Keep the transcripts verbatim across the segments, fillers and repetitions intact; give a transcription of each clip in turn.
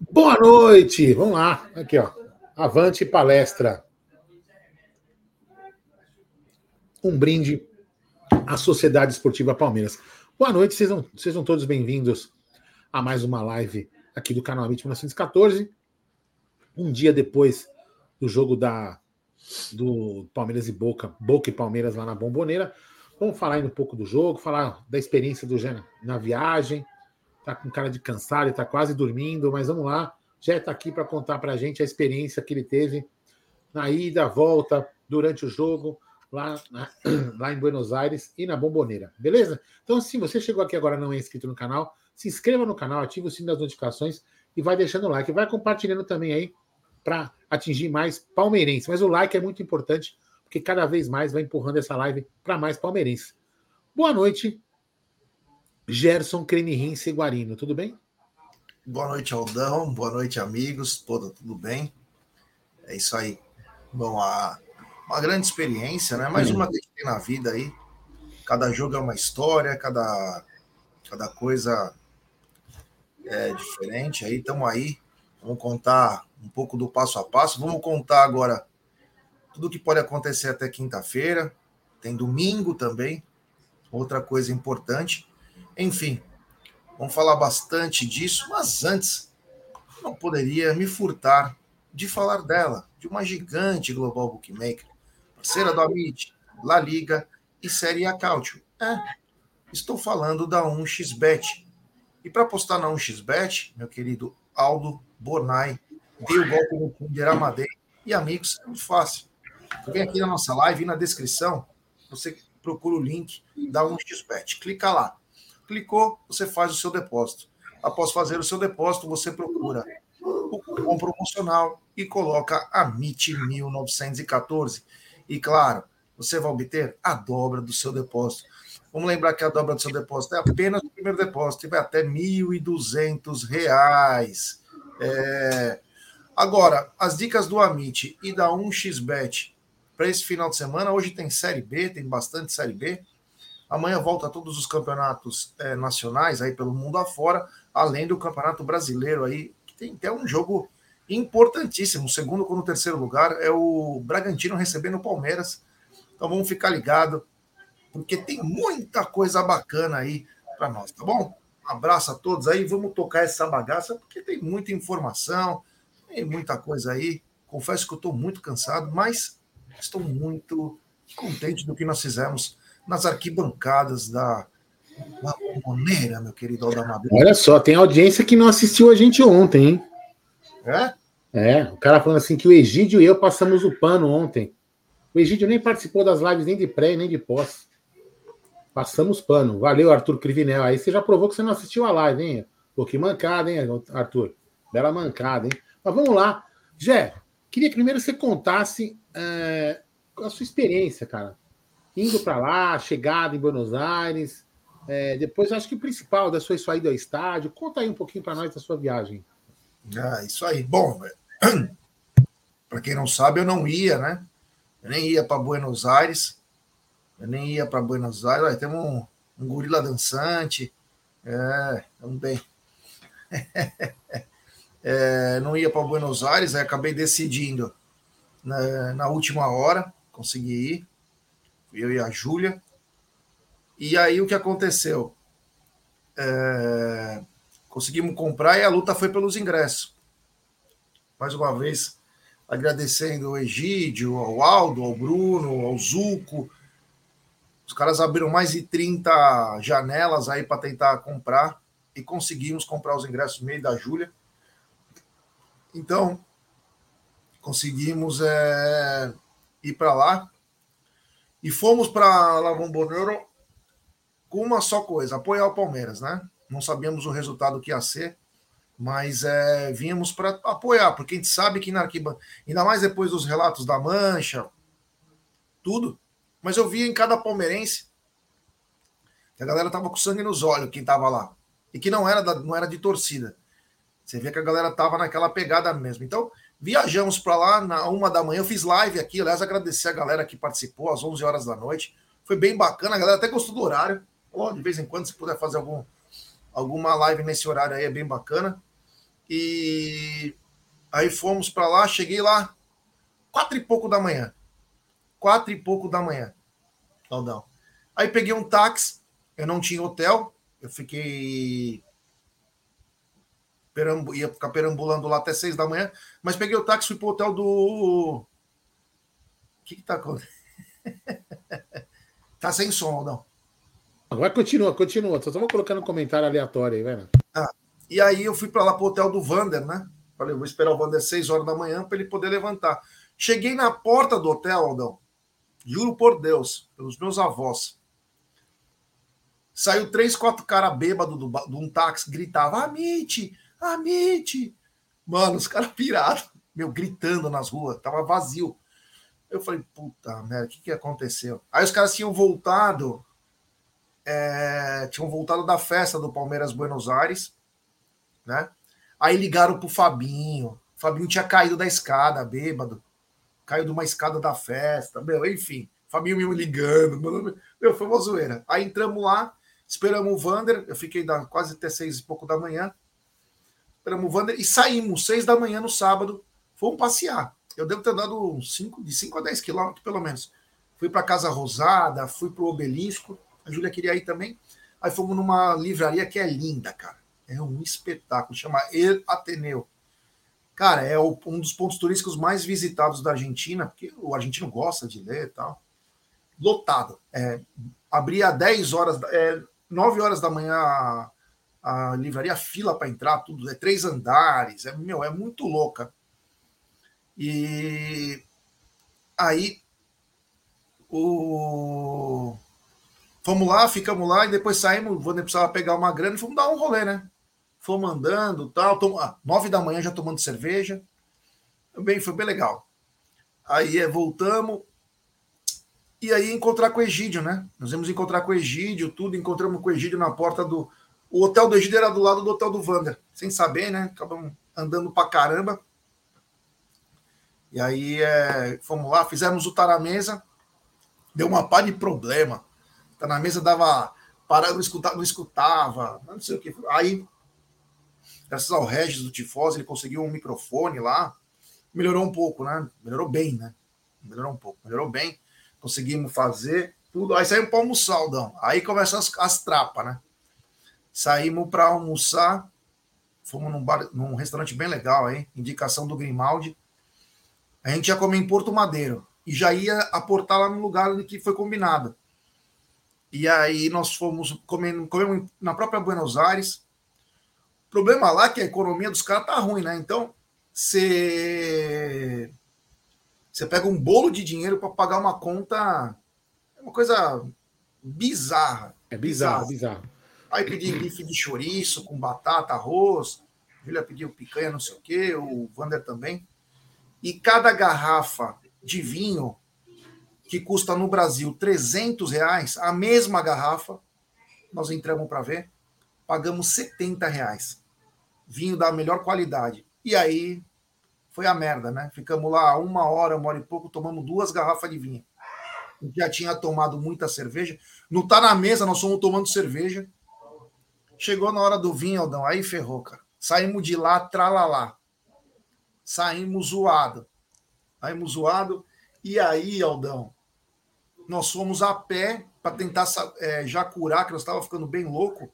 Boa noite! Vamos lá. Aqui, ó. Avante palestra. Um brinde à Sociedade Esportiva Palmeiras. Boa noite, sejam, sejam todos bem-vindos a mais uma live aqui do canal Amit mil novecentos e quatorze. Um dia depois do jogo da, do Palmeiras e Boca, Boca e Palmeiras lá na Bombonera. Vamos falar aí um pouco do jogo, falar da experiência do Gé na viagem. Tá com cara de cansado, tá quase dormindo, mas vamos lá. Já está aqui para contar para a gente a experiência que ele teve na ida, volta, durante o jogo, lá, na, lá em Buenos Aires e na Bombonera, beleza? Então, se você chegou aqui agora e não é inscrito no canal, se inscreva no canal, ative o sino das notificações e vai deixando o like. Vai compartilhando também aí para atingir mais palmeirenses. Mas o like é muito importante, porque cada vez mais vai empurrando essa live para mais palmeirenses. Boa noite, Gerson Crenirim Guarino, tudo bem? Boa noite, Aldão. Boa noite, amigos. Pô, tudo bem? É isso aí. Bom, a, uma grande experiência, né? Mais uma que a gente tem na vida aí. Cada jogo é uma história, cada, cada coisa é diferente. Aí estamos aí. Vamos contar um pouco do passo a passo. Vamos contar agora tudo que pode acontecer até quinta-feira. Tem domingo também. Outra coisa importante. Enfim, vamos falar bastante disso, mas antes, não poderia me furtar de falar dela, de uma gigante global bookmaker, parceira do Amit, La Liga e Série A Cautio. É, estou falando da um x bet. E para apostar na um x bet, meu querido Aldo Bornai, dê o golpe no Tinder Amadei. E amigos, é muito fácil. Você vem aqui na nossa live, na descrição, você procura o link da um x bet. Clica lá. Clicou, você faz o seu depósito. Após fazer o seu depósito, você procura o cupom promocional e coloca Amit mil novecentos e quatorze. E claro, você vai obter a dobra do seu depósito. Vamos lembrar que a dobra do seu depósito é apenas o primeiro depósito e vai até mil e duzentos reais. É... Agora, as dicas do Amit e da um x bet para esse final de semana. Hoje tem Série B, tem bastante Série B. Amanhã volta todos os campeonatos é, nacionais aí pelo mundo afora, além do Campeonato Brasileiro aí, que tem até um jogo importantíssimo. O segundo com o terceiro lugar é o Bragantino recebendo o Palmeiras. Então vamos ficar ligado, porque tem muita coisa bacana aí para nós, tá bom? Um abraço a todos aí, vamos tocar essa bagaça, porque tem muita informação, tem muita coisa aí. Confesso que eu estou muito cansado, mas estou muito contente do que nós fizemos nas arquibancadas da Bombonera, meu querido Aldamar. Olha só, tem audiência que não assistiu a gente ontem, hein? É? É, o cara falando assim que o Egídio e eu passamos o pano ontem. O Egídio nem participou das lives nem de pré, nem de pós. Passamos pano. Valeu, Arthur Crivinel. Aí você já provou que você não assistiu a live, hein? Pô, que mancada, hein, Arthur? Bela mancada, hein? Mas vamos lá. Jé, queria que primeiro você contasse é, a sua experiência, cara. Indo para lá, chegada em Buenos Aires. É, depois, acho que o principal da sua saída ao estádio. Conta aí um pouquinho para nós da sua viagem. Ah, isso aí. Bom, para quem não sabe, eu não ia, né? Eu nem ia para Buenos Aires. Eu nem ia para Buenos Aires. Olha, temos um, um gorila dançante. É, estamos bem. é, não ia para Buenos Aires, aí acabei decidindo na, na última hora. Consegui ir. Eu e a Júlia. E aí o que aconteceu? É, conseguimos comprar e a luta foi pelos ingressos. Mais uma vez, agradecendo ao Egídio, ao Aldo, ao Bruno, ao Zuco. Os caras abriram mais de trinta janelas aí para tentar comprar e conseguimos comprar os ingressos no meio da Júlia. Então, conseguimos é, ir para lá e fomos para La Bombonera com uma só coisa, apoiar o Palmeiras, né? Não sabíamos o resultado que ia ser, mas é, vínhamos para apoiar, porque a gente sabe que na arquibancada, ainda mais depois dos relatos da Mancha, tudo, mas eu via em cada palmeirense que a galera tava com sangue nos olhos, quem tava lá, e que não era, da, não era de torcida. Você vê que a galera tava naquela pegada mesmo. Então, viajamos para lá na uma da manhã, eu fiz live aqui, aliás, agradecer a galera que participou às onze horas da noite, foi bem bacana, a galera até gostou do horário. Oh, de vez em quando, se puder fazer algum, alguma live nesse horário aí, é bem bacana. E aí fomos para lá, cheguei lá quatro e pouco da manhã. Quatro e pouco da manhã, Aldão. Aí peguei um táxi, eu não tinha hotel, eu fiquei perambu... ia ficar perambulando lá até seis da manhã, mas peguei o táxi e fui pro hotel do... O que que tá acontecendo? Tá sem som, Aldão. Agora continua, continua. Só estamos colocando um comentário aleatório aí, velho. Ah, e aí eu fui para lá pro hotel do Vander, né? Falei, vou esperar o Vander seis horas da manhã para ele poder levantar. Cheguei na porta do hotel, Aldão. Juro por Deus, pelos meus avós. Saiu três, quatro caras bêbados de um táxi, gritava, Amit, Amit. Mano, os caras pirados, meu, gritando nas ruas, tava vazio. Eu falei, puta merda, o que que aconteceu? Aí os caras tinham voltado, é, tinham voltado da festa do Palmeiras Buenos Aires, né? Aí ligaram pro Fabinho. O Fabinho tinha caído da escada, bêbado. Caiu de uma escada da festa, meu, enfim. Fabinho me ligando, mano, meu, foi uma zoeira. Aí entramos lá, esperamos o Vander, eu fiquei da, quase até seis e pouco da manhã. Esperamos o Vander e saímos, seis da manhã no sábado, fomos passear. Eu devo ter dado uns cinco, de cinco a dez quilômetros, pelo menos. Fui para Casa Rosada, fui pro Obelisco, a Júlia queria ir também. Aí fomos numa livraria que é linda, cara. É um espetáculo, chama El Ateneu. Cara, é um dos pontos turísticos mais visitados da Argentina, porque o argentino gosta de ler e tal. Lotado. É, abria dez horas, é, nove horas da manhã a, a livraria, fila para entrar, tudo, é três andares, é, meu, é muito louca. E aí o... fomos lá, ficamos lá, e depois saímos, o Vander precisava pegar uma grana e fomos dar um rolê, né? Fomos andando, tal, tom... ah, nove da manhã já tomando cerveja. Bem, foi bem legal. Aí é, voltamos, e aí encontrar com o Egídio, né? Nós íamos encontrar com o Egídio, tudo, encontramos com o Egídio na porta do... O hotel do Egídio era do lado do hotel do Vander, sem saber, né? Acabamos andando pra caramba. E aí é, fomos lá, fizemos o Tá na Mesa, deu uma pá de problema. Tá na Mesa dava... Parado, não escutava, não escutava, não sei o que. Aí, graças ao Regis do Tifose, ele conseguiu um microfone lá, melhorou um pouco, né? Melhorou bem, né? Melhorou um pouco, melhorou bem. Conseguimos fazer tudo. Aí saímos para almoçar, Aldão. Aí começam as, as trapas, né? Saímos para almoçar, fomos num, bar, num restaurante bem legal, hein? Indicação do Grimaldi. A gente ia comer em Porto Madeiro e já ia aportar lá no lugar que foi combinado. E aí nós fomos comendo, comemos na própria Buenos Aires. O problema lá é que a economia dos caras tá ruim, né? Então, você você pega um bolo de dinheiro para pagar uma conta, é uma coisa bizarra. É bizarro, bizarro. Aí pedi bife de chouriço com batata, arroz. A Júlia pediu picanha, não sei o quê, o Vander também. E cada garrafa de vinho, que custa no Brasil trezentos reais, a mesma garrafa, nós entramos para ver, pagamos setenta reais. Vinho da melhor qualidade. E aí foi a merda, né? Ficamos lá uma hora, uma hora e pouco, tomamos duas garrafas de vinho. Já tinha tomado muita cerveja. No Tá na Mesa, nós fomos tomando cerveja. Chegou na hora do vinho, Aldão, aí ferrou, cara. Saímos de lá, tralalá. Saímos zoado. Saímos zoado. E aí, Aldão, nós fomos a pé para tentar é, já curar, que nós estávamos ficando bem louco.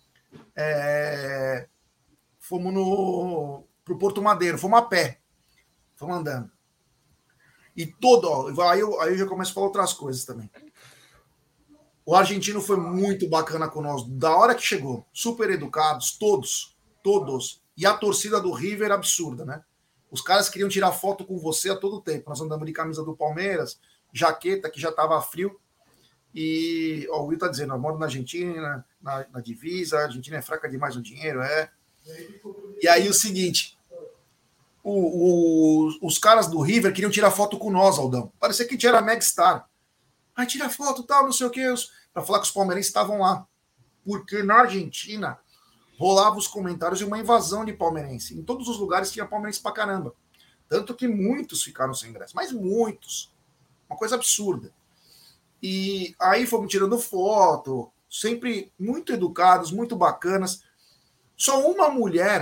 É... Fomos no pro Porto Madeiro, fomos a pé. Fomos andando. E todo, ó, aí eu, aí eu já começo a falar outras coisas também. O argentino foi muito bacana conosco, da hora que chegou. Super educados, todos, todos. E a torcida do River absurda, né? Os caras queriam tirar foto com você a todo tempo. Nós andamos de camisa do Palmeiras, jaqueta, que já estava frio. E ó, o Will tá dizendo, eu moro na Argentina, na, na divisa, a Argentina é fraca demais no dinheiro, é. E aí o seguinte, o, o, os caras do River queriam tirar foto com nós, Aldão. Parecia que a gente era Megstar. Aí tira foto, tal, não sei o que, para falar que os palmeirenses estavam lá. Porque na Argentina rolava os comentários de uma invasão de palmeirense. Em todos os lugares tinha palmeirense pra caramba. Tanto que muitos ficaram sem ingresso, mas muitos. Uma coisa absurda. E aí fomos tirando foto, sempre muito educados, muito bacanas. Só uma mulher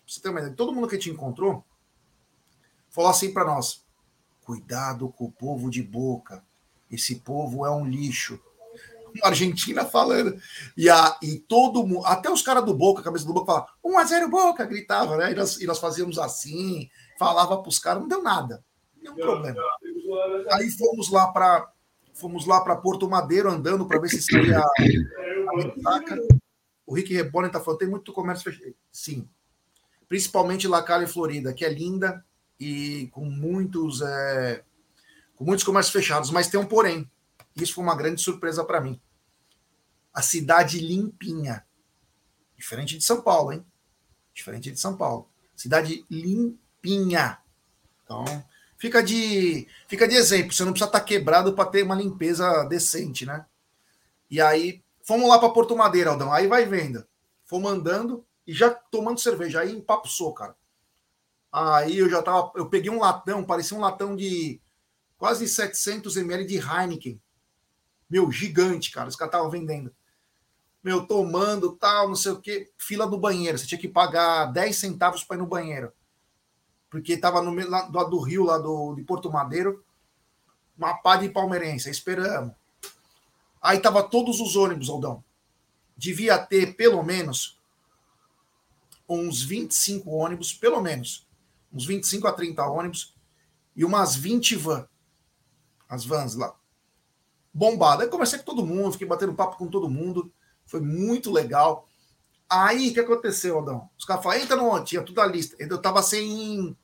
você tem uma ideia, todo mundo que a gente encontrou falou assim para nós: cuidado com o povo de Boca. Esse povo é um lixo. Uma Argentina falando. E, a, e todo mundo, até os caras do Boca, a cabeça do Boca, falavam um a zero Boca, gritava, né? E nós, e nós fazíamos assim, falava para os caras, não deu nada. Nenhum problema. Aí fomos lá para fomos lá para Porto Madeiro andando para ver se saía a, a metaca. O Rick Rebone está falando, tem muito comércio fechado. Sim. Principalmente La Cali, Florida, que é linda e com muitos, é, com muitos comércios fechados, mas tem um porém. Isso foi uma grande surpresa para mim. A cidade limpinha. Diferente de São Paulo, hein? Diferente de São Paulo. Cidade limpinha. Então, fica de, fica de exemplo. Você não precisa estar quebrado para ter uma limpeza decente, né? E aí, fomos lá para Porto Madeiro, Aldão. Aí vai vendo. Fomos andando e já tomando cerveja. Aí empapuçou, cara. Aí eu já tava... Eu peguei um latão, parecia um latão de quase setecentos mililitros de Heineken. Meu, gigante, cara. Os caras estavam vendendo. Meu, tomando, tal, não sei o quê. Fila do banheiro. Você tinha que pagar dez centavos para ir no banheiro. Porque estava no meio lá, do, do Rio, lá do, de Porto Madeiro. Uma pá de palmeirense. Esperamos. Aí tava todos os ônibus, Aldão. Devia ter, pelo menos, uns vinte e cinco ônibus. Pelo menos. Uns vinte e cinco a trinta ônibus. E umas vinte vans. As vans lá. Bombado. Aí conversei com todo mundo, fiquei batendo papo com todo mundo. Foi muito legal. Aí, o que aconteceu, Aldão? Os caras falaram, entra no tinha tudo a lista. Eu tava sem...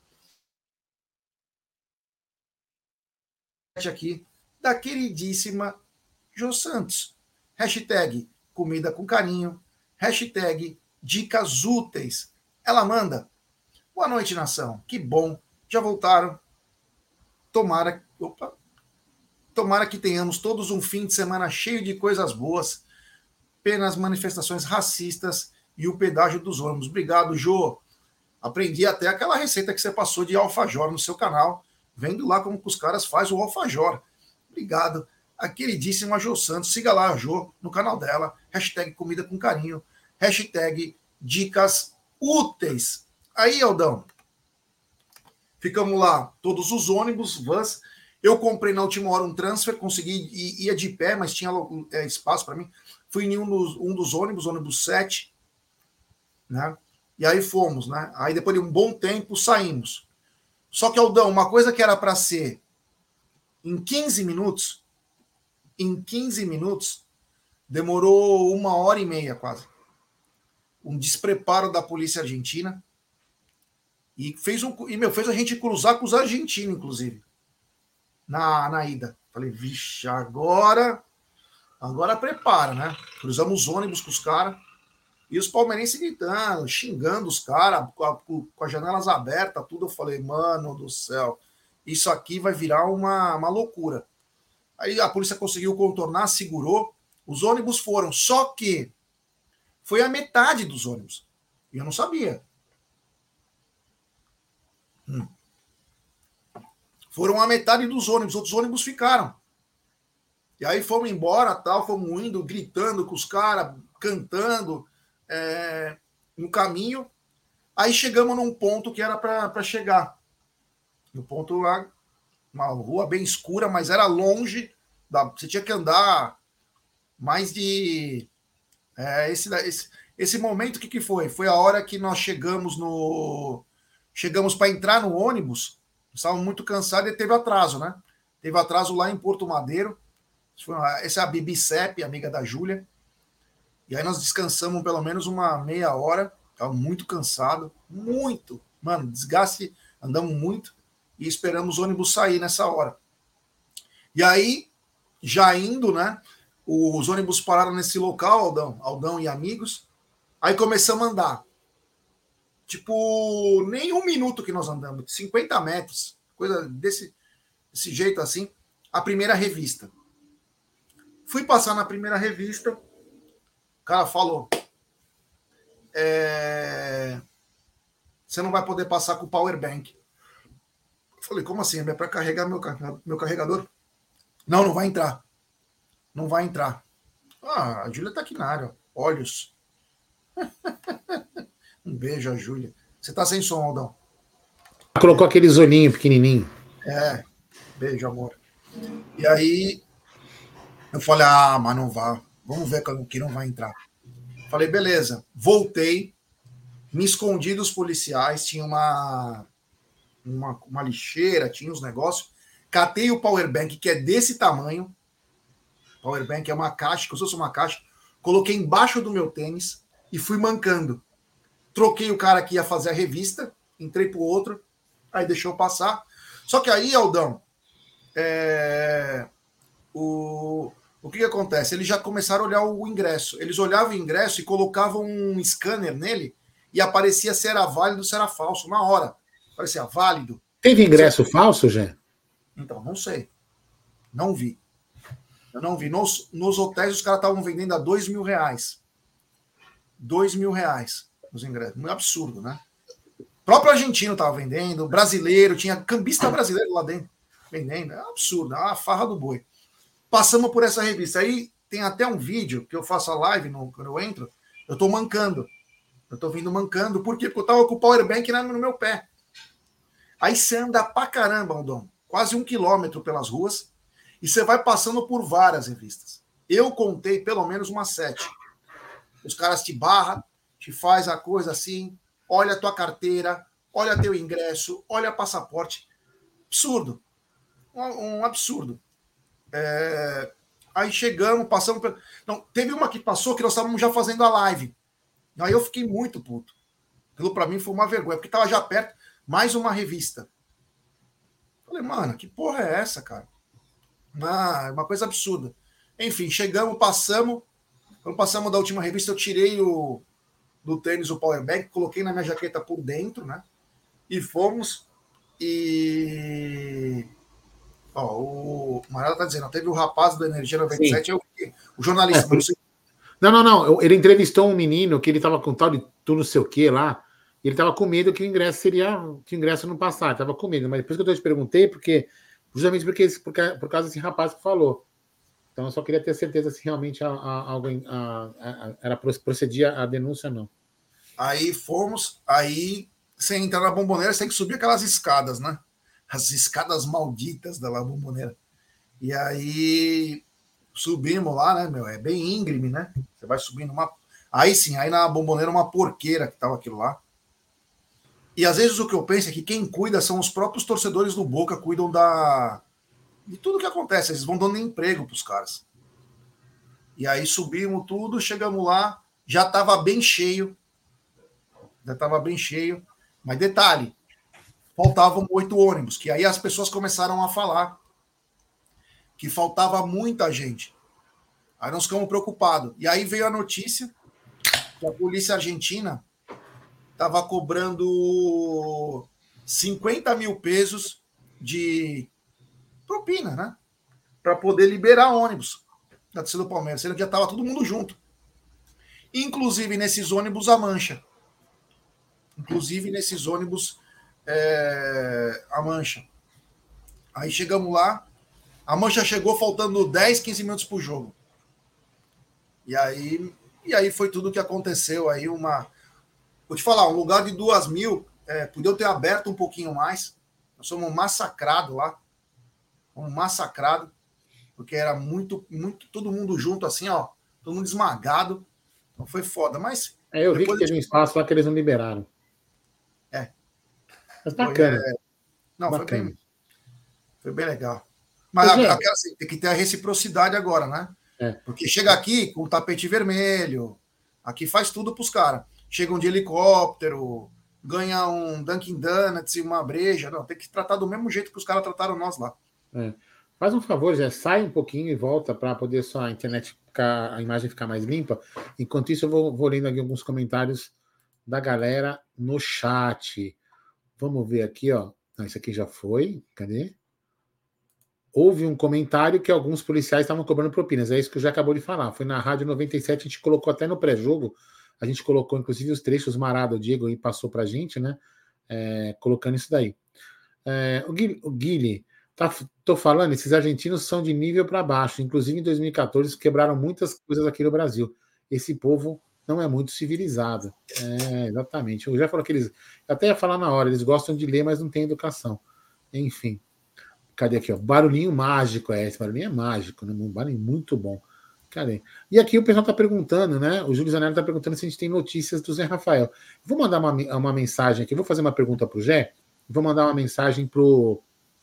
aqui, da queridíssima Jô Santos. Hashtag comida com carinho. Hashtag dicas úteis. Ela manda, boa noite, nação. Que bom. Já voltaram. Tomara... Opa... Tomara que tenhamos todos um fim de semana cheio de coisas boas, apenas manifestações racistas e o pedágio dos ônibus. Obrigado, Jô. Aprendi até aquela receita que você passou de alfajor no seu canal, vendo lá como os caras fazem o alfajor. Obrigado. A queridíssima Jô Santos. Siga lá a Jô no canal dela. Hashtag comida com carinho. Hashtag dicas úteis. Aí, Aldão, ficamos lá, todos os ônibus, vans. Eu comprei na última hora um transfer, consegui, ia de pé, mas tinha é, espaço para mim. Fui em um dos, um dos ônibus, ônibus sete, né? E aí fomos, né? Aí depois de um bom tempo saímos. Só que, Aldão, uma coisa que era para ser em quinze minutos, em quinze minutos, demorou uma hora e meia quase. Um despreparo da polícia argentina e fez, um, e, meu, fez a gente cruzar com os argentinos, inclusive. Na, na ida. Falei, vixe, agora agora prepara, né? Cruzamos os ônibus com os caras e os palmeirenses gritando, xingando os caras, com, com as janelas abertas, tudo. Eu falei, mano do céu, isso aqui vai virar uma, uma loucura. Aí a polícia conseguiu contornar, segurou, os ônibus foram, só que foi a metade dos ônibus. E eu não sabia. Hum. Foram a metade dos ônibus, outros ônibus ficaram. E aí fomos embora, tal, fomos indo, gritando com os caras, cantando é, no caminho. Aí chegamos num ponto que era para chegar. No ponto lá, uma rua bem escura, mas era longe. Da, você tinha que andar mais de... É, esse, esse, esse momento, o que, que foi? Foi a hora que nós chegamos no... Chegamos para entrar no ônibus. Estavam muito cansados e teve atraso, né? Teve atraso lá em Porto Madeiro. Essa é a Bibi Sepp, amiga da Júlia. E aí nós descansamos pelo menos uma meia hora. Estava muito cansado. Muito. Mano, desgaste. Andamos muito. E esperamos o ônibus sair nessa hora. E aí, já indo, né? Os ônibus pararam nesse local, Aldão, Aldão e amigos. Aí começamos a andar. Tipo, nem um minuto que nós andamos, cinquenta metros, coisa desse, desse jeito assim, a primeira revista. Fui passar na primeira revista, o cara falou, é, você não vai poder passar com o power bank. Eu falei, como assim? É para carregar meu, meu carregador? Não, não vai entrar. Não vai entrar. Ah, a Júlia tá aqui na área, olhos. Um beijo a Júlia. Você tá sem som, Aldão. Colocou aquele olhinho pequenininho. É, beijo, amor. E aí, eu falei, ah, mas não vá. Vamos ver que não vai entrar. Falei, beleza. Voltei, me escondi dos policiais, tinha uma, uma, uma lixeira, tinha uns negócios. Catei o powerbank, que é desse tamanho. Powerbank é uma caixa, que eu fosse uma caixa. Coloquei embaixo do meu tênis e fui mancando. Troquei o cara que ia fazer a revista, entrei pro outro, aí deixou passar. Só que aí, Aldão, é... o... o que, que acontece? Eles já começaram a olhar o ingresso. Eles olhavam o ingresso e colocavam um scanner nele e aparecia se era válido ou se era falso, na hora. Aparecia válido. Teve ingresso Você... falso, Gê? Então, não sei. Não vi. Eu não vi. Nos, nos hotéis, os caras estavam vendendo a dois mil reais. Dois mil reais os ingressos. Muito absurdo, né? O próprio argentino estava vendendo, brasileiro, tinha cambista brasileiro lá dentro vendendo. É absurdo, é uma farra do boi. Passamos por essa revista. Aí tem até um vídeo que eu faço a live no, quando eu entro. Eu tô mancando. Eu tô vindo mancando. Por quê? Porque eu tava com o powerbank no meu pé. Aí você anda pra caramba, Aldão. Quase um quilômetro pelas ruas. E você vai passando por várias revistas. Eu contei pelo menos umas sete. Os caras te barram, te faz a coisa assim, olha a tua carteira, olha teu ingresso, olha passaporte. Absurdo. Um, um absurdo. É... Aí chegamos, passamos... Não, teve uma que passou que nós estávamos já fazendo a live. Aí eu fiquei muito puto. Aquilo para mim foi uma vergonha, porque estava já perto, mais uma revista. Falei, mano, que porra é essa, cara? Ah, uma coisa absurda. Enfim, chegamos, passamos. Quando passamos da última revista, eu tirei o do tênis o powerbank, coloquei na minha jaqueta por dentro, né? E fomos. E. Ó, o Marada tá dizendo, teve o rapaz do Energia noventa e sete, eu, o jornalista, é, não sei. Não, não, não. Ele entrevistou um menino que ele tava com tal de tu não sei o que lá. E ele tava com medo que o ingresso seria. Que o ingresso não passasse. Tava com medo. Mas depois que eu te perguntei, porque. Justamente porque, por, por causa desse rapaz que falou. Então eu só queria ter certeza se realmente a, a, alguém a, a, era procedia a denúncia ou não. Aí fomos, aí sem entrar na Bombonera, você tem que subir aquelas escadas, né? As escadas malditas da La Bombonera. E aí subimos lá, né, meu? É bem íngreme, né? Você vai subindo uma. Aí sim, aí na Bombonera uma porqueira que tava aquilo lá. E às vezes o que eu penso é que quem cuida são os próprios torcedores do Boca, cuidam da. De tudo que acontece, eles vão dando emprego para os caras. E aí subimos tudo, chegamos lá, já estava bem cheio, já estava bem cheio, mas detalhe, faltavam oito ônibus, que aí as pessoas começaram a falar que faltava muita gente. Aí nós ficamos preocupados. E aí veio a notícia que a polícia argentina estava cobrando cinquenta mil pesos de propina, né? Para poder liberar ônibus da torcida do Palmeiras. Já estava todo mundo junto. Inclusive nesses ônibus a mancha. Inclusive nesses ônibus é, a mancha. Aí chegamos lá, a mancha chegou faltando dez, quinze minutos para o jogo. E aí, e aí foi tudo o que aconteceu. Aí uma. Vou te falar, um lugar de duas mil, é, podia ter aberto um pouquinho mais. Nós somos massacrados lá. Fomos massacrados. Porque era muito, muito, todo mundo junto assim, ó, todo mundo esmagado. Então foi foda, mas... É, eu vi que teve um espaço lá que eles não liberaram. É. Mas bacana. Foi, é... Não, bacana. Foi, bem, foi bem legal. Mas a, a, assim, tem que ter a reciprocidade agora, né? É. Porque chega aqui com o tapete vermelho, aqui faz tudo pros caras. Chegam de helicóptero, ganha um Dunkin' Donuts e uma breja. Não, tem que tratar do mesmo jeito que os caras trataram nós lá. É. Faz um favor, já sai um pouquinho e volta para poder só a internet ficar, a imagem ficar mais limpa. Enquanto isso, eu vou, vou lendo aqui alguns comentários da galera no chat. Vamos ver aqui, ó. Não, isso aqui já foi. Cadê? Houve um comentário que alguns policiais estavam cobrando propinas. É isso que eu já acabou de falar. Foi na Rádio noventa e sete, a gente colocou até no pré-jogo. A gente colocou, inclusive, os trechos. Marado, o Diego, aí passou pra gente, né? É, colocando isso daí. É, o Guilherme. O Guilherme Tá, tô falando, esses argentinos são de nível para baixo. Inclusive, em dois mil e quatorze, quebraram muitas coisas aqui no Brasil. Esse povo não é muito civilizada. É, exatamente. Eu já falou que eles. Até ia falar na hora, eles gostam de ler, mas não tem educação. Enfim. Cadê aqui? Ó? Barulhinho mágico. É, esse barulhinho é mágico, né? Um barulhinho muito bom. Cadê? E aqui o pessoal está perguntando, né? O Júlio Zanelli está perguntando se a gente tem notícias do Zé Rafael. Vou mandar uma, uma mensagem aqui, vou fazer uma pergunta para o Zé, vou mandar uma mensagem pro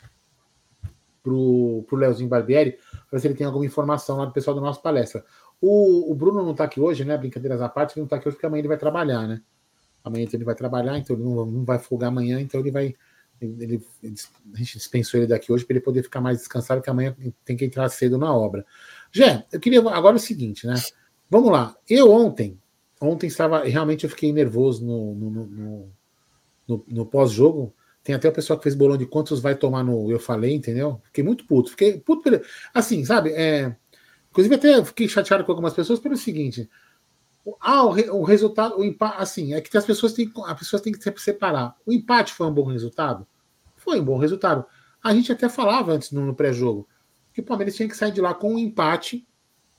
pro, pro Leozinho Barbieri, para ver se ele tem alguma informação lá do pessoal da nossa palestra. O, o Bruno não está aqui hoje, né? Brincadeiras à parte, ele não está aqui hoje porque amanhã ele vai trabalhar, né? Amanhã ele vai trabalhar, então ele não, não vai folgar amanhã, então ele vai. Ele, ele, a gente dispensou ele daqui hoje para ele poder ficar mais descansado, porque amanhã tem que entrar cedo na obra. Jé, eu queria agora o seguinte, né? Vamos lá. Eu ontem, ontem estava. Realmente eu fiquei nervoso no, no, no, no, no pós-jogo. Tem até o pessoal que fez bolão de quantos vai tomar no Eu Falei, entendeu? Fiquei muito puto. Fiquei puto pelo, assim, sabe? É, inclusive, até fiquei chateado com algumas pessoas pelo seguinte. Ah, o, re, o resultado, o empate, assim, é que as pessoas têm, as pessoas têm que se separar. O empate foi um bom resultado? Foi um bom resultado. A gente até falava antes no, no pré-jogo que o Palmeiras tinha que sair de lá com um empate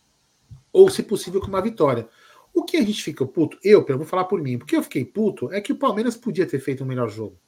ou, se possível, com uma vitória. O que a gente fica puto, eu, eu vou falar por mim, porque eu fiquei puto é que o Palmeiras podia ter feito um melhor jogo.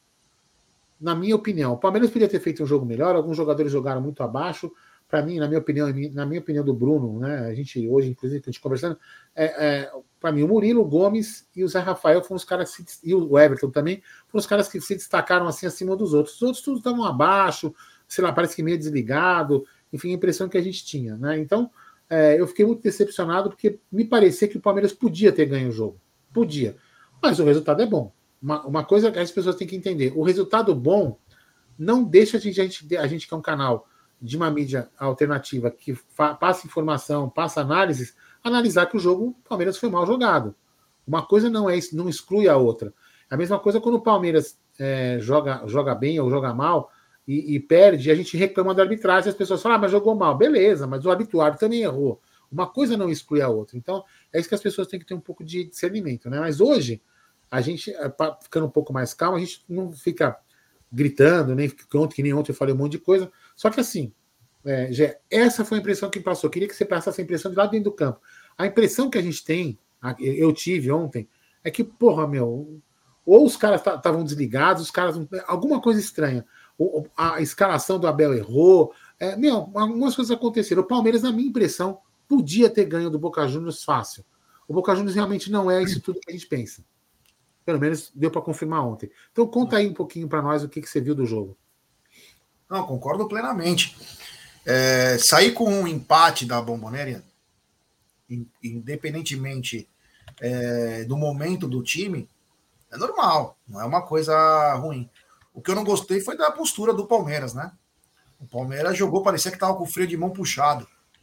Na minha opinião, o Palmeiras podia ter feito um jogo melhor, alguns jogadores jogaram muito abaixo. Para mim, na minha opinião, na minha opinião do Bruno, né? A gente hoje, inclusive, a gente conversando, é, é, para mim, o Murilo, o Gomes e o Zé Rafael foram os caras que se, e o Everton também foram os caras que se destacaram assim acima dos outros. Os outros todos estavam abaixo, sei lá, parece que meio desligado, enfim, a impressão que a gente tinha, né? Então, é, eu fiquei muito decepcionado porque me parecia que o Palmeiras podia ter ganho o jogo, podia, mas o resultado é bom. Uma, uma coisa que as pessoas têm que entender: o resultado bom não deixa a gente, a gente, a gente que é um canal de uma mídia alternativa que fa, passa informação, passa análises, analisar que o jogo o Palmeiras foi mal jogado. Uma coisa não é não exclui a outra. A mesma coisa quando o Palmeiras é, joga, joga bem ou joga mal e, e perde, a gente reclama da arbitragem, as pessoas falam, ah, mas jogou mal. Beleza, mas o árbitro também errou. Uma coisa não exclui a outra. Então, é isso que as pessoas têm que ter um pouco de discernimento, né? Mas hoje, a gente, ficando um pouco mais calmo, a gente não fica gritando, nem ontem, que nem ontem eu falei um monte de coisa. Só que assim, é, já, essa foi a impressão que passou. Eu queria que você passasse essa impressão de lá dentro do campo. A impressão que a gente tem, eu tive ontem, é que, porra, meu, ou os caras estavam desligados, os caras. Alguma coisa estranha. Ou, a escalação do Abel errou. É, meu, algumas coisas aconteceram. O Palmeiras, na minha impressão, podia ter ganho do Boca Juniors fácil. O Boca Juniors realmente não é isso tudo que a gente pensa. Pelo menos deu para confirmar ontem. Então conta aí um pouquinho para nós o que, que você viu do jogo. Não, concordo plenamente. É, sair com um empate da Bombonera, independentemente é, do momento do time, é normal, não é uma coisa ruim. O que eu não gostei foi da postura do Palmeiras, né? O Palmeiras jogou, parecia que estava com o freio de mão puxado.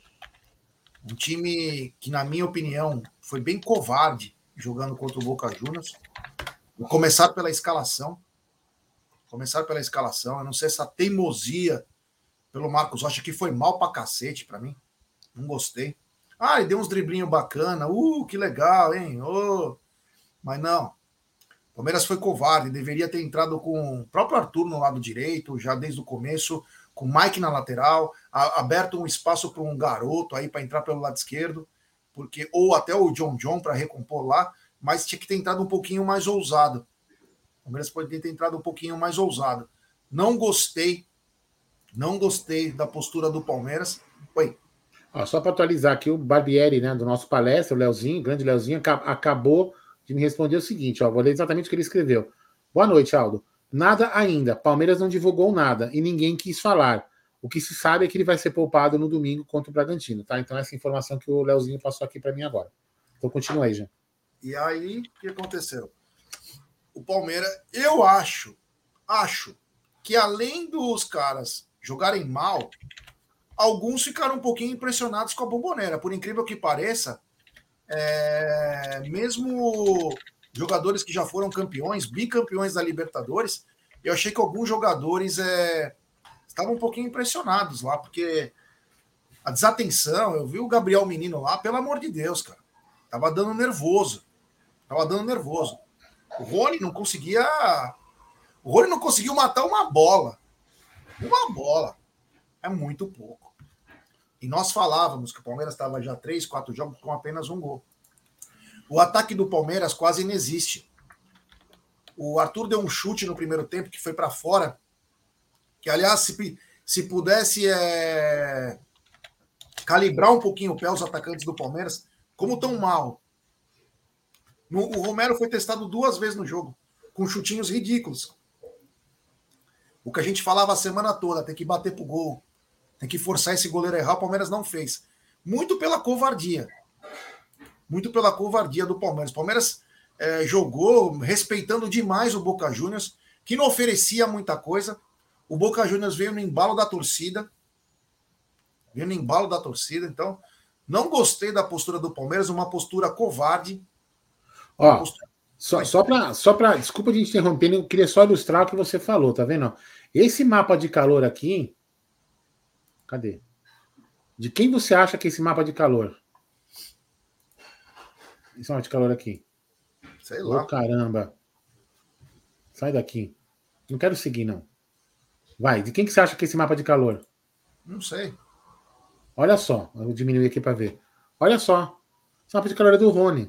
Um time que, na minha opinião, foi bem covarde jogando contra o Boca Juniors. Vou começar pela escalação. Começar pela escalação. Eu não sei essa teimosia pelo Marcos Rocha, que foi mal pra cacete pra mim. Não gostei. Ah, ele deu uns driblinhos bacana. Uh, que legal, hein? Oh. Mas não. O Palmeiras foi covarde. Deveria ter entrado com o próprio Arthur no lado direito, já desde o começo, com o Mike na lateral, a, aberto um espaço para um garoto aí para entrar pelo lado esquerdo, porque ou até o John John para recompor lá, mas tinha que ter entrado um pouquinho mais ousado. O Palmeiras poderia ter entrado um pouquinho mais ousado. Não gostei, não gostei da postura do Palmeiras. Oi. Ó, só para atualizar aqui, o Barbieri, né, do nosso palestra, o Leozinho, o grande Leozinho, acabou de me responder o seguinte, ó, vou ler exatamente o que ele escreveu. Boa noite, Aldo. Nada ainda. Palmeiras não divulgou nada e ninguém quis falar. O que se sabe é que ele vai ser poupado no domingo contra o Bragantino, tá? Então essa informação que o Leozinho passou aqui para mim agora. Então continua aí, já. E aí, o que aconteceu? O Palmeiras, eu acho, acho que além dos caras jogarem mal, alguns ficaram um pouquinho impressionados com a Bombonera. Por incrível que pareça, é, mesmo jogadores que já foram campeões, bicampeões da Libertadores, eu achei que alguns jogadores é, estavam um pouquinho impressionados lá, porque a desatenção, eu vi o Gabriel Menino lá, pelo amor de Deus, cara, tava dando nervoso, tava dando nervoso. O Rony não conseguia, o Rony não conseguiu matar uma bola, uma bola, é muito pouco. E nós falávamos que o Palmeiras estava já três, quatro jogos com apenas um gol. O ataque do Palmeiras quase inexiste. O Arthur deu um chute no primeiro tempo que foi para fora, que, aliás, se, se pudesse é, calibrar um pouquinho o pé os atacantes do Palmeiras, como tão mal. No, o Romero foi testado duas vezes no jogo, com chutinhos ridículos. O que a gente falava a semana toda, tem que bater pro gol, tem que forçar esse goleiro a errar, o Palmeiras não fez. Muito pela covardia. Muito pela covardia do Palmeiras. O Palmeiras é, jogou respeitando demais o Boca Juniors, que não oferecia muita coisa. O Boca Juniors veio no embalo da torcida. Veio no embalo da torcida. Então, não gostei da postura do Palmeiras, uma postura covarde. Ó, uma postura... só, só para... Só pra, desculpa de interromper, eu queria só ilustrar o que você falou, tá vendo? Esse mapa de calor aqui... Cadê? De quem você acha que é esse mapa de calor? Esse mapa de calor aqui. Sei lá. Ô, caramba. Sai daqui. Não quero seguir, não. Vai, de quem que você acha que é esse mapa de calor? Não sei. Olha só, eu vou diminuir aqui para ver. Olha só. Esse mapa de calor é do Rony.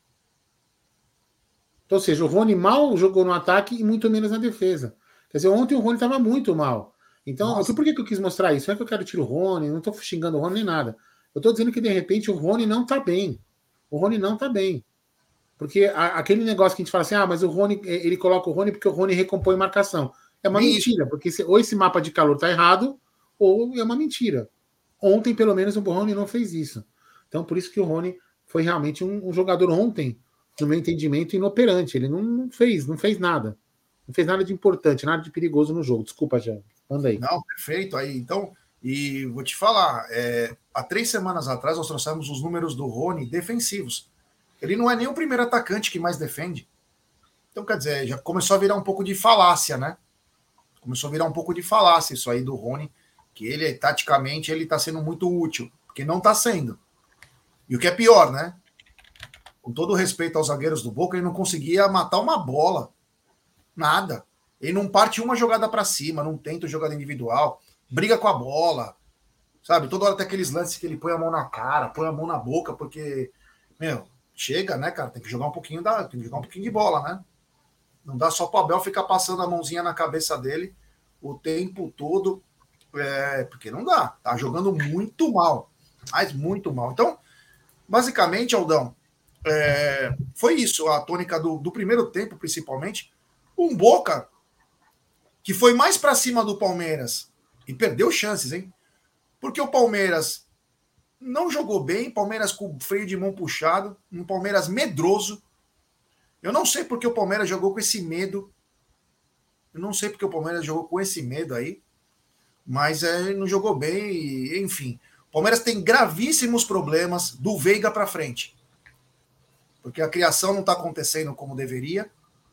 Então, ou seja, o Rony mal jogou no ataque e muito menos na defesa. Quer dizer, ontem o Rony estava muito mal. Então, Nossa. por que, que eu quis mostrar isso? Não é que eu quero tirar o Rony, não estou xingando o Rony nem nada. Eu estou dizendo que, de repente, o Rony não está bem. O Rony não está bem. Porque a, aquele negócio que a gente fala assim, ah, mas o Rony, ele coloca o Rony porque o Rony recompõe marcação. É uma Isso. mentira, porque se, ou esse mapa de calor está errado, ou é uma mentira. Ontem, pelo menos, o Rony não fez isso. Então, por isso que o Rony foi realmente um, um jogador ontem, no meu entendimento, inoperante. Ele não, não fez, não fez nada. Não fez nada de importante, nada de perigoso no jogo. Desculpa, já. Manda aí. Não, perfeito. Aí, então, e vou te falar, é, há três semanas atrás nós trouxemos os números do Rony defensivos. Ele não é nem o primeiro atacante que mais defende. Então, quer dizer, já começou a virar um pouco de falácia, né? Começou a virar um pouco de falácia isso aí do Rony, que ele, taticamente, ele tá sendo muito útil, porque não tá sendo. E o que é pior, né? Com todo respeito aos zagueiros do Boca, ele não conseguia matar uma bola. Nada. Ele não parte uma jogada para cima, não tenta jogada individual, briga com a bola, sabe? Toda hora tem aqueles lances que ele põe a mão na cara, põe a mão na boca, porque, meu, chega, né, cara? Tem que jogar um pouquinho da, tem que jogar um pouquinho de bola, né? Não dá só para o Abel ficar passando a mãozinha na cabeça dele o tempo todo, é, porque não dá. Tá jogando muito mal, mas muito mal. Então, basicamente, Aldão, é, foi isso, a tônica do, do primeiro tempo, principalmente. Um Boca que foi mais para cima do Palmeiras e perdeu chances, hein? Porque o Palmeiras não jogou bem, Palmeiras com o freio de mão puxado, um Palmeiras medroso. Eu não sei porque o Palmeiras jogou com esse medo. Eu não sei porque o Palmeiras jogou com esse medo aí, mas é, ele não jogou bem, e, enfim. O Palmeiras tem gravíssimos problemas do Veiga para frente. Porque a criação não está acontecendo como deveria.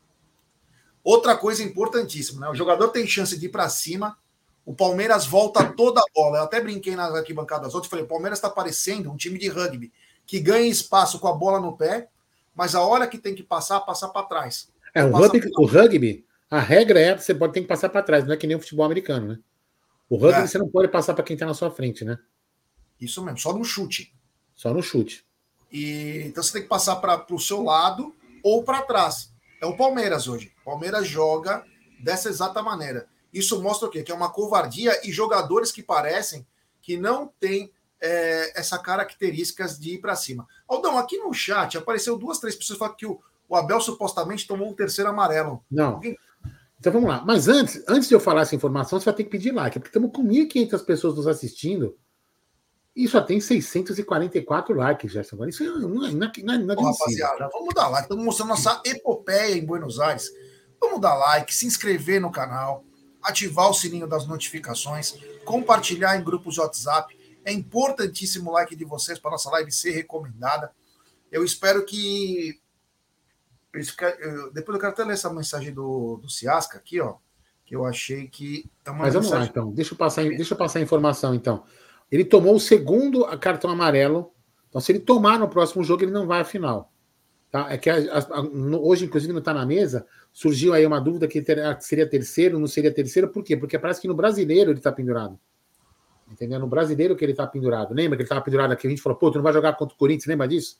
Outra coisa importantíssima, né? O jogador tem chance de ir para cima, o Palmeiras volta toda a bola. Eu até brinquei nas arquibancadas outras, falei, o Palmeiras está parecendo um time de rugby, que ganha espaço com a bola no pé, mas a hora que tem que passar, passar para trás. É, o rugby, pra... o rugby, a regra é você pode ter que passar para trás, não é que nem o futebol americano, né? O rugby é. Você não pode passar para quem está na sua frente, né? Isso mesmo, só no chute. Só no chute. E, então você tem que passar para o seu lado ou para trás. É o Palmeiras hoje. O Palmeiras joga dessa exata maneira. Isso mostra o quê? Que é uma covardia e jogadores que parecem que não têm é, essa características de ir para cima. Aldão, aqui no chat apareceu duas, três pessoas falando que o, o Abel supostamente tomou um terceiro amarelo. Não. Alguém... Então vamos lá. Mas antes, antes de eu falar essa informação, você vai ter que pedir like, porque estamos com mil e quinhentas pessoas nos assistindo e só tem seiscentos e quarenta e quatro likes, Gerson. Agora isso não é inadmissível. Bom, rapaziada, vamos dar like. Estamos mostrando nossa epopeia em Buenos Aires. Vamos dar like, se inscrever no canal, ativar o sininho das notificações, compartilhar em grupos de WhatsApp. É importantíssimo o like de vocês para nossa live ser recomendada. Eu espero que... Depois eu quero até ler essa mensagem do, do Ciasca aqui, ó, que eu achei que... Tá uma Mas vamos mensagem... lá, então. Deixa eu, passar, deixa eu passar a informação, então. Ele tomou o segundo cartão amarelo. Então, se ele tomar no próximo jogo, ele não vai à final. Tá? É que a, a, no, hoje, inclusive, não está na mesa, surgiu aí uma dúvida que ter, seria terceiro, não seria terceiro. Por quê? Porque parece que no brasileiro ele está pendurado. Entendeu? No brasileiro que ele está pendurado. Lembra que ele estava pendurado aqui? A gente falou, pô, tu não vai jogar contra o Corinthians, lembra disso?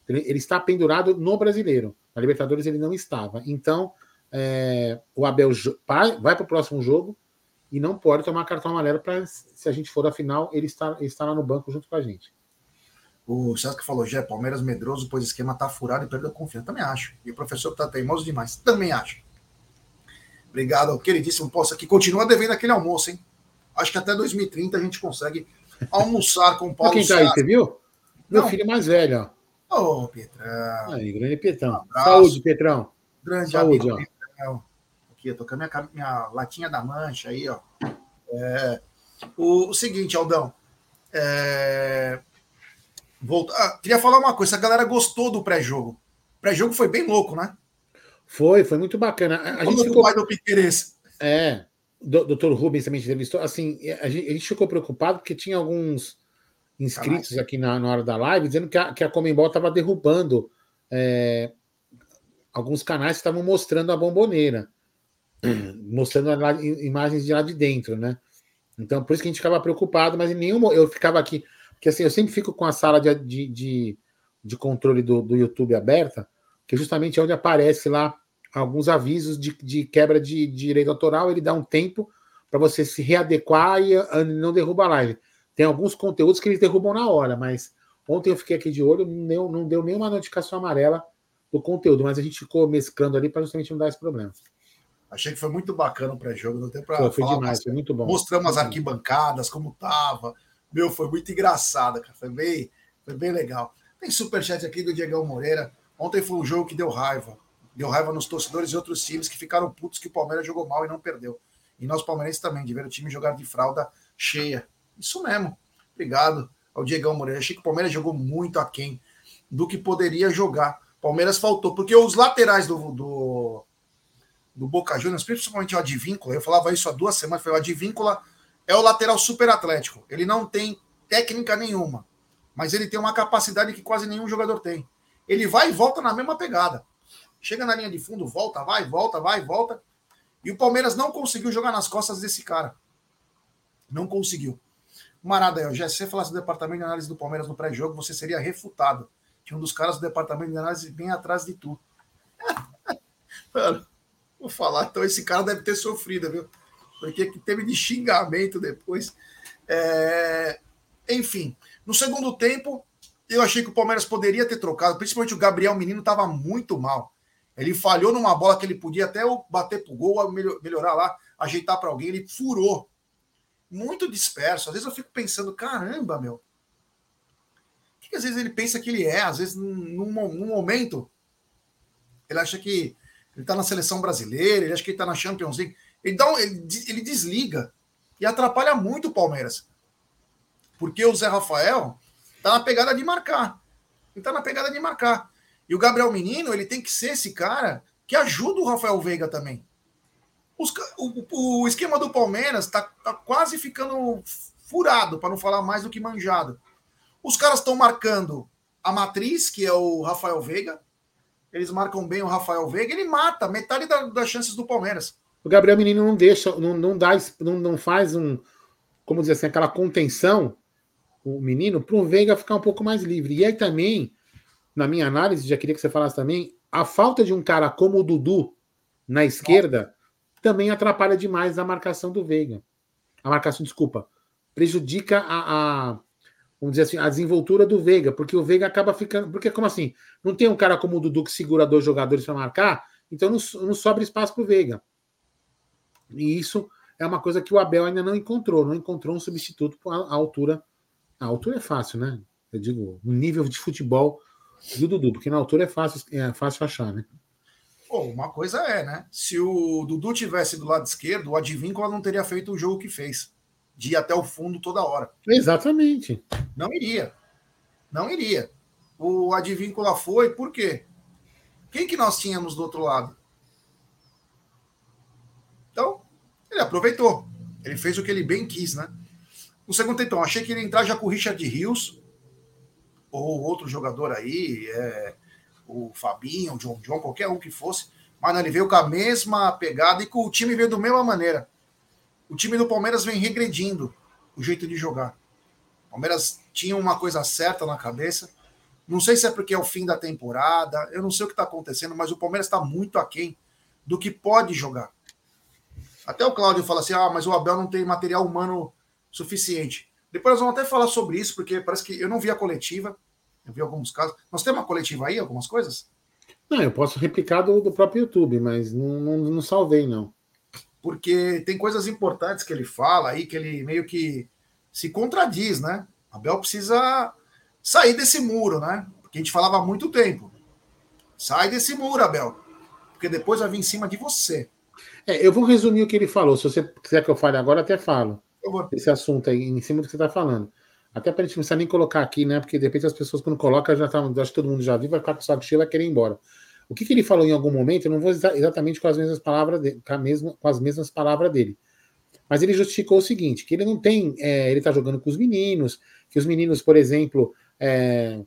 Ele, ele está pendurado no Brasileiro. Na Libertadores ele não estava. Então, é, o Abel vai, vai para o próximo jogo e não pode tomar cartão amarelo para, se a gente for à final, ele está, ele está lá no banco junto com a gente. O César que falou, Jé, Palmeiras medroso, pois o esquema tá furado e perdeu confiança. Também acho. E o professor tá teimoso demais. Também acho. Obrigado ao queridíssimo Poço aqui. Continua devendo aquele almoço, hein? Acho que até dois mil e trinta a gente consegue almoçar com o Paulo Quem tá aí, você viu? Meu Não. filho mais velho, ó. Ô, oh, Petrão. Aí, grande Petrão. Um Saúde, Petrão. Grande Saúde, amigo ó. Petrão. Aqui, eu tô com a minha, minha latinha da mancha aí, ó. É, o, o seguinte, Aldão. É, volta, ah, queria falar uma coisa. A galera gostou do pré-jogo. O pré-jogo foi bem louco, né? Foi, foi muito bacana. A, a gente ficou... pai do Piqueires. É, o doutor Rubens também entrevistou. Assim, a gente, a gente ficou preocupado porque tinha alguns inscritos Caralho. aqui na, na hora da live dizendo que a, que a Conmebol estava derrubando é, alguns canais que estavam mostrando a bomboneira, mostrando a, imagens de lá de dentro, né? Então, por isso que a gente ficava preocupado, mas em nenhum eu ficava aqui, porque assim, eu sempre fico com a sala de, de, de, de controle do, do YouTube aberta, que justamente é onde aparece lá alguns avisos de, de quebra de, de direito autoral, ele dá um tempo para você se readequar e não derruba a live. Tem alguns conteúdos que eles derrubam na hora, mas ontem eu fiquei aqui de olho, não deu, não deu nenhuma notificação amarela do conteúdo, mas a gente ficou mesclando ali para justamente não dar esse problema. Achei que foi muito bacana o pré-jogo, não tem para falar. Foi demais, foi muito bom. Mostramos as arquibancadas, como tava. Meu, foi muito engraçado, cara. Foi bem, foi bem legal. Tem superchat aqui do Diegão Moreira. Ontem foi um jogo que deu raiva. Deu raiva nos torcedores e outros times que ficaram putos que o Palmeiras jogou mal e não perdeu. E nós palmeirenses também, de ver o time jogar de fralda cheia. Isso mesmo. Obrigado ao Diegão Moreira. Achei que o Palmeiras jogou muito aquém do que poderia jogar. Palmeiras faltou, porque os laterais do, do, do Boca Juniors, principalmente o Advíncula, eu falava isso há duas semanas, foi o Advíncula é o lateral super atlético. Ele não tem técnica nenhuma, mas ele tem uma capacidade que quase nenhum jogador tem. Ele vai e volta na mesma pegada. Chega na linha de fundo, volta, vai, volta, vai, volta. E o Palmeiras não conseguiu jogar nas costas desse cara. Não conseguiu. Marada, já se você falasse do departamento de análise do Palmeiras no pré-jogo, você seria refutado. Tinha um dos caras do departamento de análise bem atrás de tu. Mano, vou falar, então esse cara deve ter sofrido, viu? Porque teve de xingamento depois. É... Enfim, no segundo tempo, eu achei que o Palmeiras poderia ter trocado, principalmente o Gabriel Menino estava muito mal. Ele falhou numa bola que ele podia até bater pro gol, melhorar lá, ajeitar para alguém, ele furou. Muito disperso. Às vezes eu fico pensando, caramba, meu. O que, que às vezes ele pensa que ele é? Às vezes, num, num momento, ele acha que ele tá na seleção brasileira, ele acha que ele tá na Champions League. Ele, dá um, ele, ele desliga e atrapalha muito o Palmeiras. Porque o Zé Rafael tá na pegada de marcar. Ele tá na pegada de marcar. E o Gabriel Menino, ele tem que ser esse cara que ajuda o Rafael Veiga também. Os, o, o esquema do Palmeiras tá, tá quase ficando furado, para não falar mais do que manjado. Os caras estão marcando a matriz, que é o Rafael Veiga. Eles marcam bem o Rafael Veiga, ele mata metade da, das chances do Palmeiras. O Gabriel Menino não deixa, não, não dá, não, não faz um, como dizer assim, aquela contenção, o menino, para o Veiga ficar um pouco mais livre. E aí também, na minha análise, já queria que você falasse também, a falta de um cara como o Dudu na esquerda também atrapalha demais a marcação do Veiga. A marcação, desculpa, prejudica a, a, vamos dizer assim, a desenvoltura do Veiga, porque o Veiga acaba ficando, porque como assim, não tem um cara como o Dudu que segura dois jogadores para marcar, então não, não sobra espaço para o Veiga. E isso é uma coisa que o Abel ainda não encontrou, não encontrou um substituto para a altura. A altura é fácil, né? Eu digo, o nível de futebol do Dudu, porque na altura é fácil, é fácil achar, né? Pô, uma coisa é, né? Se o Dudu tivesse do lado esquerdo, o Advíncula não teria feito o jogo que fez, de ir até o fundo toda hora. Exatamente. Não iria. Não iria. O Advíncula foi, por quê? Quem que nós tínhamos do outro lado? Então, ele aproveitou. Ele fez o que ele bem quis, né? No segundo tempo, achei que ele ia entrar já com o Richard Rios, ou outro jogador aí, é, o Fabinho, o John John, qualquer um que fosse, mas não, ele veio com a mesma pegada e com o time veio da mesma maneira. O time do Palmeiras vem regredindo o jeito de jogar. O Palmeiras tinha uma coisa certa na cabeça, Não sei se é porque é o fim da temporada, eu não sei o que está acontecendo, mas o Palmeiras está muito aquém do que pode jogar. Até o Cláudio fala assim, ah, mas o Abel não tem material humano suficiente. Depois nós vamos até falar sobre isso, porque parece que eu não vi a coletiva, eu vi alguns casos. Nós temos uma coletiva aí, algumas coisas? Não, eu posso replicar do, do próprio YouTube, mas não, não, não salvei, não. Porque tem coisas importantes que ele fala aí, que ele meio que se contradiz, né? Abel precisa sair desse muro, né? Porque a gente falava há muito tempo. Sai desse muro, Abel. Porque depois vai vir em cima de você. É, eu vou resumir o que ele falou. Se você quiser que eu fale agora, até falo. Por favor. Esse assunto aí, em cima do que você está falando. Até para a gente não precisar nem colocar aqui, né? Porque de repente as pessoas, quando colocam, já tá, acho que todo mundo já viu, vai ficar com o saco cheio e vai querer ir embora. O que, que ele falou em algum momento, eu não vou exatamente com as mesmas palavras dele, com, mesma, com as mesmas palavras dele. Mas ele justificou o seguinte: que ele não tem. É, ele está jogando com os meninos, que os meninos, por exemplo, é,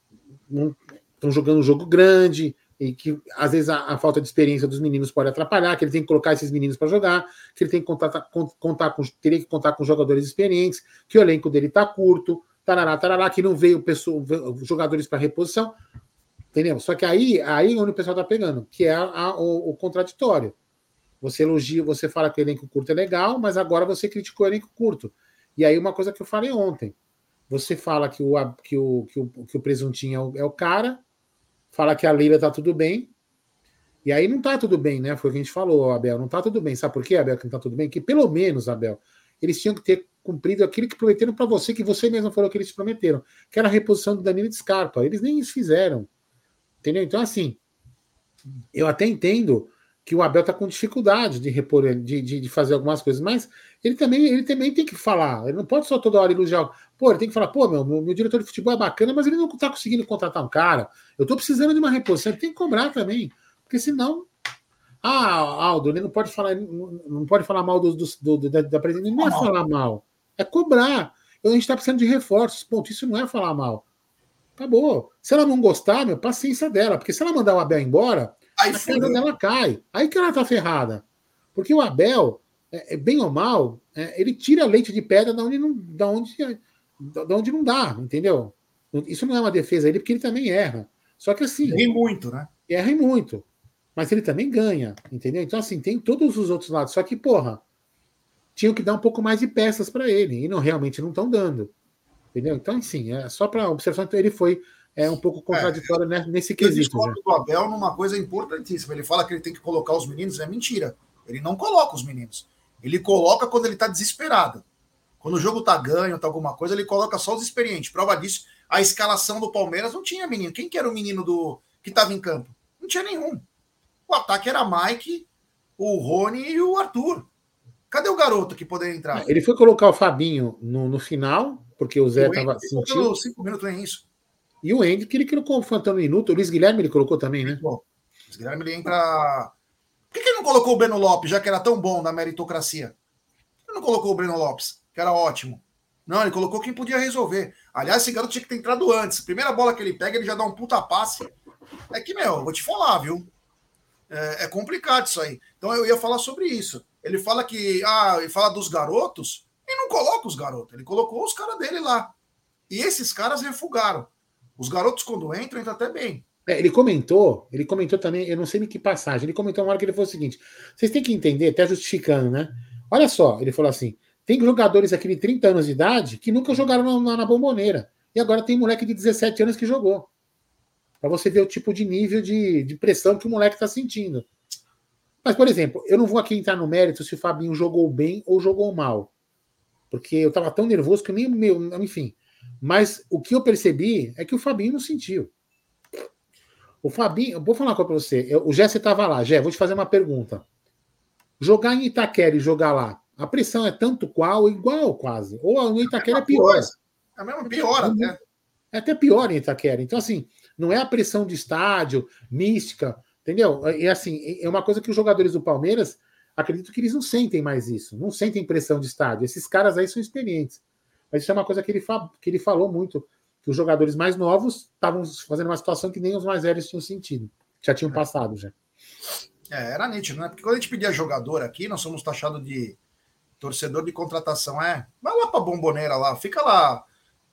estão jogando um jogo grande, e que às vezes a, a falta de experiência dos meninos pode atrapalhar, que ele tem que colocar esses meninos para jogar, que ele tem que contar, contar com, teria que contar com jogadores experientes, que o elenco dele está curto, tarará, tarará, que não veio pessoa, jogadores para reposição. Entendeu? Só que aí, aí é onde o pessoal tá pegando, que é a, a, o, o contraditório. Você elogia, você fala que o elenco curto é legal, mas agora você criticou o elenco curto. E aí uma coisa que eu falei ontem, você fala que o, que o, que o, que o Presuntinho é o, é o cara, fala que a Leila tá tudo bem, e aí não tá tudo bem, né? Foi o que a gente falou, Abel, não tá tudo bem. Sabe por quê, Abel, que não tá tudo bem? Que pelo menos, Abel, eles tinham que ter cumprido aquilo que prometeram para você, que você mesmo falou que eles prometeram, que era a reposição do Danilo e de Scarpa. Eles nem isso fizeram. Entendeu? Então, assim, eu até entendo que o Abel está com dificuldade de repor, de, de, de fazer algumas coisas, mas ele também, ele também tem que falar. Ele não pode só toda hora elogiar. Pô, ele tem que falar, pô, meu, meu, meu diretor de futebol é bacana, mas ele não está conseguindo contratar um cara. Eu estou precisando de uma reposição. Ele tem que cobrar também. Porque senão. Ah, Aldo, ele não pode falar, não pode falar mal do, do, do, da, da presidente. Não é falar mal, é cobrar. A gente está precisando de reforços. Ponto. Isso não é falar mal. Acabou. Se ela não gostar, meu, paciência dela. Porque se ela mandar o Abel embora, aí a casa dela cai. Aí que ela tá ferrada. Porque o Abel, é, é, bem ou mal, é, ele tira leite de pedra da onde não, da onde, da onde não dá, entendeu? Isso não é uma defesa dele, porque ele também erra. Só que assim. Erra muito, né? Erra muito. Mas ele também ganha, entendeu? Então, assim, tem todos os outros lados. Só que, porra, tinham que dar um pouco mais de peças para ele. E não realmente não estão dando. Entendeu? Então, assim, é só para observação, ele foi é, um pouco contraditório é, nesse quesito. Eu discordo do Abel numa coisa importantíssima. Ele fala que ele tem que colocar os meninos, é mentira. Ele não coloca os meninos. Ele coloca quando ele está desesperado. Quando o jogo tá ganho, tá alguma coisa, ele coloca só os experientes. Prova disso, a escalação do Palmeiras não tinha menino. Quem que era o menino do que estava em campo? Não tinha nenhum. O ataque era Mike, o Rony e o Arthur. Cadê o garoto que poderia entrar? Ele foi colocar o Fabinho no, no final, porque o Zé estava sentindo. cinco minutos nem isso. E o Andy, que ele colocou faltando um minuto. O Luiz Guilherme ele colocou também, né? Bom, o Luiz Guilherme ele entra. Por que, que ele não colocou o Breno Lopes, já que era tão bom na meritocracia? Por que ele não colocou o Breno Lopes, que era ótimo? Não, ele colocou quem podia resolver. Aliás, esse garoto tinha que ter entrado antes. Primeira bola que ele pega, ele já dá um puta passe. É que, meu, vou te falar, viu? É, é complicado isso aí. Então eu ia falar sobre isso. Ele fala que. Ah, ele fala dos garotos. Ele não coloca os garotos. Ele colocou os caras dele lá. E esses caras refugaram. Os garotos, quando entram, entram até bem. É, ele comentou, ele comentou também, eu não sei em que passagem, ele comentou uma hora que ele falou o seguinte: vocês têm que entender, até justificando, né? Olha só, ele falou assim: tem jogadores aqui de trinta anos de idade que nunca jogaram na, na Bombonera. E agora tem moleque de dezessete anos que jogou. Para você ver o tipo de nível de, de pressão que o moleque está sentindo. Mas, por exemplo, eu não vou aqui entrar no mérito se o Fabinho jogou bem ou jogou mal. Porque eu estava tão nervoso que nem meu. Enfim. Mas o que eu percebi é que o Fabinho não sentiu. O Fabinho, eu vou falar uma coisa para você. Eu, o Gé, você estava lá. Gé, vou te fazer uma pergunta. Jogar em Itaquera e jogar lá, a pressão é tanto qual, igual quase. Ou no Itaquera é pior. É a mesma pior até. É até pior em Itaquera. Então, assim, não é a pressão de estádio, mística, entendeu? É assim, é uma coisa que os jogadores do Palmeiras, acredito que eles não sentem mais isso. Não sentem pressão de estádio. Esses caras aí são experientes. Mas isso é uma coisa que ele, fa- que ele falou muito, que os jogadores mais novos estavam fazendo uma situação que nem os mais velhos tinham sentido. Já tinham passado, já. É, era nítido, né? Porque quando a gente pedia jogador aqui, nós somos taxados de torcedor de contratação. É, vai lá pra Bombonera lá, fica lá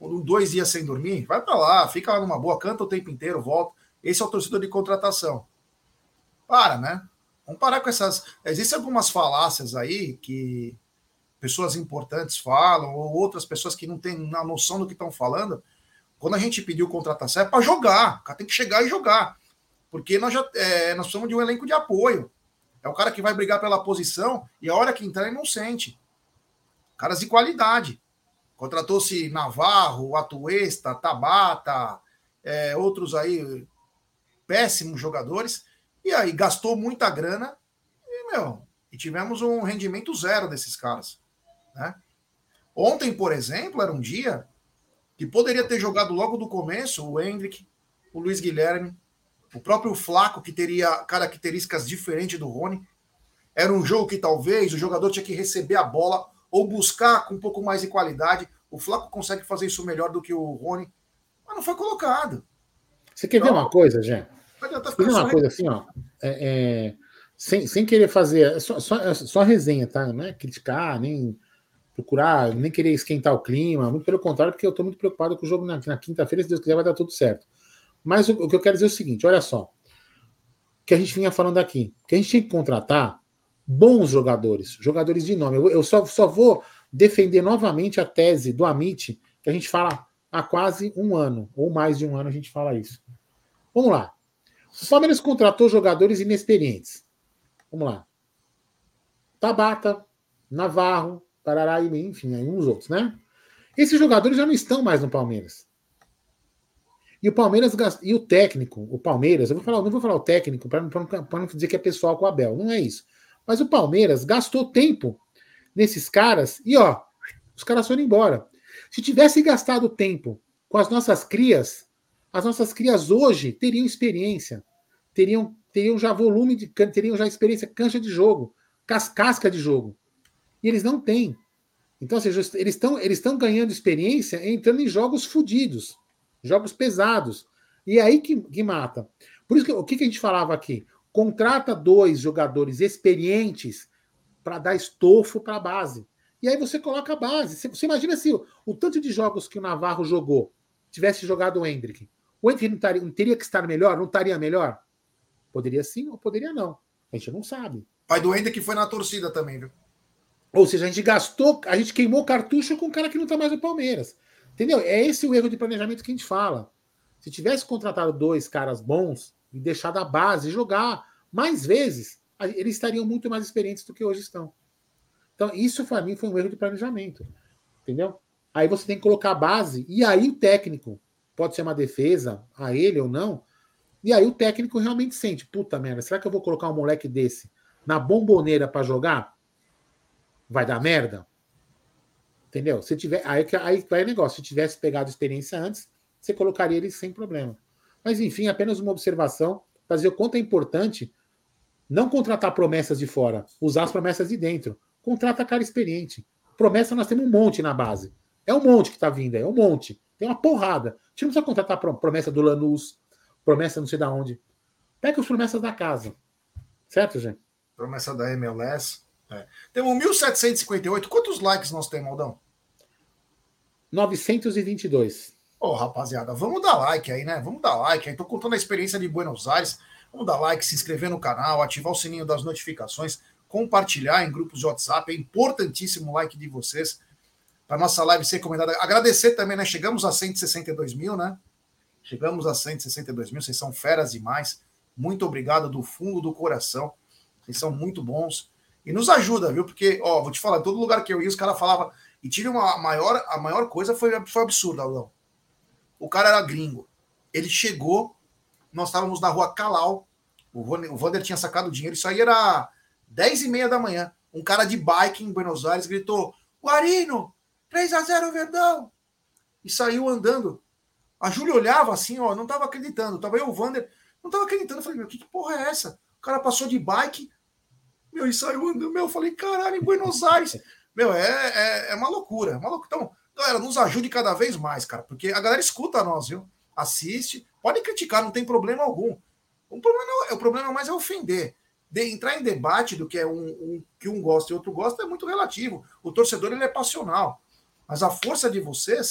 dois dias sem dormir, vai para lá, fica lá numa boa, canta o tempo inteiro, volta. Esse é o torcedor de contratação. Para, né? Vamos parar com essas... Existem algumas falácias aí que pessoas importantes falam, ou outras pessoas que não têm a noção do que estão falando. Quando a gente pediu contratação, é para jogar. O cara tem que chegar e jogar. Porque nós, já, é, nós somos de um elenco de apoio. É o cara que vai brigar pela posição e a hora que entrar ele não sente. Caras de qualidade. Contratou-se Navarro, Atuesta, Tabata, é, outros aí, péssimos jogadores. E aí gastou muita grana e, meu, e tivemos um rendimento zero desses caras. Né? Ontem, por exemplo, era um dia que poderia ter jogado logo do começo o Hendrick, o Luiz Guilherme, o próprio Flaco, que teria características diferentes do Rony. Era um jogo que talvez o jogador tinha que receber a bola ou buscar com um pouco mais de qualidade. O Flaco consegue fazer isso melhor do que o Rony, mas não foi colocado. Você quer então, ver uma coisa, Gê? Você quer ver uma coisa assim, ó, é, é, sem, sem querer fazer, é só, só, é só resenha, tá? Não é criticar, nem procurar, nem querer esquentar o clima, muito pelo contrário, porque eu estou muito preocupado com o jogo na, na quinta-feira, se Deus quiser vai dar tudo certo. Mas o, o que eu quero dizer é o seguinte, olha só, que a gente vinha falando aqui, que a gente tem que contratar bons jogadores, jogadores de nome. Eu, eu só, só vou defender novamente a tese do Amit, que a gente fala há quase um ano, ou mais de um ano a gente fala isso. Vamos lá. O Palmeiras contratou jogadores inexperientes. Vamos lá. Tabata, Navarro, Parará, enfim, aí uns outros, né? Esses jogadores já não estão mais no Palmeiras. E o Palmeiras e o técnico, o Palmeiras, eu vou falar, não vou falar o técnico para não, não dizer que é pessoal com o Abel, não é isso. Mas o Palmeiras gastou tempo nesses caras e, ó, os caras foram embora. Se tivesse gastado tempo com as nossas crias, as nossas crias hoje teriam experiência, teriam, teriam já volume, de, teriam já experiência, cancha de jogo, casca de jogo. E eles não têm. Então, ou seja, eles estão eles estão ganhando experiência entrando em jogos fodidos, jogos pesados. E é aí que, que mata. Por isso que o que, que a gente falava aqui? Contrata dois jogadores experientes para dar estofo para a base. E aí você coloca a base. Você, você imagina se o, o tanto de jogos que o Navarro jogou tivesse jogado o Hendrick. O Hendrick não, taria, não teria que estar melhor? Não estaria melhor? Poderia sim ou poderia não. A gente não sabe. Pai do Hendrick foi na torcida também, viu? Ou seja, a gente gastou, a gente queimou cartucho com um cara que não está mais no Palmeiras. Entendeu? É esse o erro de planejamento que a gente fala. Se tivesse contratado dois caras bons e deixado a base jogar mais vezes, eles estariam muito mais experientes do que hoje estão. Então, isso para mim foi um erro de planejamento. Entendeu? Aí você tem que colocar a base, e aí o técnico, pode ser uma defesa a ele ou não, e aí o técnico realmente sente, puta merda, será que eu vou colocar um moleque desse na bomboneira para jogar? Vai dar merda? Entendeu? Se tiver, aí, aí vai o negócio. Se tivesse pegado experiência antes, você colocaria ele sem problema. Mas, enfim, apenas uma observação para dizer o quanto é importante não contratar promessas de fora, usar as promessas de dentro. Contrata cara experiente. Promessa nós temos um monte na base. É um monte que está vindo, é um monte. Tem uma porrada. A gente não precisa contratar promessa do Lanús, promessa não sei de onde. Pega as promessas da casa. Certo, gente? Promessa da M L S. É. Temos mil setecentos e cinquenta e oito. Quantos likes nós temos, Aldão? novecentos e vinte e dois. Ô, oh, rapaziada, vamos dar like aí, né? Vamos dar like aí. Tô contando a experiência de Buenos Aires. Vamos dar like, se inscrever no canal, ativar o sininho das notificações, compartilhar em grupos de WhatsApp. É importantíssimo o like de vocês para nossa live ser comentada. Agradecer também, né? Chegamos a cento e sessenta e dois mil, né? Chegamos a cento e sessenta e dois mil. Vocês são feras demais. Muito obrigado do fundo do coração. Vocês são muito bons. E nos ajuda, viu? Porque, ó, vou te falar, todo lugar que eu ia, os caras falavam. E tive uma maior, a maior coisa foi, foi absurda, Aldão. O cara era gringo. Ele chegou, nós estávamos na rua Calau. O Wander tinha sacado o dinheiro. Isso aí era dez e meia da manhã. Um cara de bike em Buenos Aires gritou: Guarino, três a zero Verdão. E saiu andando. A Júlia olhava assim, ó, não estava acreditando. Tava eu, o Wander, não estava acreditando. Eu falei, meu, que, que porra é essa? O cara passou de bike. Meu, e saiu andando. Meu, eu falei, caralho, em Buenos Aires. Meu, é, é, é uma loucura. É uma loucura. Então, galera, nos ajude cada vez mais, cara. Porque a galera escuta nós, viu? Assiste. Pode criticar, não tem problema algum. O problema, é, o problema mais é ofender. De entrar em debate do que é um, um que um gosta e outro gosta é muito relativo. O torcedor, ele é passional. Mas a força de vocês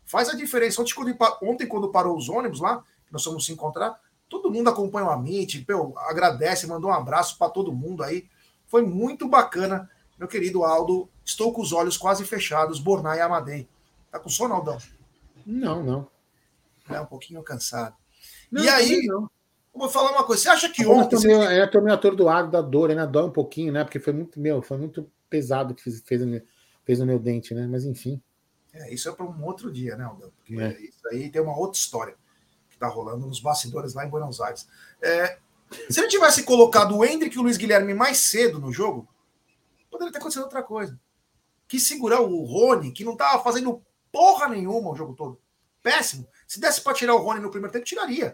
Faz a diferença. Ontem quando, ontem, quando parou os ônibus lá, que nós fomos se encontrar, todo mundo acompanha o Amit, pô, agradece, mandou um abraço para todo mundo aí. Foi muito bacana, meu querido Aldo. Estou com os olhos quase fechados, Bornai e Amadei. Tá com sono, Aldão? Não, não. É um pouquinho cansado. Não, e aí, não. vou falar uma coisa. Você acha que Agora ontem... Eu tô, meio, você... eu tô meio atordoado da dor, ainda dói um pouquinho, né? Porque foi muito, meu, foi muito pesado que fez, fez, fez no meu dente, né? Mas enfim. É, isso é para um outro dia, né, Aldão? Porque é. isso aí tem uma outra história que tá rolando nos bastidores lá em Buenos Aires. É, se ele tivesse colocado o Endrick e o Luiz Guilherme mais cedo no jogo, poderia ter acontecido outra coisa. Que segurar o Rony, que não tava fazendo porra nenhuma o jogo todo. Péssimo. Se desse para tirar o Rony no primeiro tempo, tiraria.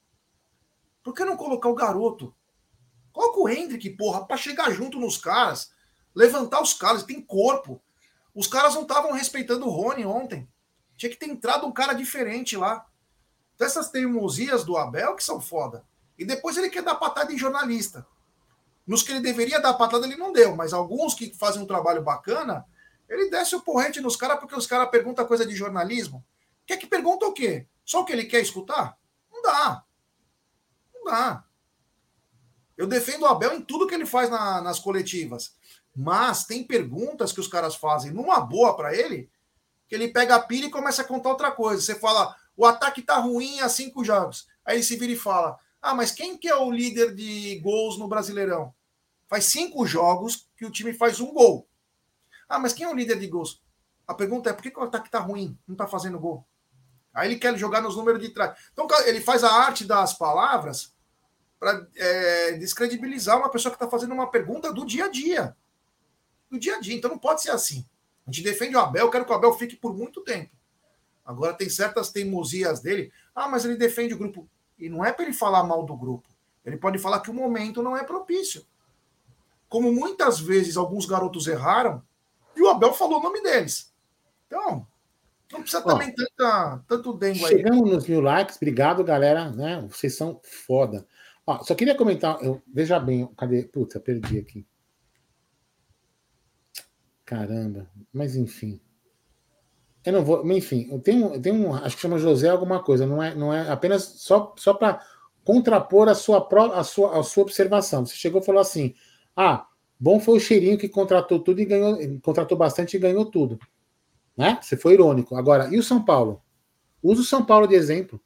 Por que não colocar o garoto? Coloca o Endrick, porra, para chegar junto nos caras, levantar os caras, tem corpo. Os caras não estavam respeitando o Rony ontem. Tinha que ter entrado um cara diferente lá. Então essas teimosias do Abel que são foda. E depois ele quer dar patada em jornalista. Nos que ele deveria dar patada, ele não deu. Mas alguns que fazem um trabalho bacana, ele desce o porrete nos caras porque os caras perguntam coisa de jornalismo. Quer que pergunta o quê? Só o que ele quer escutar? Não dá. Não dá. Eu defendo o Abel em tudo que ele faz na, nas coletivas. Mas tem perguntas que os caras fazem numa boa para ele, que ele pega a pilha e começa a contar outra coisa. Você fala, o ataque tá ruim há cinco jogos. Aí ele se vira e fala, ah, mas quem que é o líder de gols no Brasileirão? Faz cinco jogos que o time faz um gol. Ah, mas quem é o líder de gols? A pergunta é, por que, que o ataque tá ruim? Não tá fazendo gol? Aí ele quer jogar nos números de trás. Então ele faz a arte das palavras para é, descredibilizar uma pessoa que está fazendo uma pergunta do dia a dia. Do dia a dia. Então não pode ser assim. A gente defende o Abel, quero que o Abel fique por muito tempo. Agora tem certas teimosias dele. Ah, mas ele defende o grupo. E não é para ele falar mal do grupo. Ele pode falar que o momento não é propício. Como muitas vezes alguns garotos erraram, e o Abel falou o nome deles. Então, não precisa Ó, também tanta, tanto dengo aí. Chegamos nos mil likes. Obrigado, galera. Né? Vocês são foda. Ó, só queria comentar. Eu, veja bem, cadê? Puta, perdi aqui. Caramba, mas enfim. Eu não vou, enfim, eu tenho, eu tenho um, acho que chama José alguma coisa, não é, não é apenas só, só para contrapor a sua, a, sua, a sua observação. Você chegou e falou assim: ah, bom foi o Cheirinho que contratou tudo e ganhou, contratou bastante e ganhou tudo. Né? Você foi irônico. Agora, e o São Paulo? Usa o São Paulo de exemplo.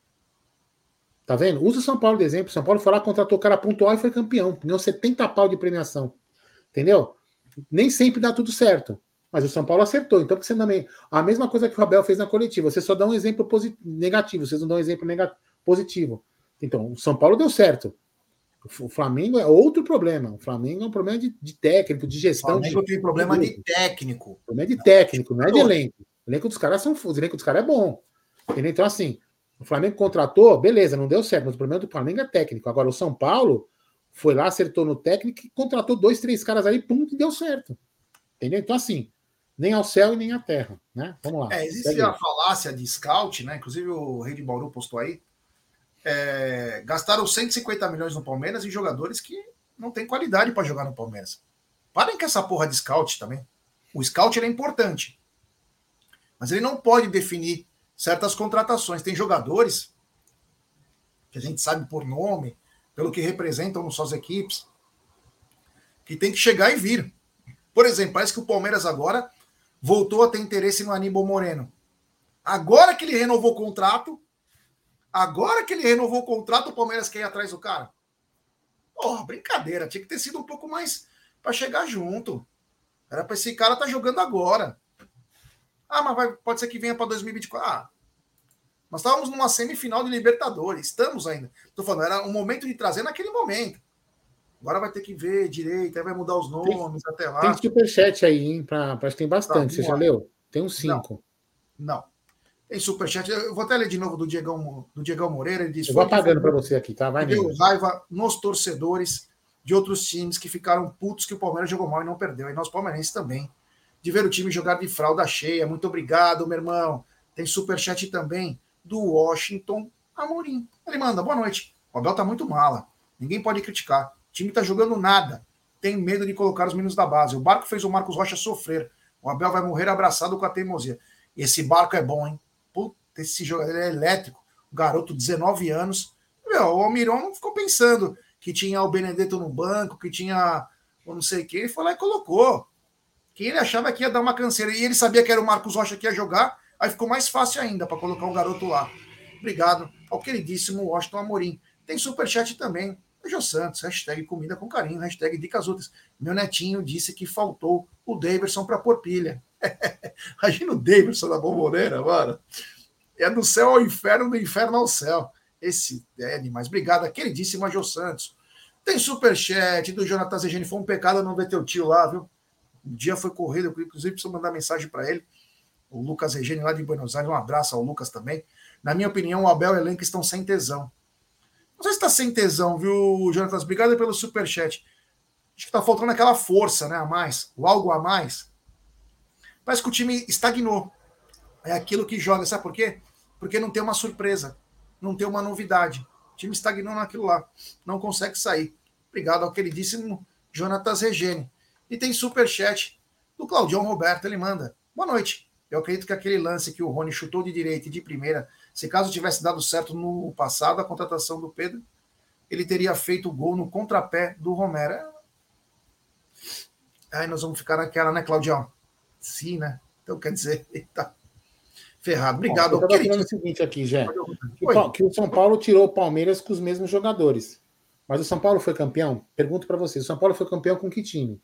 Tá vendo? Usa o São Paulo de exemplo. São Paulo foi lá, contratou o cara pontual e foi campeão. Ganhou setenta pau de premiação. Entendeu? Nem sempre dá tudo certo. Mas o São Paulo acertou. Então, você também. A mesma coisa que o Abel fez na coletiva. Você só dá um exemplo positivo, negativo. Vocês não dão um exemplo negativo, positivo. Então, o São Paulo deu certo. O Flamengo é outro problema. O Flamengo é um problema de, de técnico, de gestão. O Flamengo de, tem problema de, de técnico. O problema é de técnico, não é de elenco. O elenco dos caras são. O elenco dos caras é bom. Entendeu? Então, assim, o Flamengo contratou, beleza, não deu certo. Mas o problema do Flamengo é técnico. Agora, o São Paulo foi lá, acertou no técnico e contratou dois, três caras ali, pum, e deu certo. Entendeu? Então, assim, nem ao céu e nem à terra, né? Vamos lá. É, existe a falácia de scout, né? Inclusive o Rei de Bauru postou aí. É, gastaram cento e cinquenta milhões no Palmeiras em jogadores que não têm qualidade para jogar no Palmeiras. Parem com essa porra de scout também. O scout ele é importante, mas ele não pode definir certas contratações. Tem jogadores que a gente sabe por nome, pelo que representam nas suas equipes, que tem que chegar e vir. Por exemplo, parece que o Palmeiras agora voltou a ter interesse no Aníbal Moreno. Agora que ele renovou o contrato, agora que ele renovou o contrato, o Palmeiras quer ir atrás do cara. Porra, brincadeira. Tinha que ter sido um pouco mais para chegar junto. Era para esse cara estar tá jogando agora. Ah, mas vai, pode ser que venha para dois mil e vinte e quatro. Ah, nós estávamos numa semifinal de Libertadores. Estamos ainda. Estou falando, era um momento de trazer naquele momento. Agora vai ter que ver direito, aí vai mudar os nomes tem, até lá. Tem superchat aí, hein? Pra, pra, tem bastante. Tá, você já leu? Tem uns cinco. Não. não. Tem superchat. Eu vou até ler de novo do Diegão, do Diegão Moreira. Ele diz, eu vou apagando para você aqui, tá? Vai deu mesmo. raiva nos torcedores de outros times que ficaram putos que o Palmeiras jogou mal e não perdeu. E nós palmeirenses também. De ver o time jogar de fralda cheia. Muito obrigado, meu irmão. Tem superchat também do Washington Amorim. Ele manda, boa noite. O Abel tá muito mala. Ninguém pode criticar. O time tá jogando nada. Tem medo de colocar os meninos da base. O Barco fez o Marcos Rocha sofrer. O Abel vai morrer abraçado com a teimosia. Esse Barco é bom, hein? puta, esse jogador é elétrico, um garoto de dezenove anos. Meu, o Almiron não ficou pensando que tinha o Benedetto no banco, que tinha o não sei o que, ele foi lá e colocou. Que ele achava que ia dar uma canseira. E ele sabia que era o Marcos Rocha que ia jogar, aí ficou mais fácil ainda para colocar o garoto lá. Obrigado ao queridíssimo Washington Amorim. Tem superchat também. Jô Santos, hashtag comida com carinho, hashtag dicas úteis. Meu netinho disse que faltou o Daverson para pôr pilha. Imagina o Daverson da Bomboneira, mano. É do céu ao inferno, do inferno ao céu. Esse é demais. Obrigado, queridíssima Jô Santos. Tem superchat do Jonathan Zegeni. Foi um pecado não ver teu tio lá, viu? O dia foi corrido, eu inclusive preciso mandar mensagem para ele. O Lucas Regeni lá de Buenos Aires. Um abraço ao Lucas também. Na minha opinião, o Abel e o elenco estão sem tesão. Não sei se está sem tesão, viu, Jonathan? Obrigado pelo superchat. Acho que está faltando aquela força, né, a mais. O algo a mais. Parece que o time estagnou. É aquilo que joga. Sabe por quê? Porque não tem uma surpresa. Não tem uma novidade. O time estagnou naquilo lá. Não consegue sair. Obrigado ao queridíssimo Jonathan Regeni. E tem superchat do Claudião Roberto. Ele manda. Boa noite. Eu acredito que aquele lance que o Rony chutou de direita e de primeira, se caso tivesse dado certo no passado, a contratação do Pedro, ele teria feito o gol no contrapé do Romero. Aí nós vamos ficar naquela, né, Claudião? Sim, né? Então quer dizer, eita, ferrado. Obrigado. Eu estava falando o seguinte aqui, Jé. Que, que o São Paulo tirou o Palmeiras com os mesmos jogadores. Mas o São Paulo foi campeão? Pergunto para vocês. O São Paulo foi campeão com que time?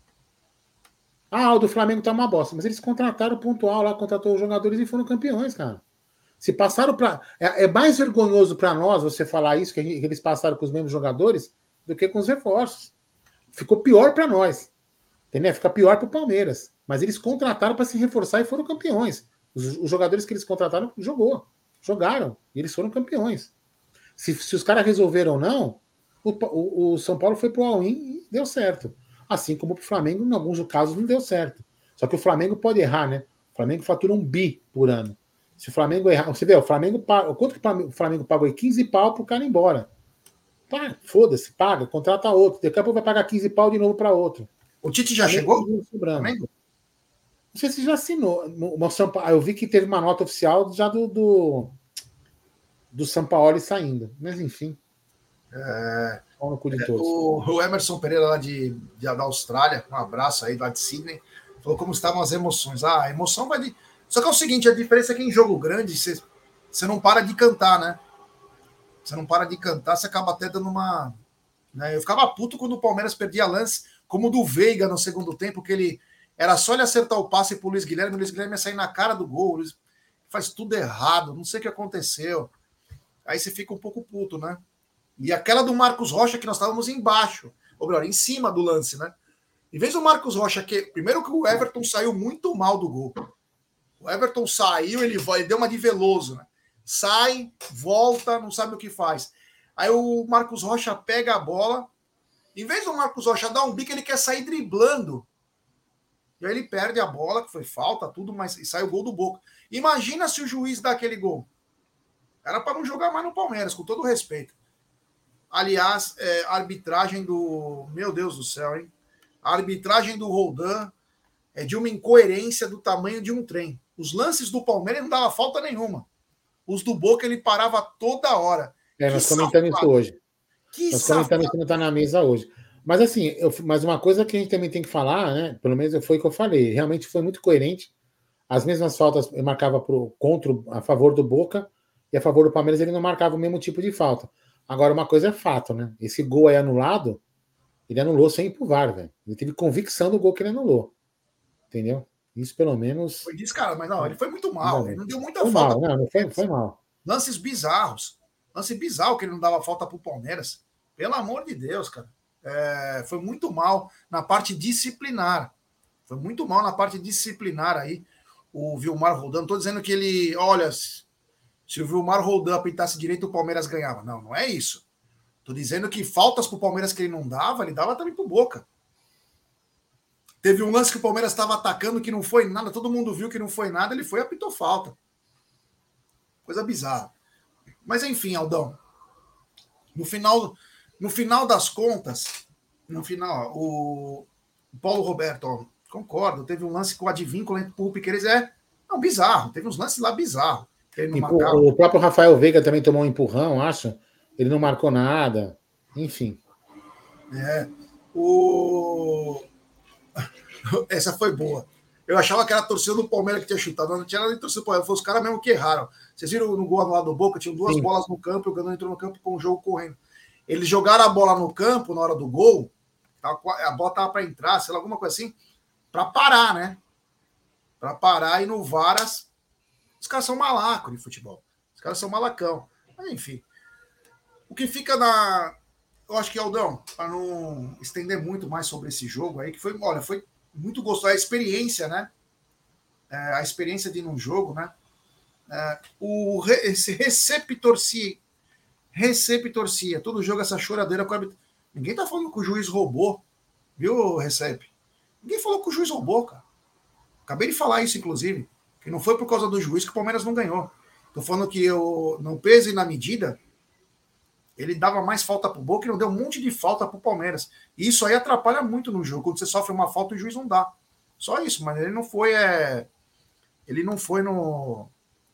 Ah, o do Flamengo tá uma bosta. Mas eles contrataram o pontual lá, contratou os jogadores e foram campeões, cara. Se passaram para. É, é mais vergonhoso para nós você falar isso, que, que eles passaram com os mesmos jogadores, do que com os reforços. Ficou pior para nós. Entendeu? Fica pior para o Palmeiras. Mas eles contrataram para se reforçar e foram campeões. Os, os jogadores que eles contrataram jogou. Jogaram. E eles foram campeões. Se, se os caras resolveram ou não, o, o, o São Paulo foi pro all-in e deu certo. Assim como o Flamengo, em alguns casos, não deu certo. Só que o Flamengo pode errar, né? O Flamengo fatura um bi por ano. Se o Flamengo errar... Você vê, o Flamengo... Quanto que o Flamengo pagou? quinze pau pro cara ir embora. Tá, foda-se, paga, contrata outro. Daqui a pouco vai pagar quinze pau de novo para outro. O Tite já chegou? Flamengo? Não sei se já assinou. No São Paulo, eu vi que teve uma nota oficial já do, do, do São Paulo saindo. Mas, enfim. É... No cu de todos. O, o Emerson Pereira lá de, de, da Austrália, um abraço aí lá de Sydney, falou como estavam as emoções. Ah, a emoção vai de... Só que é o seguinte, a diferença é que em jogo grande você, você não para de cantar, né? Você não para de cantar, você acaba até dando uma... Né? Eu ficava puto quando o Palmeiras perdia lance, como o do Veiga no segundo tempo, que ele... Era só ele acertar o passe pro Luiz Guilherme, o Luiz Guilherme ia sair na cara do gol, o Luiz faz tudo errado, não sei o que aconteceu. Aí você fica um pouco puto, né? E aquela do Marcos Rocha, que nós estávamos embaixo, ou melhor, em cima do lance, né? Em vez do Marcos Rocha, que primeiro que o Everton saiu muito mal do gol. O Everton saiu, ele, ele deu uma de Veloso, né? Sai, volta, não sabe o que faz. Aí o Marcos Rocha pega a bola, em vez do Marcos Rocha dar um bico, ele quer sair driblando. E aí ele perde a bola, que foi falta, tudo, mas e sai o gol do Boca. Imagina se o juiz dá aquele gol. Era para não jogar mais no Palmeiras, com todo respeito. Aliás, é, a arbitragem do... Meu Deus do céu, hein? A arbitragem do Roldan é de uma incoerência do tamanho de um trem. Os lances do Palmeiras não dava falta nenhuma. Os do Boca ele parava toda hora. É, nós comentamos isso hoje. Que nós comentamos isso que não está na mesa hoje. Mas assim, eu, mas uma coisa que a gente também tem que falar, né? Pelo menos foi o que eu falei. Realmente foi muito coerente. As mesmas faltas ele marcava pro, contra, a favor do Boca, e a favor do Palmeiras ele não marcava o mesmo tipo de falta. Agora, uma coisa é fato, né? Esse gol aí anulado, ele anulou sem ir pro V A R, velho. Ele teve convicção do gol que ele anulou. Entendeu? Isso pelo menos. Foi disso, cara, mas não, ele foi muito mal. Não, ele não deu muita foi falta. Mal, não, não foi, foi mal. Lances bizarros. Lance bizarro que ele não dava falta pro Palmeiras. Pelo amor de Deus, cara. É, foi muito mal na parte disciplinar. Foi muito mal na parte disciplinar aí. O Vilmar Roldan. Não tô dizendo que ele. Olha, se o Vilmar Roldan apitasse direito, o Palmeiras ganhava. Não, não é isso. Tô dizendo que faltas pro Palmeiras que ele não dava, ele dava também pro Boca. Teve um lance que o Palmeiras estava atacando que não foi nada, todo mundo viu que não foi nada, ele foi e apitou falta. Coisa bizarra. Mas enfim, Aldão. No final, no final das contas, no final, o Paulo Roberto, ó, concordo, teve um lance com o Advíncula empurra o Piqueires, é não, bizarro, teve uns lances lá bizarros. O próprio Rafael Veiga também tomou um empurrão, acho. Ele não marcou nada. Enfim. É. O... Essa foi boa. Eu achava que era a torcida do Palmeiras que tinha chutado. Não tinha nada de torcida do Palmeiras. Foi os caras mesmo que erraram. Vocês viram no gol lá do Boca? Tinham duas Sim. bolas no campo. O Gano entrou no campo com o jogo correndo. Eles jogaram a bola no campo na hora do gol. A bola tava para entrar, sei lá, alguma coisa assim. Para parar, né? Para parar e no Varas. Os caras são malacos de futebol. Os caras são malacão. Mas, enfim. O que fica na... Eu acho que, Aldão, para não estender muito mais sobre esse jogo aí, que foi, olha, foi muito gostoso. A experiência, né? É, a experiência de ir num jogo, né? É, o re, esse receptorcia, receptorcia, todo jogo essa choradeira. Ninguém tá falando que o juiz roubou, viu, Recep? Ninguém falou que o juiz roubou, cara. Acabei de falar isso, inclusive, que não foi por causa do juiz que o Palmeiras não ganhou. Tô falando que eu, no peso e na medida, ele dava mais falta pro Boca e não deu um monte de falta pro Palmeiras. E isso aí atrapalha muito no jogo. Quando você sofre uma falta, o juiz não dá. Só isso, mas ele não foi... É... Ele não foi no...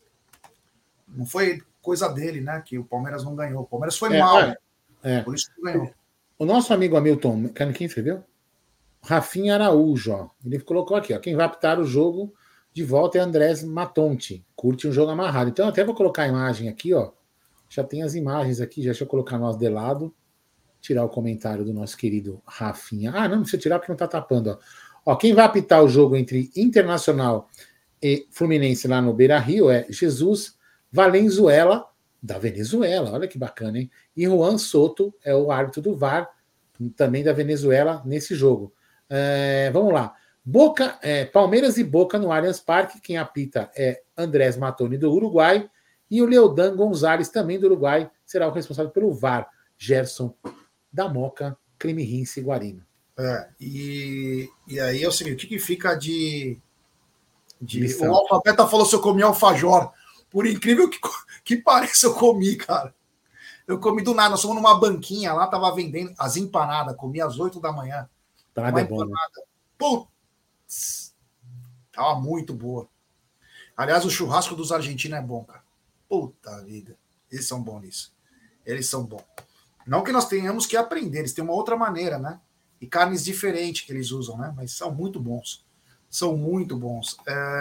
Não foi coisa dele, né? Que o Palmeiras não ganhou. O Palmeiras foi é, mal. É, é. Por isso que ganhou. O nosso amigo Hamilton... Quem escreveu? Rafinha Araújo, ó. Ele colocou aqui, ó. Quem vai apitar o jogo de volta é Andrés Matonti. Curte um jogo amarrado. Então, eu até vou colocar a imagem aqui, ó. Já tem as imagens aqui. Já deixa eu colocar nós de lado. Tirar o comentário do nosso querido Rafinha. Ah, não, não precisa tirar porque não tá tapando, ó. Ó, quem vai apitar o jogo entre Internacional e Fluminense lá no Beira-Rio é Jesus Valenzuela, da Venezuela. Olha que bacana, hein? E Juan Soto é o árbitro do V A R, também da Venezuela, nesse jogo. É, vamos lá. Boca, é, Palmeiras e Boca no Allianz Parque. Quem apita é Andrés Matoni, do Uruguai. E o Leodan Gonzalez, também do Uruguai, será o responsável pelo V A R. Gerson da Moca, Crime Rinse Guarino. É, e, e aí é o seguinte, o que, que fica de... de o Alfabeta falou se eu comi alfajor. Por incrível que, que pareça, eu comi, cara. Eu comi do nada. Nós fomos numa banquinha lá, tava vendendo as empanadas. Comi às oito da manhã. Empanada é bom, né? Putz! Tava muito boa. Aliás, o churrasco dos argentinos é bom, cara. Puta vida. Eles são bons nisso. Eles são bons. Não que nós tenhamos que aprender. Eles têm uma outra maneira, né? E carnes diferentes que eles usam, né? Mas são muito bons. São muito bons.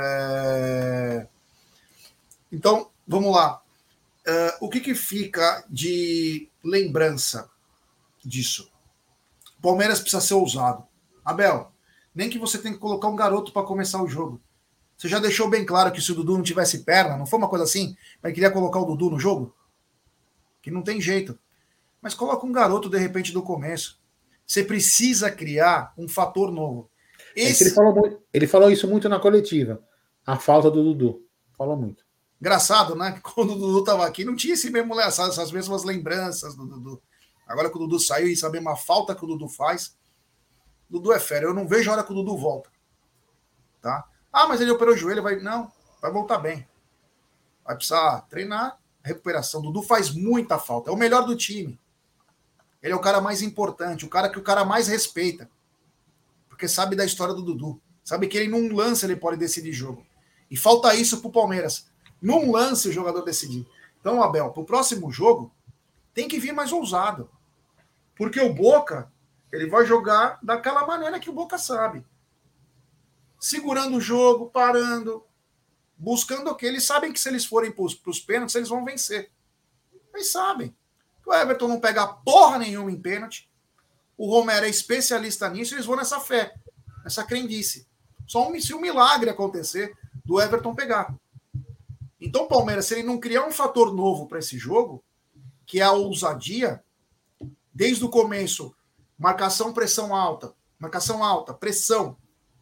É... Então, vamos lá. Uh, o que, que fica de lembrança disso? O Palmeiras precisa ser ousado. Abel, nem que você tenha que colocar um garoto para começar o jogo. Você já deixou bem claro que se o Dudu não tivesse perna, não foi uma coisa assim, mas queria colocar o Dudu no jogo? Que não tem jeito. Mas coloca um garoto, de repente, do começo. Você precisa criar um fator novo. Esse... É ele, falou, ele falou isso muito na coletiva. A falta do Dudu. Falou muito. Engraçado, né? Quando o Dudu estava aqui, não tinha esse mesmo, essas mesmas lembranças do Dudu. Agora que o Dudu saiu e saber uma falta que o Dudu faz, o Dudu é fera. Eu não vejo a hora que o Dudu volta. Tá? Ah, mas ele operou o joelho, vai... Não, vai voltar bem. Vai precisar treinar, recuperação. O Dudu faz muita falta. É o melhor do time. Ele é o cara mais importante, o cara que o cara mais respeita. Porque sabe da história do Dudu. Sabe que ele num lance ele pode decidir jogo. E falta isso pro Palmeiras. Num lance o jogador decidir. Então, Abel, pro próximo jogo, tem que vir mais ousado. Porque o Boca, ele vai jogar daquela maneira que o Boca sabe. Segurando o jogo, parando, buscando o que eles sabem que se eles forem pros, pros pênaltis, eles vão vencer. Eles sabem. O Everton não pega porra nenhuma em pênalti. O Romero é especialista nisso e eles vão nessa fé, nessa crendice. Só um, se um milagre acontecer do Everton pegar. Então o Palmeiras, se ele não criar um fator novo para esse jogo, que é a ousadia, desde o começo, marcação, pressão alta, marcação alta, pressão,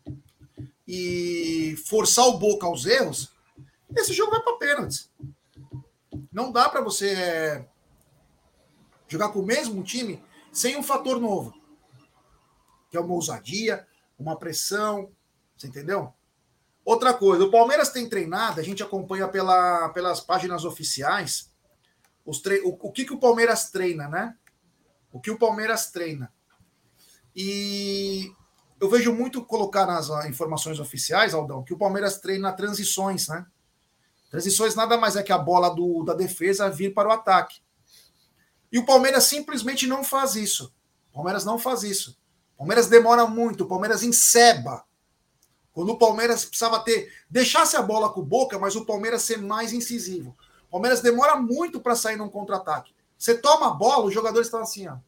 e forçar o Boca aos erros, esse jogo vai para pênaltis. Não dá para você jogar com o mesmo time sem um fator novo, que é uma ousadia, uma pressão, você entendeu? Outra coisa, o Palmeiras tem treinado, a gente acompanha pela, pelas páginas oficiais, os tre... o, o que, que o Palmeiras treina, né? O que o Palmeiras treina. E eu vejo muito colocar nas informações oficiais, Aldão, que o Palmeiras treina transições, né? Transições nada mais é que a bola do, da defesa vir para o ataque. E o Palmeiras simplesmente não faz isso. O Palmeiras não faz isso. O Palmeiras demora muito, o Palmeiras enceba. Quando o Palmeiras precisava ter, deixasse a bola com o Boca, mas o Palmeiras ser mais incisivo. O Palmeiras demora muito para sair num contra-ataque. Você toma a bola, os jogadores estão assim, ó.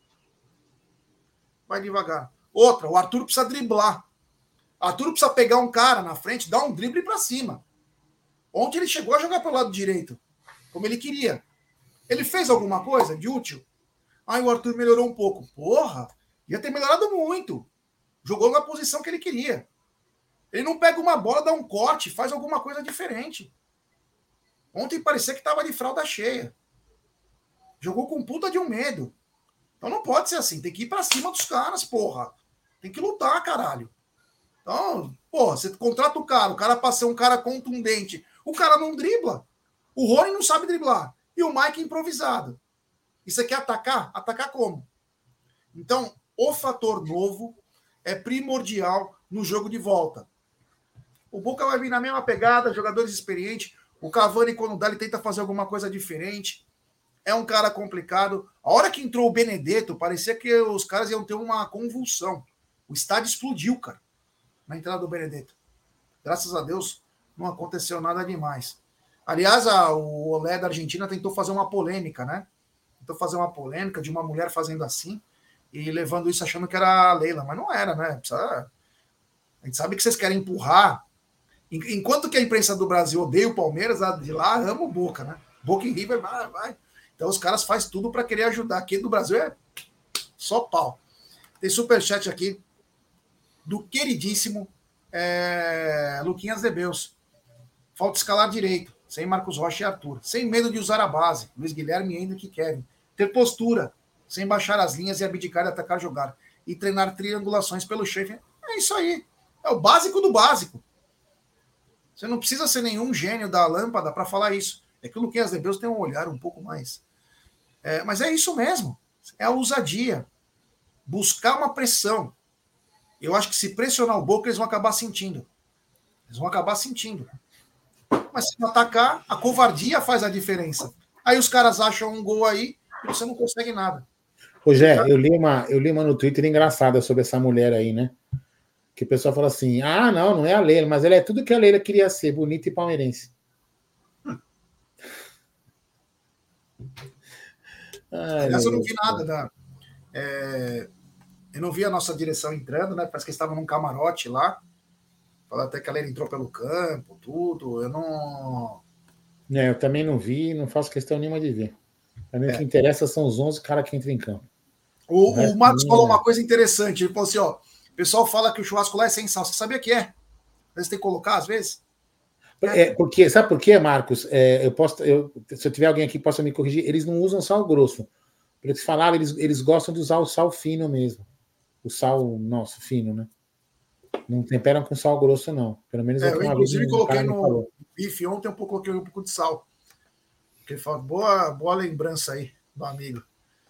Vai devagar. Outra, o Arthur precisa driblar. O Arthur precisa pegar um cara na frente, dar um drible para cima. Ontem ele chegou a jogar pelo lado direito, como ele queria. Ele fez alguma coisa de útil? Aí o Arthur melhorou um pouco. Porra, ia ter melhorado muito. Jogou na posição que ele queria. Ele não pega uma bola, dá um corte, faz alguma coisa diferente. Ontem parecia que estava de fralda cheia. Jogou com puta de um medo. Então não pode ser assim. Tem que ir pra cima dos caras, porra. Tem que lutar, caralho. Então, porra, você contrata o cara, o cara passa a ser um cara contundente. O cara não dribla. O Rony não sabe driblar. E o Mike improvisado. E você quer atacar? Atacar como? Então, o fator novo é primordial no jogo de volta. O Boca vai vir na mesma pegada, jogadores experientes. O Cavani, quando dá, ele tenta fazer alguma coisa diferente. É um cara complicado. A hora que entrou o Benedetto, parecia que os caras iam ter uma convulsão. O estádio explodiu, cara, na entrada do Benedetto. Graças a Deus, não aconteceu nada demais. Aliás, a, o Olé da Argentina tentou fazer uma polêmica, né? Tentou fazer uma polêmica de uma mulher fazendo assim e levando isso achando que era a Leila, mas não era, né? Precisa... A gente sabe que vocês querem empurrar. Enquanto que a imprensa do Brasil odeia o Palmeiras, a de lá ama o Boca, né? Boca e River, vai, vai. Então os caras fazem tudo para querer ajudar. Aqui do Brasil é só pau. Tem superchat aqui do queridíssimo é, Luquinhas Debeus. Falta escalar direito, sem Marcos Rocha e Arthur. Sem medo de usar a base, Luiz Guilherme, Henrique e Kevin. Ter postura, sem baixar as linhas e abdicar de atacar jogar. E treinar triangulações pelo chefe. É isso aí. É o básico do básico. Você não precisa ser nenhum gênio da lâmpada para falar isso. É que o Luquinhas Debeus tem um olhar um pouco mais... É, mas é isso mesmo. É a ousadia. Buscar uma pressão. Eu acho que se pressionar o Boca, eles vão acabar sentindo. Eles vão acabar sentindo. Mas se não atacar, a covardia faz a diferença. Aí os caras acham um gol aí e você não consegue nada. Ô, Gé, eu li uma, eu li uma no Twitter engraçada sobre essa mulher aí, né? Que o pessoal fala assim, ah, não, não é a Leila, mas ela é tudo que a Leila queria ser, bonita e palmeirense. Hum. Ai, aliás, eu não vi nada da... É, eu não vi a nossa direção entrando, né? Parece que eles estavam num camarote lá. Fala até que a Leila entrou pelo campo, tudo. Eu não... É, eu também não vi, não faço questão nenhuma de ver. Para mim, é. O que interessa são os onze caras que entram em campo. O, o, o Marcos falou uma coisa interessante. Ele falou assim, ó, o pessoal fala que o churrasco lá é sem sal. Você sabia que é? Eles têm que colocar, às vezes? É, porque, sabe por quê, Marcos? É, eu posso, eu, se eu tiver alguém aqui que possa me corrigir, eles não usam sal grosso. Para eles falarem, eles, eles gostam de usar o sal fino mesmo. O sal nosso, fino, né? Não temperam com sal grosso, não. Pelo menos é, eu, inclusive, vez, coloquei no bife ontem, um pouco, coloquei um pouco de sal. Porque ele fala, boa, boa lembrança aí do amigo.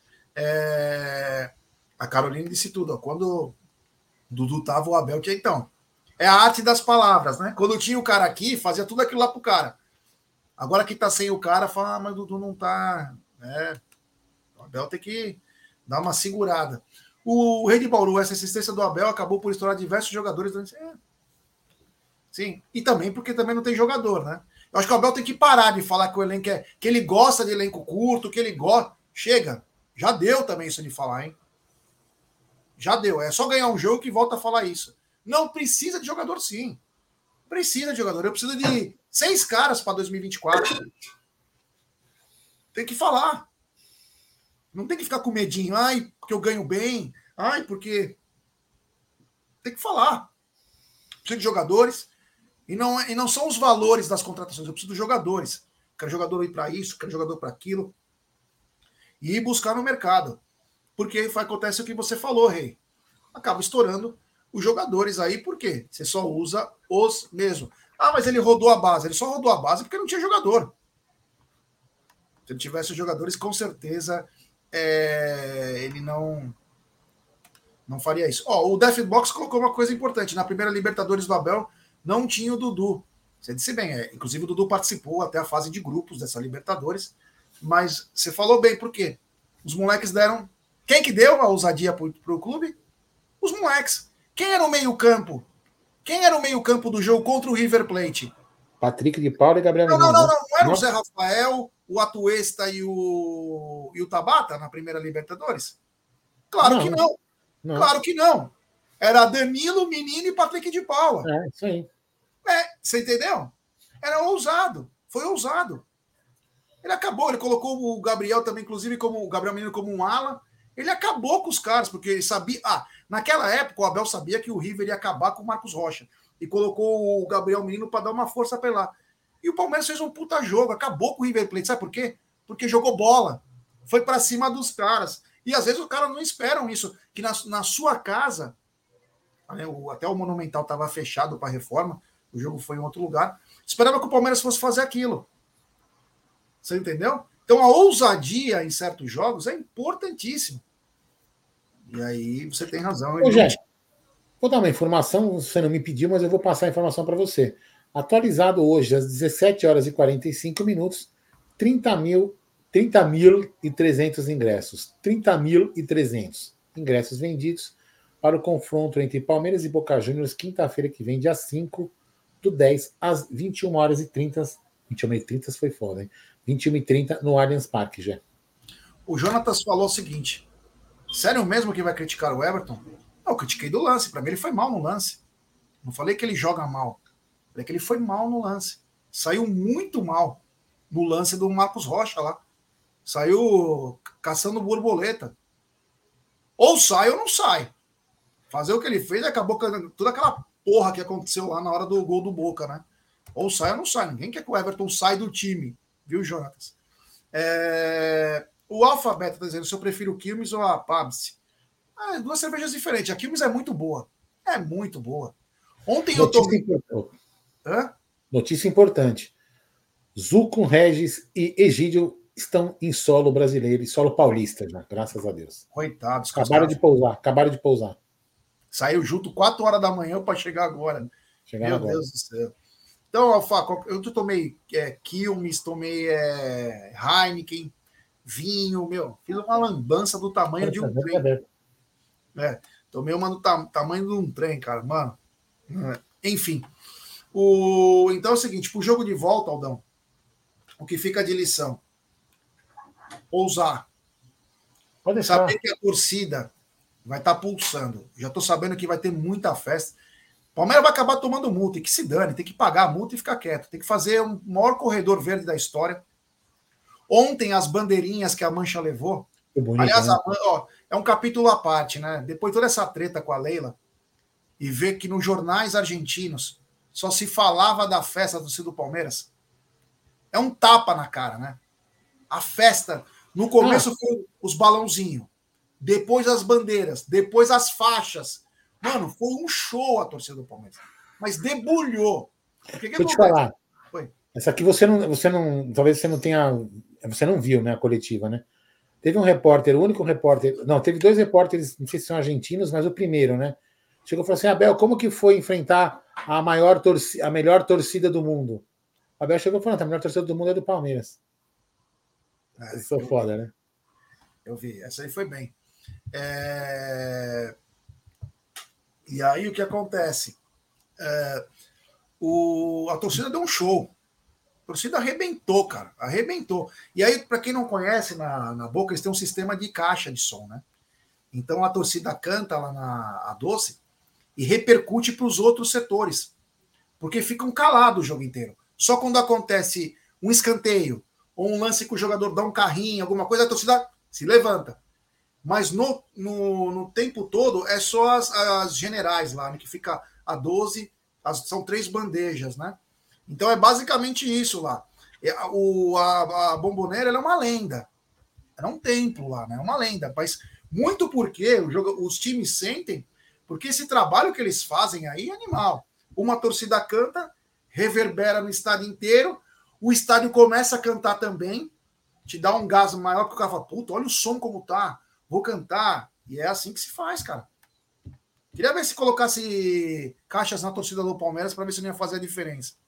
É... A Carolina disse tudo. Ó, quando o Dudu tava, o Abel tinha, então. É a arte das palavras, né? Quando tinha o cara aqui, fazia tudo aquilo lá pro cara. Agora que tá sem o cara, fala, ah, mas o Dudu não tá. É... O Abel tem que dar uma segurada. O Rei de Bauru, essa assistência do Abel acabou por estourar diversos jogadores durante. É. Sim, e também porque também não tem jogador, né? Eu acho que o Abel tem que parar de falar que o elenco é. Que ele gosta de elenco curto, que ele gosta. Chega. Já deu também isso de falar, hein? Já deu. É só ganhar um jogo que volta a falar isso. Não precisa de jogador, sim. Precisa de jogador. Eu preciso de seis caras para dois mil e vinte e quatro. Tem que falar. Não tem que ficar com medinho. Ai, porque eu ganho bem. Ai, porque... Tem que falar. Preciso de jogadores. E não, e não são os valores das contratações. Eu preciso de jogadores. Quero jogador ir para isso, quero jogador para aquilo. E ir buscar no mercado. Porque acontece o que você falou, Rei. Acaba estourando os jogadores aí. Por quê? Você só usa os mesmos. Ah, mas ele rodou a base. Ele só rodou a base porque não tinha jogador. Se ele tivesse jogadores, com certeza... É, ele não não faria isso. Ó, o Deathbox colocou uma coisa importante. Na primeira Libertadores do Abel, não tinha o Dudu. Você disse bem, é, inclusive o Dudu participou até a fase de grupos dessa Libertadores, mas você falou bem, por quê? Os moleques deram... Quem que deu a ousadia pro, pro clube? Os moleques. Quem era o meio-campo? Quem era o meio-campo do jogo contra o River Plate? Patrick de Paula e Gabriel Não, Menino. não, não, não. Não era não? o Zé Rafael, o Atuesta e o, e o Tabata na primeira Libertadores? Claro não, que não. não. Claro que não. Era Danilo, Menino e Patrick de Paula. É, isso aí. É, você entendeu? Era ousado. Foi ousado. Ele acabou, ele colocou o Gabriel também, inclusive, como o Gabriel Menino como um ala. Ele acabou com os caras, porque ele sabia. Ah, naquela época, o Abel sabia que o River ia acabar com o Marcos Rocha. E colocou o Gabriel Menino para dar uma força para ele lá. E o Palmeiras fez um puta jogo, acabou com o River Plate. Sabe por quê? Porque jogou bola. Foi para cima dos caras. E às vezes os caras não esperam isso. Que na, na sua casa, até o Monumental estava fechado para reforma, o jogo foi em outro lugar. Esperava que o Palmeiras fosse fazer aquilo. Você entendeu? Então a ousadia em certos jogos é importantíssima. E aí você tem razão. Ô, Jé, vou dar uma informação, você não me pediu, mas eu vou passar a informação para você. Atualizado hoje, às dezessete horas e quarenta e cinco minutos, trinta mil e trezentos ingressos. trinta mil e trezentos ingressos vendidos para o confronto entre Palmeiras e Boca Juniors, quinta-feira que vem, dia cinco do dez, às vinte e uma horas e trinta. vinte e uma e trinta foi foda, hein? vinte e uma e trinta no Allianz Parque, já. O Jonatas falou o seguinte: sério mesmo que vai criticar o Everton? Não, eu critiquei do lance. Para mim, ele foi mal no lance. Não falei que ele joga mal. Falei que ele foi mal no lance. Saiu muito mal no lance do Marcos Rocha lá. Saiu caçando borboleta. Ou sai ou não sai. Fazer o que ele fez acabou com toda aquela porra que aconteceu lá na hora do gol do Boca, né? Ou sai ou não sai. Ninguém quer que o Everton saia do time. Viu, Jonatas? É... O Alfabeto está dizendo se eu prefiro o Quilmes ou a Pabst. Ah, duas cervejas diferentes. A Quilmes é muito boa. É muito boa. Ontem Notícia eu tomei... Importante. Hã? Notícia importante. Zucco, Regis e Egídio estão em solo brasileiro e solo paulista já, graças a Deus. Coitados. Acabaram de pousar, acabaram de pousar. Saiu junto quatro horas da manhã para chegar agora. Chegar Meu agora. Deus do céu. Então, Alfa, eu tomei é, Quilmes, tomei é, Heineken, vinho, meu, fiz uma lambança do tamanho é, de um é, trem. É, é, tomei uma do ta tamanho de um trem, cara, mano. Enfim. O... Então é o seguinte, pro jogo de volta, Aldão, o que fica de lição? Ousar. Pode deixar. Saber que a torcida vai estar tá pulsando. Já estou sabendo que vai ter muita festa. Palmeiras vai acabar tomando multa, e que se dane, tem que pagar a multa e ficar quieto. Tem que fazer o maior corredor verde da história. Ontem, as bandeirinhas que a Mancha levou. Bonito, aliás, né? a, ó, é um capítulo à parte, né? Depois de toda essa treta com a Leila, e ver que nos jornais argentinos só se falava da festa do do Palmeiras, é um tapa na cara, né? A festa, no começo ah. foi os balãozinhos, depois as bandeiras, depois as faixas. Mano, foi um show a torcida do Palmeiras. Mas debulhou. Que que Deixa eu te falar. Foi. Essa aqui você não, você não. Talvez você não tenha. Você não viu, né? A coletiva, né? Teve um repórter, o único repórter. Não, teve dois repórteres, não sei se são argentinos, mas o primeiro, né? Chegou e falou assim: Abel, como que foi enfrentar a maior torcida, a melhor torcida do mundo? O Abel chegou e falou: a melhor torcida do mundo é do Palmeiras. É, Isso é foda, né? Eu vi, essa aí foi bem. É... E aí o que acontece? É, o, a torcida deu um show. A torcida arrebentou, cara. Arrebentou. E aí, para quem não conhece, na, na Boca, eles têm um sistema de caixa de som, né? Então a torcida canta lá na a Doce e repercute para os outros setores. Porque ficam calados o jogo inteiro. Só quando acontece um escanteio ou um lance que o jogador dá um carrinho, alguma coisa, a torcida se levanta. Mas no, no, no tempo todo é só as, as generais lá, né, que fica a doze, as, são três bandejas, né? Então é basicamente isso lá. É, o, a, a Bombonera ela é uma lenda. Era um templo lá, né? É uma lenda. Mas muito porque o jogo, os times sentem, porque esse trabalho que eles fazem aí é animal. Uma torcida canta, reverbera no estádio inteiro, o estádio começa a cantar também, te dá um gás maior, porque o cara fala, puta, olha o som como tá. Vou cantar. E é assim que se faz, cara. Queria ver se colocasse caixas na torcida do Palmeiras para ver se não ia fazer a diferença.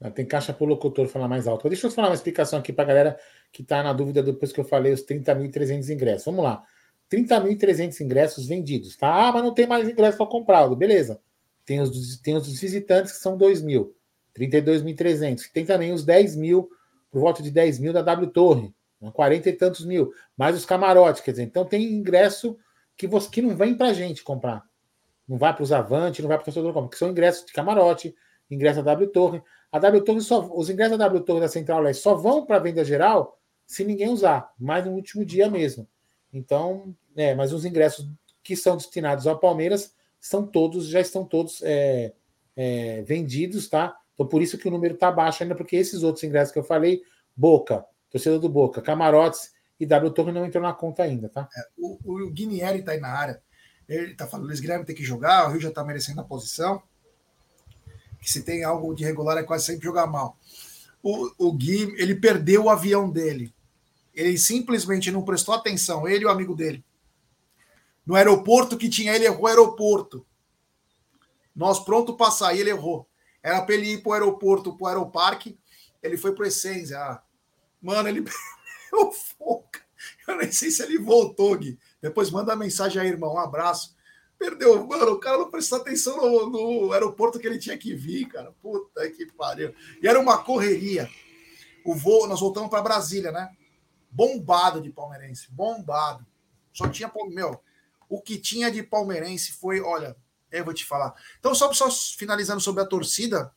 Tem caixa pro locutor falar mais alto. Deixa eu falar uma explicação aqui para a galera que está na dúvida depois que eu falei os trinta mil e trezentos ingressos. Vamos lá. trinta mil e trezentos ingressos vendidos, tá? Ah, mas não tem mais ingresso para comprar. Beleza. Tem os, tem os visitantes que são dois mil. trinta e dois mil e trezentos. Tem também os dez mil, por volta de dez mil da W Torre. quarenta e tantos mil. Mais os camarotes, quer dizer. Então tem ingresso que, você, que não vem para a gente comprar. Não vai para os Avante, não vai para o torcedor comprar, que são ingressos de camarote, ingresso da W Torre. A W Torre só, os ingressos da W Torre da Central Leste só vão para venda geral se ninguém usar, mais no último dia mesmo. Então, é, mas os ingressos que são destinados ao Palmeiras são todos, já estão todos é, é, vendidos, tá? Então por isso que o número está baixo ainda, porque esses outros ingressos que eu falei, Boca, torcedor do Boca, camarotes e W Torre não entrou na conta ainda, tá? É, o, o Guinieri está aí na área. Ele está falando, o Luiz Guilherme tem que jogar, o Rio já está merecendo a posição. Que se tem algo de regular é quase sempre jogar mal. O, o Gui, ele perdeu o avião dele. Ele simplesmente não prestou atenção, ele e o amigo dele. No aeroporto que tinha, ele errou o aeroporto. Nós pronto para sair, ele errou. Era para ele ir para o aeroporto, para o aeroparque, ele foi para o Essência. Ah, mano, ele perdeu fogo. Eu nem sei se ele voltou, Gui. Depois manda mensagem aí, irmão. Um abraço. Perdeu, mano, o cara não prestou atenção no, no aeroporto que ele tinha que vir, cara. Puta que pariu. E era uma correria. O voo, nós voltamos para Brasília, né? Bombado de palmeirense, bombado. Só tinha, meu, o que tinha de palmeirense foi, olha, eu vou te falar. Então, só, só finalizando sobre a torcida,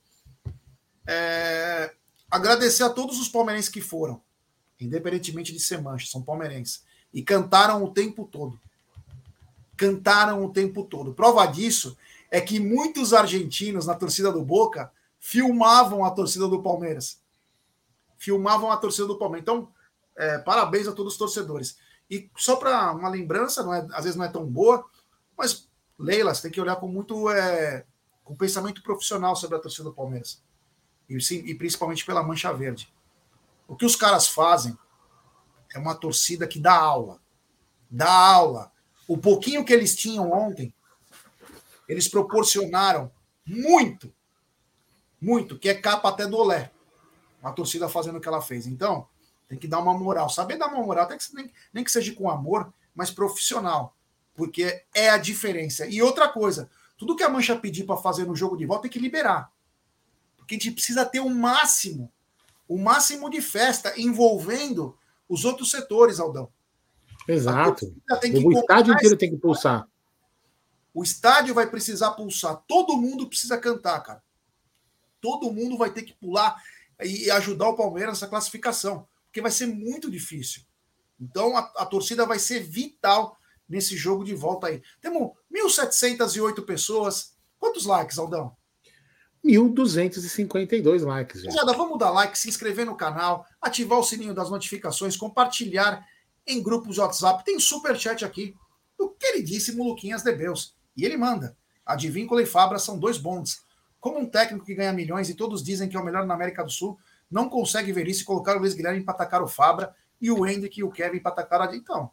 é, agradecer a todos os palmeirenses que foram, independentemente de ser mancha, são palmeirenses, e cantaram o tempo todo. Cantaram o tempo todo. Prova disso é que muitos argentinos na torcida do Boca filmavam a torcida do Palmeiras. Filmavam a torcida do Palmeiras. Então, é, parabéns a todos os torcedores. E só para uma lembrança, não é, às vezes não é tão boa, mas, Leila, você tem que olhar com muito é, com pensamento profissional sobre a torcida do Palmeiras. E, sim, e principalmente pela Mancha Verde. O que os caras fazem é uma torcida que dá aula. Dá aula. O pouquinho que eles tinham ontem, eles proporcionaram muito, muito, que é capa até do olé. A torcida fazendo o que ela fez. Então, tem que dar uma moral. Saber dar uma moral, até que, nem, nem que seja com amor, mas profissional. Porque é a diferença. E outra coisa, tudo que a Mancha pedir para fazer no jogo de volta tem que liberar. Porque a gente precisa ter o um máximo, o um máximo de festa envolvendo os outros setores, Aldão. Exato. O estádio inteiro tem que pulsar. O estádio vai precisar pulsar. Todo mundo precisa cantar, cara. Todo mundo vai ter que pular e ajudar o Palmeiras nessa classificação. Porque vai ser muito difícil. Então, a, a torcida vai ser vital nesse jogo de volta aí. Temos mil setecentas e oito pessoas. Quantos likes, Aldão? mil duzentos e cinquenta e dois likes. Já. Vamos dar like, se inscrever no canal, ativar o sininho das notificações, compartilhar em grupos de WhatsApp. Tem superchat aqui do queridíssimo Luquinhas Debeus. E ele manda. Advíncula e Fabra são dois bondes. Como um técnico que ganha milhões e todos dizem que é o melhor na América do Sul, não consegue ver isso e colocar o Luiz Guilherme para atacar o Fabra e o Hendrick e o Kevin para atacar a... Então,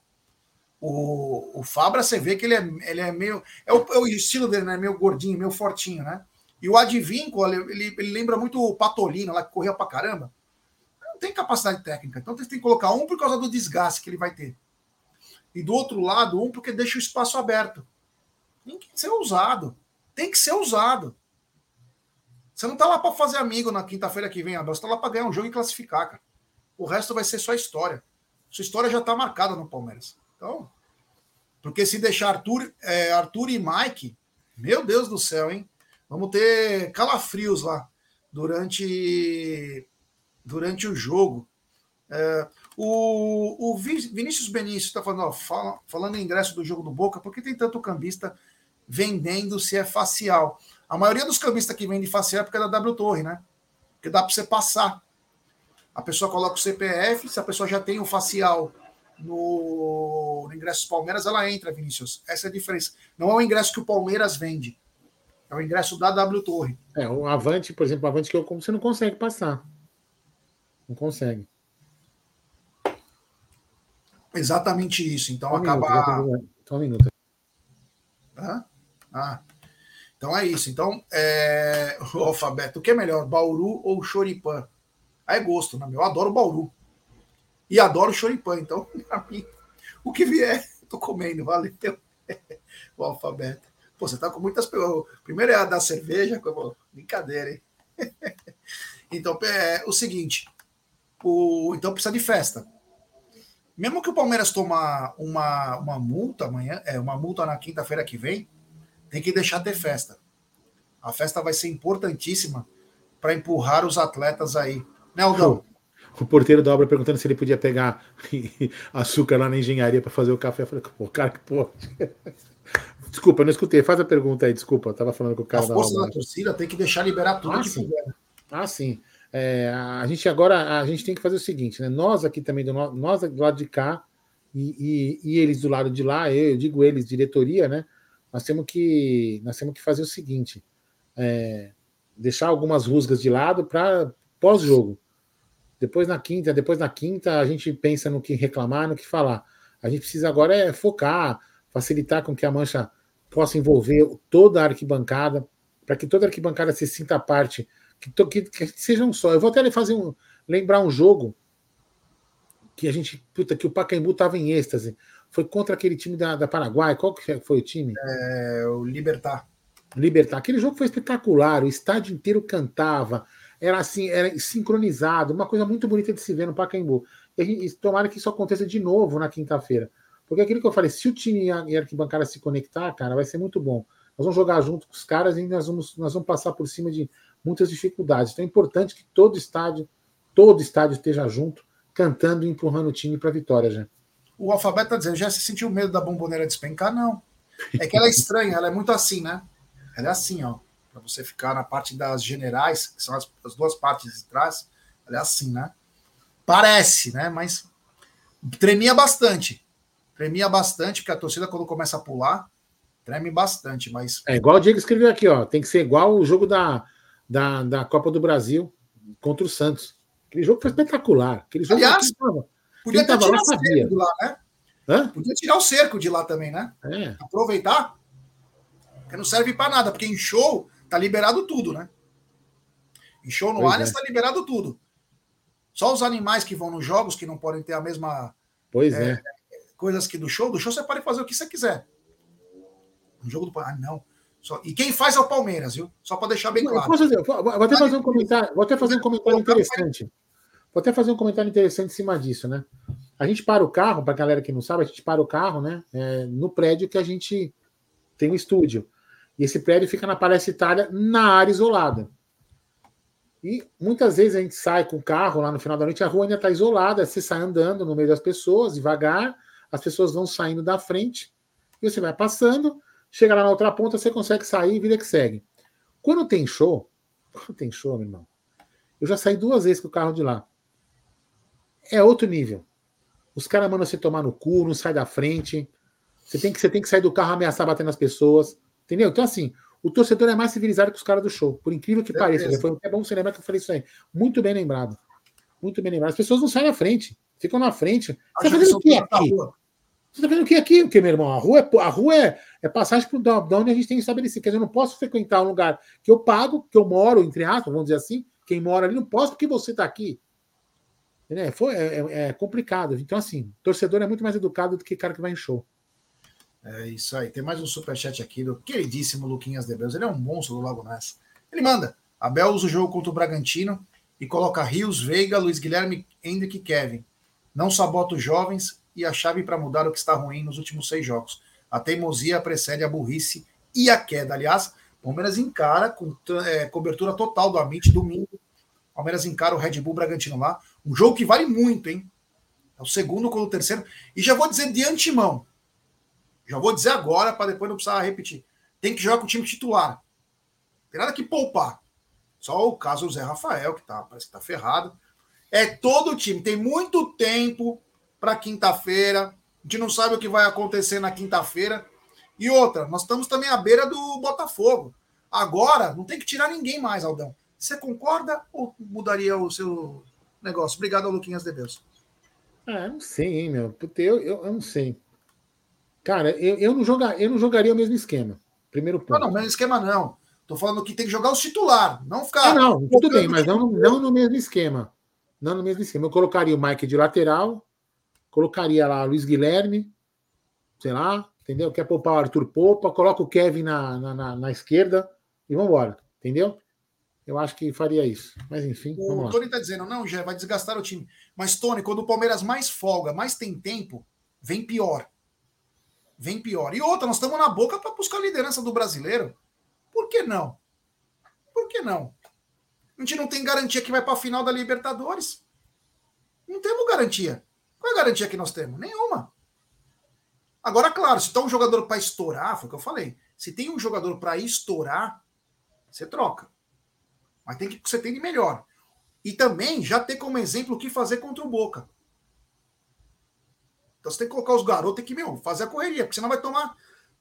o, o Fabra, você vê que ele é, ele é meio... É o, é o estilo dele, né? Meio gordinho, meio fortinho, né? E o Advíncula, ele, ele lembra muito o Patolino, lá que corria pra caramba. Não tem capacidade técnica. Então tem que colocar um por causa do desgaste que ele vai ter. E do outro lado, um porque deixa o espaço aberto. Tem que ser usado. Tem que ser usado. Você não tá lá para fazer amigo na quinta-feira que vem, Abel. Você tá lá para ganhar um jogo e classificar, cara. O resto vai ser só história. Sua história já tá marcada no Palmeiras. Então, porque se deixar Arthur, é, Arthur e Mike, meu Deus do céu, hein? Vamos ter calafrios lá durante, durante o jogo. É, o, o Vinícius Benício está falando, ó, fala, falando em ingresso do jogo do Boca, por que tem tanto cambista vendendo se é facial? A maioria dos cambistas que vende facial é porque é da W Torre, né? Porque dá para você passar. A pessoa coloca o C P F, se a pessoa já tem o facial no, no ingresso do Palmeiras, ela entra, Vinícius. Essa é a diferença. Não é o ingresso que o Palmeiras vende. É o ingresso da W Torre. É, o Avante, por exemplo, o Avante que eu como, você não consegue passar. Não consegue. Exatamente isso. Então, um acaba... Minuto, só um minuto. Ah, ah. Então é isso. Então, é... o alfabeto, o que é melhor, Bauru ou Choripan? Aí é gosto, né? Eu adoro Bauru. E adoro Choripan. Então, pra mim, o que vier, tô comendo, valeu. O alfabeto. Pô, você tá com muitas pessoas. Primeiro é a da cerveja, como... brincadeira, hein? Então, é o seguinte. O... Então precisa de festa. Mesmo que o Palmeiras tomar uma, uma multa amanhã, é, uma multa na quinta-feira que vem, tem que deixar ter festa. A festa vai ser importantíssima para empurrar os atletas aí. Né, Aldão? O porteiro da obra perguntando se ele podia pegar açúcar lá na engenharia para fazer o café. Eu falei, pô, cara, que porra. Desculpa, eu não escutei. Faz a pergunta aí, desculpa. Eu tava falando com o cara a da força obra. da torcida tem que deixar liberar tudo ah, que sim. puder. Ah, sim. É, a gente agora a gente tem que fazer o seguinte, né? Nós aqui também, do, nós do lado de cá e, e, e eles do lado de lá, eu, eu digo eles, diretoria, né? Nós temos que, nós temos que fazer o seguinte: é, deixar algumas rusgas de lado para pós-jogo. Depois na quinta, depois na quinta a gente pensa no que reclamar, no que falar. A gente precisa agora é focar, facilitar com que a mancha possa envolver toda a arquibancada, para que toda a arquibancada se sinta parte. Que, que, que seja um só. Eu vou até fazer um, lembrar um jogo que a gente, puta, que o Pacaembu estava em êxtase. Foi contra aquele time da, da Paraguai. Qual que foi o time? É, o Libertar. Libertar. Aquele jogo foi espetacular. O estádio inteiro cantava. Era assim, era sincronizado. Uma coisa muito bonita de se ver no Pacaembu. E, e tomara que isso aconteça de novo na quinta-feira. Porque aquilo que eu falei, se o time e a, e a arquibancada se conectar, cara, vai ser muito bom. Nós vamos jogar junto com os caras e nós vamos, nós vamos passar por cima de muitas dificuldades. Então é importante que todo estádio, todo estádio esteja junto, cantando e empurrando o time para a vitória, já. O alfabeto está dizendo, já se sentiu medo da bomboneira despencar? Não. É que ela é estranha, ela é muito assim, né? Ela é assim, ó. Para você ficar na parte das generais, que são as, as duas partes de trás, ela é assim, né? Parece, né? Mas tremia bastante. Tremia bastante, porque a torcida, quando começa a pular, treme bastante, mas... É igual o Diego escreveu aqui, ó. Tem que ser igual o jogo da, da, da Copa do Brasil contra o Santos. Aquele jogo foi espetacular. Aquele jogo Aliás, tava, podia até tirar lá, o cerco sabia. de lá, né? Hã? Podia tirar o cerco de lá também, né? É. Aproveitar, porque não serve para nada, porque em show tá liberado tudo, né? Em show no Allianz é. tá liberado tudo. Só os animais que vão nos jogos, que não podem ter a mesma... Pois é, é. Coisas que do show, do show você pode fazer o que você quiser. No jogo do... Ah, não. Só... E quem faz é o Palmeiras, viu? Só para deixar bem claro. Fazer, vou até fazer um comentário, vou até fazer um comentário interessante. Vou até fazer um comentário interessante em cima disso, né? A gente para o carro, para a galera que não sabe, a gente para o carro, né? É, no prédio que a gente tem um estúdio. E esse prédio fica na Palestra Itália, na área isolada. E muitas vezes a gente sai com o carro lá no final da noite, a rua ainda está isolada, você sai andando no meio das pessoas, devagar, as pessoas vão saindo da frente, e você vai passando, chega lá na outra ponta, você consegue sair e vida que segue. Quando tem show, quando tem show, meu irmão, eu já saí duas vezes com o carro de lá. É outro nível. Os caras mandam você tomar no cu, não sai da frente. Você tem que, você tem que sair do carro, ameaçar bater nas pessoas. Entendeu? Então, assim, o torcedor é mais civilizado que os caras do show. Por incrível que pareça. Foi até bom você lembrar que eu falei isso aí. Muito bem lembrado. Muito bem lembrado. As pessoas não saem na frente. Ficam na frente. Você está fazendo o que aqui? Você está fazendo o que aqui? O que, meu irmão? A rua é, a rua é, é passagem por da onde a gente tem que estabelecer. Quer dizer, eu não posso frequentar um lugar que eu pago, que eu moro, entre aspas, vamos dizer assim. Quem mora ali não posso porque você está aqui. É, foi, é, é complicado. Então, assim, torcedor é muito mais educado do que cara que vai em show. É isso aí. Tem mais um superchat aqui do queridíssimo Luquinhas de Beus. Ele é um monstro do Lago Ness. Ele manda. Abel usa o jogo contra o Bragantino e coloca Rios, Veiga, Luiz Guilherme, Hendrick e Kevin. Não sabota os jovens e a chave para mudar o que está ruim nos últimos seis jogos. A teimosia precede a burrice e a queda. Aliás, Palmeiras encara com é, cobertura total do Amit domingo. Palmeiras encara o Red Bull Bragantino lá. Um jogo que vale muito, hein? É o segundo contra o terceiro. E já vou dizer de antemão. Já vou dizer agora, para depois não precisar repetir. Tem que jogar com o time titular. Não tem nada que poupar. Só o caso do Zé Rafael, que tá, parece que tá ferrado. É todo o time. Tem muito tempo para quinta-feira. A gente não sabe o que vai acontecer na quinta-feira. E outra, nós estamos também à beira do Botafogo. Agora, não tem que tirar ninguém mais, Aldão. Você concorda ou mudaria o seu negócio? Obrigado, Luquinhas de Deus. Ah, eu não sei, hein, meu. Eu, eu, eu não sei. Cara, eu, eu, não jogar, eu não jogaria o mesmo esquema. Primeiro ponto. Não, não, mesmo esquema não. Tô falando que tem que jogar os titular, não ficar. Ah, não, tudo bem, mas não, não no mesmo esquema. Não no mesmo esquema. Eu colocaria o Mike de lateral, colocaria lá o Luiz Guilherme, sei lá, entendeu? Quer poupar o Arthur Poupa, coloca o Kevin na, na, na, na esquerda e vamos embora, entendeu? Eu acho que faria isso. Mas enfim, o vamos lá. Tony tá dizendo, não, já vai desgastar o time. Mas, Tony, quando o Palmeiras mais folga, mais tem tempo, vem pior. Vem pior. E outra, nós estamos na boca para buscar a liderança do brasileiro. Por que não? Por que não? A gente não tem garantia que vai para a final da Libertadores. Não temos garantia. Qual é a garantia que nós temos? Nenhuma. Agora, claro, se tem um jogador para estourar, foi o que eu falei. Se tem um jogador para estourar, você troca. Mas tem que você tem de melhor. E também já ter como exemplo o que fazer contra o Boca. Então você tem que colocar os garotos, tem que, meu, fazer a correria, porque senão vai tomar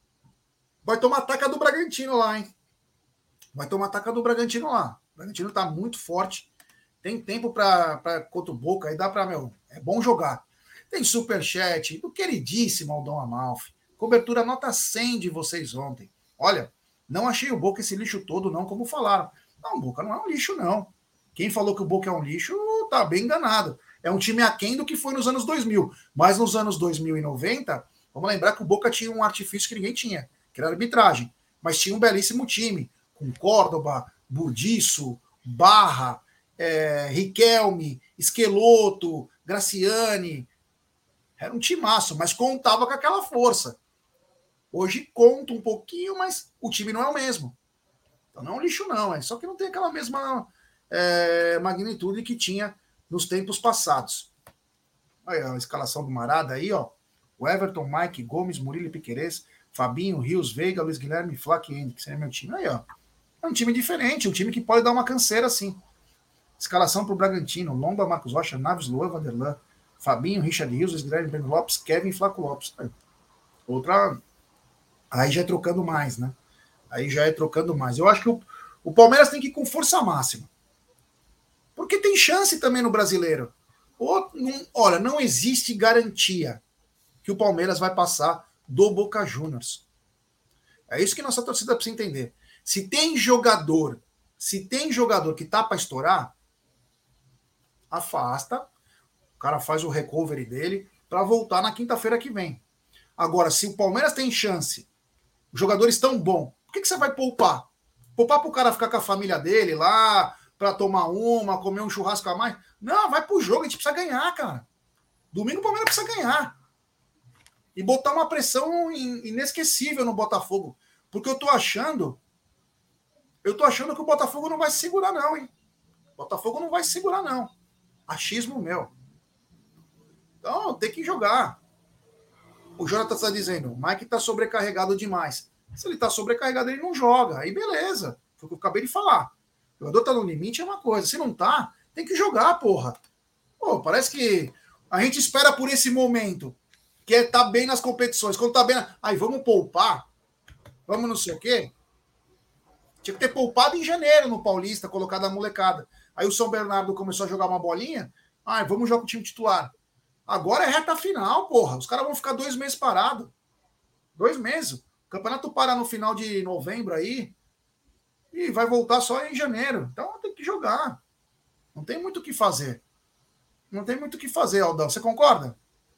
vai tomar a taca do Bragantino lá, hein? Vai tomar a taca do Bragantino lá. O Bragantino tá muito forte. Tem tempo para contra o Boca, aí dá para, meu, é bom jogar. Tem superchat do queridíssimo Aldão Amalfi. Cobertura nota cem de vocês ontem. Olha, não achei o Boca esse lixo todo, não, como falaram. Não, o Boca não é um lixo, não. Quem falou que o Boca é um lixo tá bem enganado. É um time aquém do que foi nos anos dois mil. Mas nos anos dois mil e noventa, vamos lembrar que o Boca tinha um artifício que ninguém tinha, que era a arbitragem. Mas tinha um belíssimo time, com Córdoba, Burdiço, Barra, é, Riquelme, Esqueloto, Graciani. Era um timaço, mas contava com aquela força. Hoje conta um pouquinho, mas o time não é o mesmo. Então não é um lixo, não. É só que não tem aquela mesma é, magnitude que tinha nos tempos passados. Olha a escalação do Marada aí, ó. O Everton, Mike, Gomes, Murilo e Piquerez, Fabinho, Rios, Veiga, Luiz Guilherme, Flack e Henrique, que seria meu time. Aí, ó. É um time diferente, um time que pode dar uma canseira, sim. Escalação para o Bragantino, Lomba, Marcos Rocha, Naves, Luan, Vanderlan, Fabinho, Richard Rios, Luiz Guilherme, Breno Lopes, Kevin, Flaco Lopes. Aí. Outra... Aí já é trocando mais, né? Aí já é trocando mais. Eu acho que o, o Palmeiras tem que ir com força máxima. Porque tem chance também no brasileiro. Ou, não, olha, não existe garantia que o Palmeiras vai passar do Boca Juniors. É isso que nossa torcida precisa entender. Se tem jogador, se tem jogador que tá para estourar, afasta, o cara faz o recovery dele para voltar na quinta-feira que vem. Agora, se o Palmeiras tem chance, os jogadores tão bons, por que, que você vai poupar? Poupar para o cara ficar com a família dele lá, para tomar uma, comer um churrasco a mais? Não, vai pro jogo, a gente precisa ganhar, cara. Domingo o Palmeiras precisa ganhar. E botar uma pressão inesquecível no Botafogo. Porque eu tô achando, eu tô achando que o Botafogo não vai se segurar não, hein? O Botafogo não vai se segurar não. Achismo meu. Então, tem que jogar. O Jonathan está dizendo, o Mike está sobrecarregado demais. Se ele está sobrecarregado, ele não joga. Aí beleza. Foi o que eu acabei de falar. O jogador está no limite, é uma coisa. Se não tá, tem que jogar, porra. Pô, parece que a gente espera por esse momento, que é tá bem nas competições. Quando tá bem... Na... Aí, vamos poupar? Vamos não sei o quê? Tinha que ter poupado em janeiro no Paulista, colocado a molecada. Aí o São Bernardo começou a jogar uma bolinha. Ah, vamos jogar com o time titular. Agora é reta final, porra. Os caras vão ficar dois meses parados. Dois meses. O campeonato para no final de novembro aí e vai voltar só em janeiro. Então tem que jogar. Não tem muito o que fazer. Não tem muito o que fazer, Aldão. Você concorda?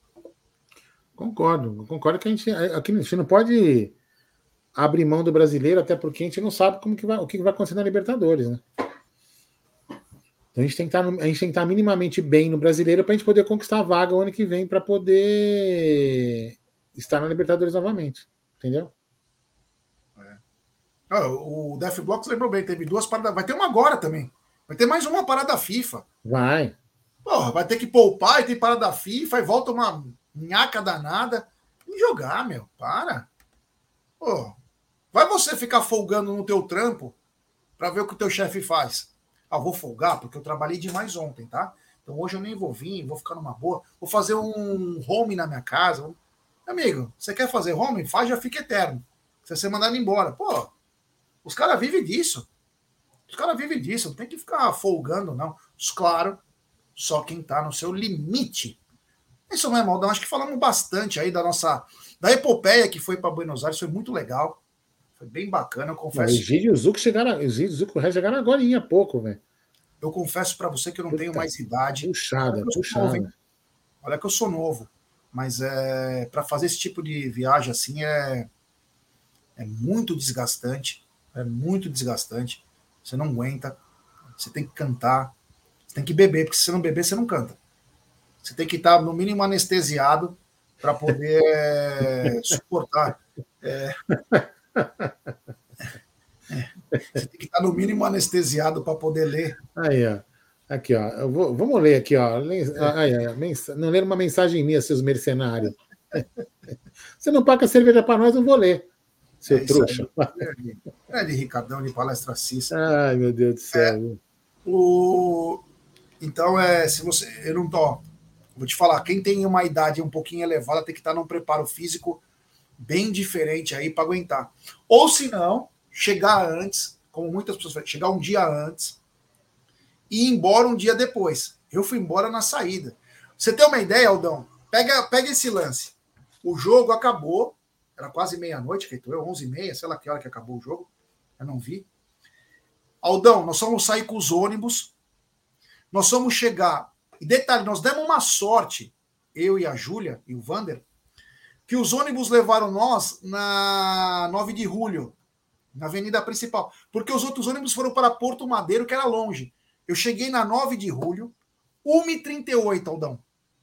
Concordo. Concordo que a gente, aqui a gente não pode abrir mão do brasileiro, até porque a gente não sabe como que vai, o que vai acontecer na Libertadores, né? Então a gente tem que estar, a gente tem que estar minimamente bem no brasileiro para a gente poder conquistar a vaga o ano que vem para poder estar na Libertadores novamente. Entendeu? É. Ah, o Def Blocks lembrou bem, teve duas paradas. Vai ter uma agora também. Vai ter mais uma parada FIFA. Vai. Porra, vai ter que poupar e tem parada FIFA e volta uma nhaca danada. E jogar, meu. Para. Pô, vai você ficar folgando no teu trampo para ver o que o teu chefe faz. Ah, vou folgar porque eu trabalhei demais ontem, tá? Então hoje eu nem vou vir, vou ficar numa boa. Vou fazer um home na minha casa. Amigo, você quer fazer home? Faz, já fica eterno. Se você mandar ele embora. Pô, os caras vivem disso. Os caras vivem disso. Não tem que ficar folgando, não. Claro, só quem tá no seu limite. Isso mesmo, Aldão. Acho que falamos bastante aí da nossa... Da epopeia que foi para Buenos Aires. Foi muito legal. Foi bem bacana, eu O confesso. Egídio e o Zuco chegaram, o Egídio e o Zuco chegaram agora há pouco, velho. Eu confesso para você que eu não Puta, tenho mais idade. Puxada, puxada. Novo, Olha que eu sou novo, mas é, para fazer esse tipo de viagem assim é, é muito desgastante, é muito desgastante. Você não aguenta, você tem que cantar, você tem que beber, porque se você não beber, você não canta. Você tem que estar, no mínimo, anestesiado para poder é, suportar. É, é, você tem que estar, no mínimo, anestesiado para poder ler. Aí, ó. Aqui, ó. Eu vou, vamos ler aqui, ó. Aí, ó. Não ler uma mensagem minha, seus mercenários. Você não paga cerveja para nós, não vou ler. Seu é trouxa. É de Ricardão, de Palestra Cissa. Ai, meu Deus do céu. É, o... Então, é, se você. Eu não tô. Vou te falar, quem tem uma idade um pouquinho elevada tem que estar num preparo físico bem diferente aí para aguentar. Ou se não, chegar antes, como muitas pessoas falam, chegar um dia antes e ir embora um dia depois. Eu fui embora na saída. Você tem uma ideia, Aldão? Pega, pega esse lance. O jogo acabou, era quase meia-noite, que eu, onze e meia, sei lá que hora que acabou o jogo, eu não vi. Aldão, nós fomos sair com os ônibus, nós fomos chegar. E detalhe, nós demos uma sorte, eu e a Júlia e o Vander, que os ônibus levaram nós na nove de julho, na avenida principal. Porque os outros ônibus foram para Porto Madeiro, que era longe. Eu cheguei na nove de julho, uma e trinta e oito, Aldão.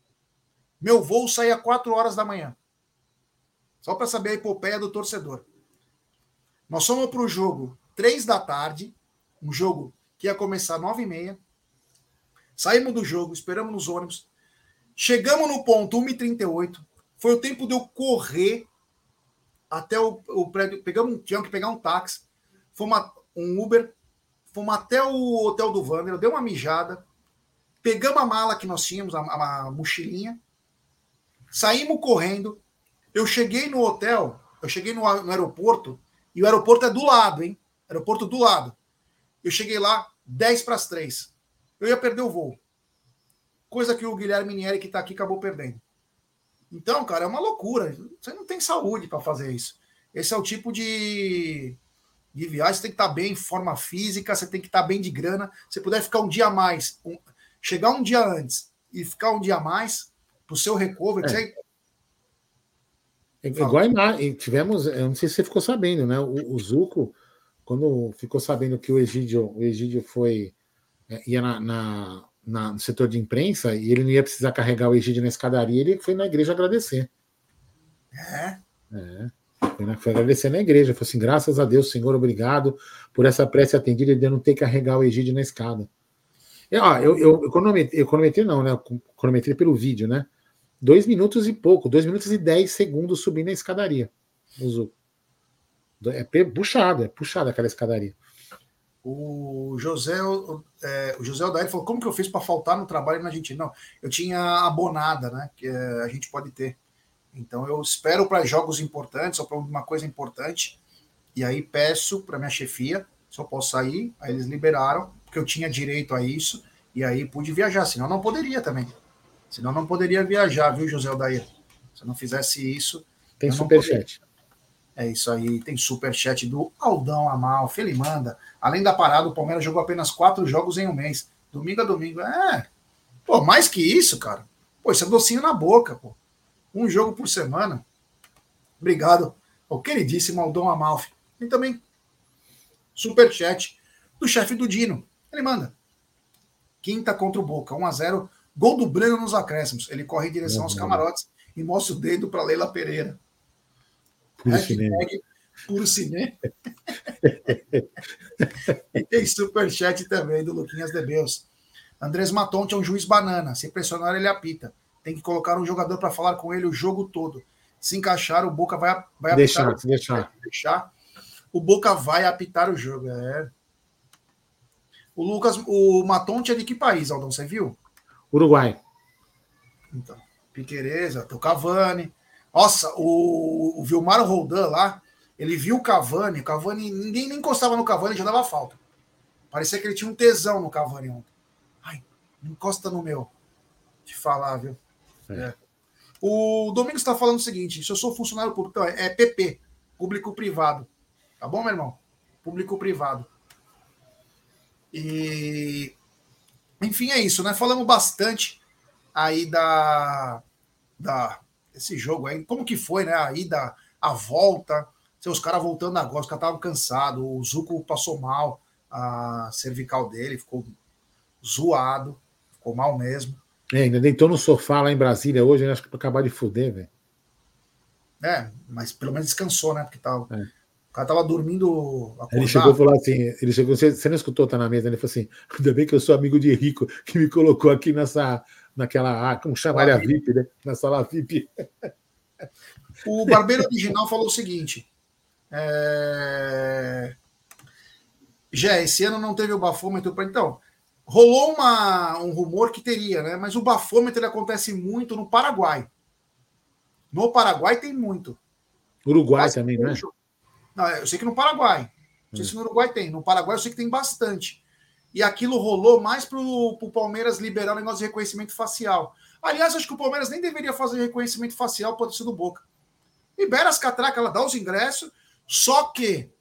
Meu voo saía às quatro horas da manhã. Só para saber a epopeia do torcedor. Nós fomos para o jogo três da tarde, um jogo que ia começar às nove e meia. Saímos do jogo, esperamos nos ônibus. Chegamos no ponto uma e trinta e oito. Foi o tempo de eu correr até o, o prédio. Pegamos, tivemos que pegar um táxi. Fomos um Uber. Fomos até o hotel do Vander. Eu dei uma mijada. Pegamos a mala que nós tínhamos, a, a mochilinha. Saímos correndo. Eu cheguei no hotel. Eu cheguei no, no aeroporto. E o aeroporto é do lado, hein? Aeroporto do lado. Eu cheguei lá dez para as três. Eu ia perder o voo. Coisa que o Guilherme Nieri, que está aqui, acabou perdendo. Então, cara, é uma loucura. Você não tem saúde para fazer isso. Esse é o tipo de, de viagem. Você tem que estar bem em forma física, você tem que estar bem de grana. Se puder ficar um dia a mais, um, chegar um dia antes e ficar um dia a mais para o seu recovery. É. Você... É, igual em, tivemos, eu não sei se você ficou sabendo, né? O, o Zuco, quando ficou sabendo que o Egídio, o Egídio foi. ia na, na, na, no setor de imprensa e ele não ia precisar carregar o Egídio na escadaria, ele foi na igreja agradecer. É? É. Foi, na, foi agradecer na igreja. Falou assim, graças a Deus, Senhor, obrigado por essa prece atendida de eu não ter que carregar o Egídio na escada. Eu, ó, eu, eu, eu, cronometrei, eu cronometrei não, né? Eu cronometrei pelo vídeo, né? Dois minutos e pouco, dois minutos e dez segundos subindo a escadaria. É puxado, é puxado aquela escadaria. O José, o, é, o José Odair falou, como que eu fiz para faltar no trabalho na Argentina? Não, eu tinha abonada, né? Que é, a gente pode ter. Então eu espero para jogos importantes ou para alguma coisa importante. E aí peço para minha chefia se eu posso sair. Aí eles liberaram, porque eu tinha direito a isso. E aí pude viajar, senão não poderia também. Senão não poderia viajar, viu, José Odair? Se eu não fizesse isso. Tem superchat. É isso aí, tem superchat do Aldão Amalfi, ele manda. Além da parada, o Palmeiras jogou apenas quatro jogos em um mês. Domingo a domingo. É, pô, mais que isso, cara. Pô, isso é docinho na boca, pô. Um jogo por semana. Obrigado ao queridíssimo Aldão Amalfi. E também superchat do chefe do Dino. Ele manda. Quinta contra o Boca, um a zero. Gol do Breno nos acréscimos. Ele corre em direção aos camarotes e mostra o dedo para Leila Pereira. Puro cinema. Puro cinema. E tem superchat também do Luquinhas de Beus. Andrés Matonte é um juiz banana. Se pressionar, ele apita. Tem que colocar um jogador para falar com ele o jogo todo. Se encaixar, o Boca vai, vai deixar, apitar. Se deixar. deixar. O Boca vai apitar o jogo. É. O Lucas, o Matonte é de que país, Aldão? Você viu? Uruguai. Então, Piquereza, o Cavani. Nossa, o, o Vilmar Roldan lá, ele viu o Cavani, o Cavani, ninguém nem encostava no Cavani, já dava falta. Parecia que ele tinha um tesão no Cavani ontem. Ai, não encosta no meu. Te falar, viu? É. É. O Domingos está falando o seguinte, se eu sou funcionário público, então é P P, público-privado. Tá bom, meu irmão? Público-privado. E... Enfim, é isso, né? Falamos bastante aí da... da esse jogo aí. Como que foi, né? A ida, a volta. Os caras voltando agora, os caras estavam cansados. O Zuco passou mal. A cervical dele ficou zoado. Ficou mal mesmo. É, ainda deitou no sofá lá em Brasília hoje, né? Acho que pra acabar de fuder, velho. É, mas pelo menos descansou, né? Porque tava, é. o cara tava dormindo. Acordado. Ele chegou e falou assim: ele chegou, você, você não escutou, tá na mesa? Ele falou assim: ainda bem que eu sou amigo de Rico, que me colocou aqui nessa, naquela, como chama área V I P, né? Na sala V I P. O Barbeiro Original falou o seguinte: é... já esse ano não teve o bafômetro para então. Rolou uma, um rumor que teria, né? Mas o bafômetro ele acontece muito no Paraguai. No Paraguai tem muito. Uruguai Quase também, né? Não, eu sei que no Paraguai. Não sei hum. se no Uruguai tem. No Paraguai eu sei que tem bastante. E aquilo rolou mais para o Palmeiras liberar o negócio de reconhecimento facial. Aliás, acho que o Palmeiras nem deveria fazer reconhecimento facial para o torcedor do Boca. Libera as catracas, ela dá os ingressos, só que,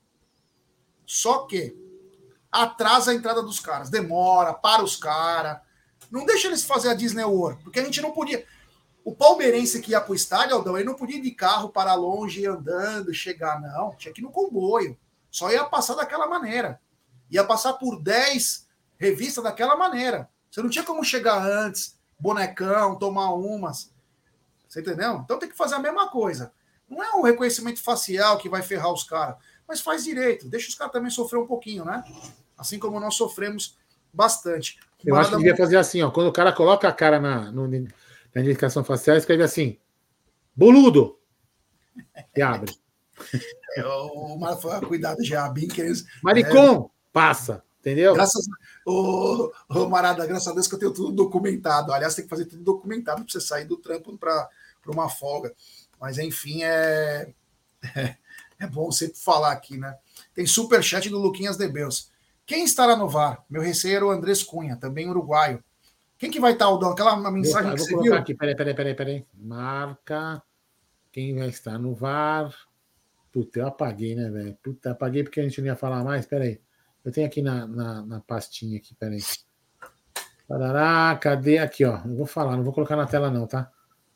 só que, atrasa a entrada dos caras. Demora, para os caras. Não deixa eles fazer a Disney World, porque a gente não podia... O palmeirense que ia para o estádio, Aldão, ele não podia ir de carro para longe, andando, chegar, não. Tinha que ir no comboio. Só ia passar daquela maneira. Ia passar por dez revistas daquela maneira. Você não tinha como chegar antes, bonecão, tomar umas. Você entendeu? Então tem que fazer a mesma coisa. Não é um reconhecimento facial que vai ferrar os caras, mas faz direito. Deixa os caras também sofrer um pouquinho, né? Assim como nós sofremos bastante. Eu acho que devia fazer assim, ó. Quando o cara coloca a cara na... No... na identificação facial, escreve assim: boludo! E abre. É, o Mário falou: cuidado, já, bem que eles. Maricom! É, passa, entendeu? Graças o, o Marada, graças a Deus que eu tenho tudo documentado. Aliás, tem que fazer tudo documentado para você sair do trampo para uma folga. Mas, enfim, é, é, é bom sempre falar aqui, né? Tem superchat do Luquinhas Debeus. Quem estará no V A R? Meu receio era o Andrés Cunha, também uruguaio. Quem que vai estar, Aldão? Aquela uma mensagem eu, que eu você vou viu? Aqui, peraí, peraí, peraí, peraí. Marca. Quem vai estar no V A R? Puta, eu apaguei, né, velho? Puta, apaguei porque a gente não ia falar mais. Peraí. Eu tenho aqui na, na, na pastinha aqui, peraí. Parará, cadê? Aqui, ó. Não vou falar, não vou colocar na tela, não, tá?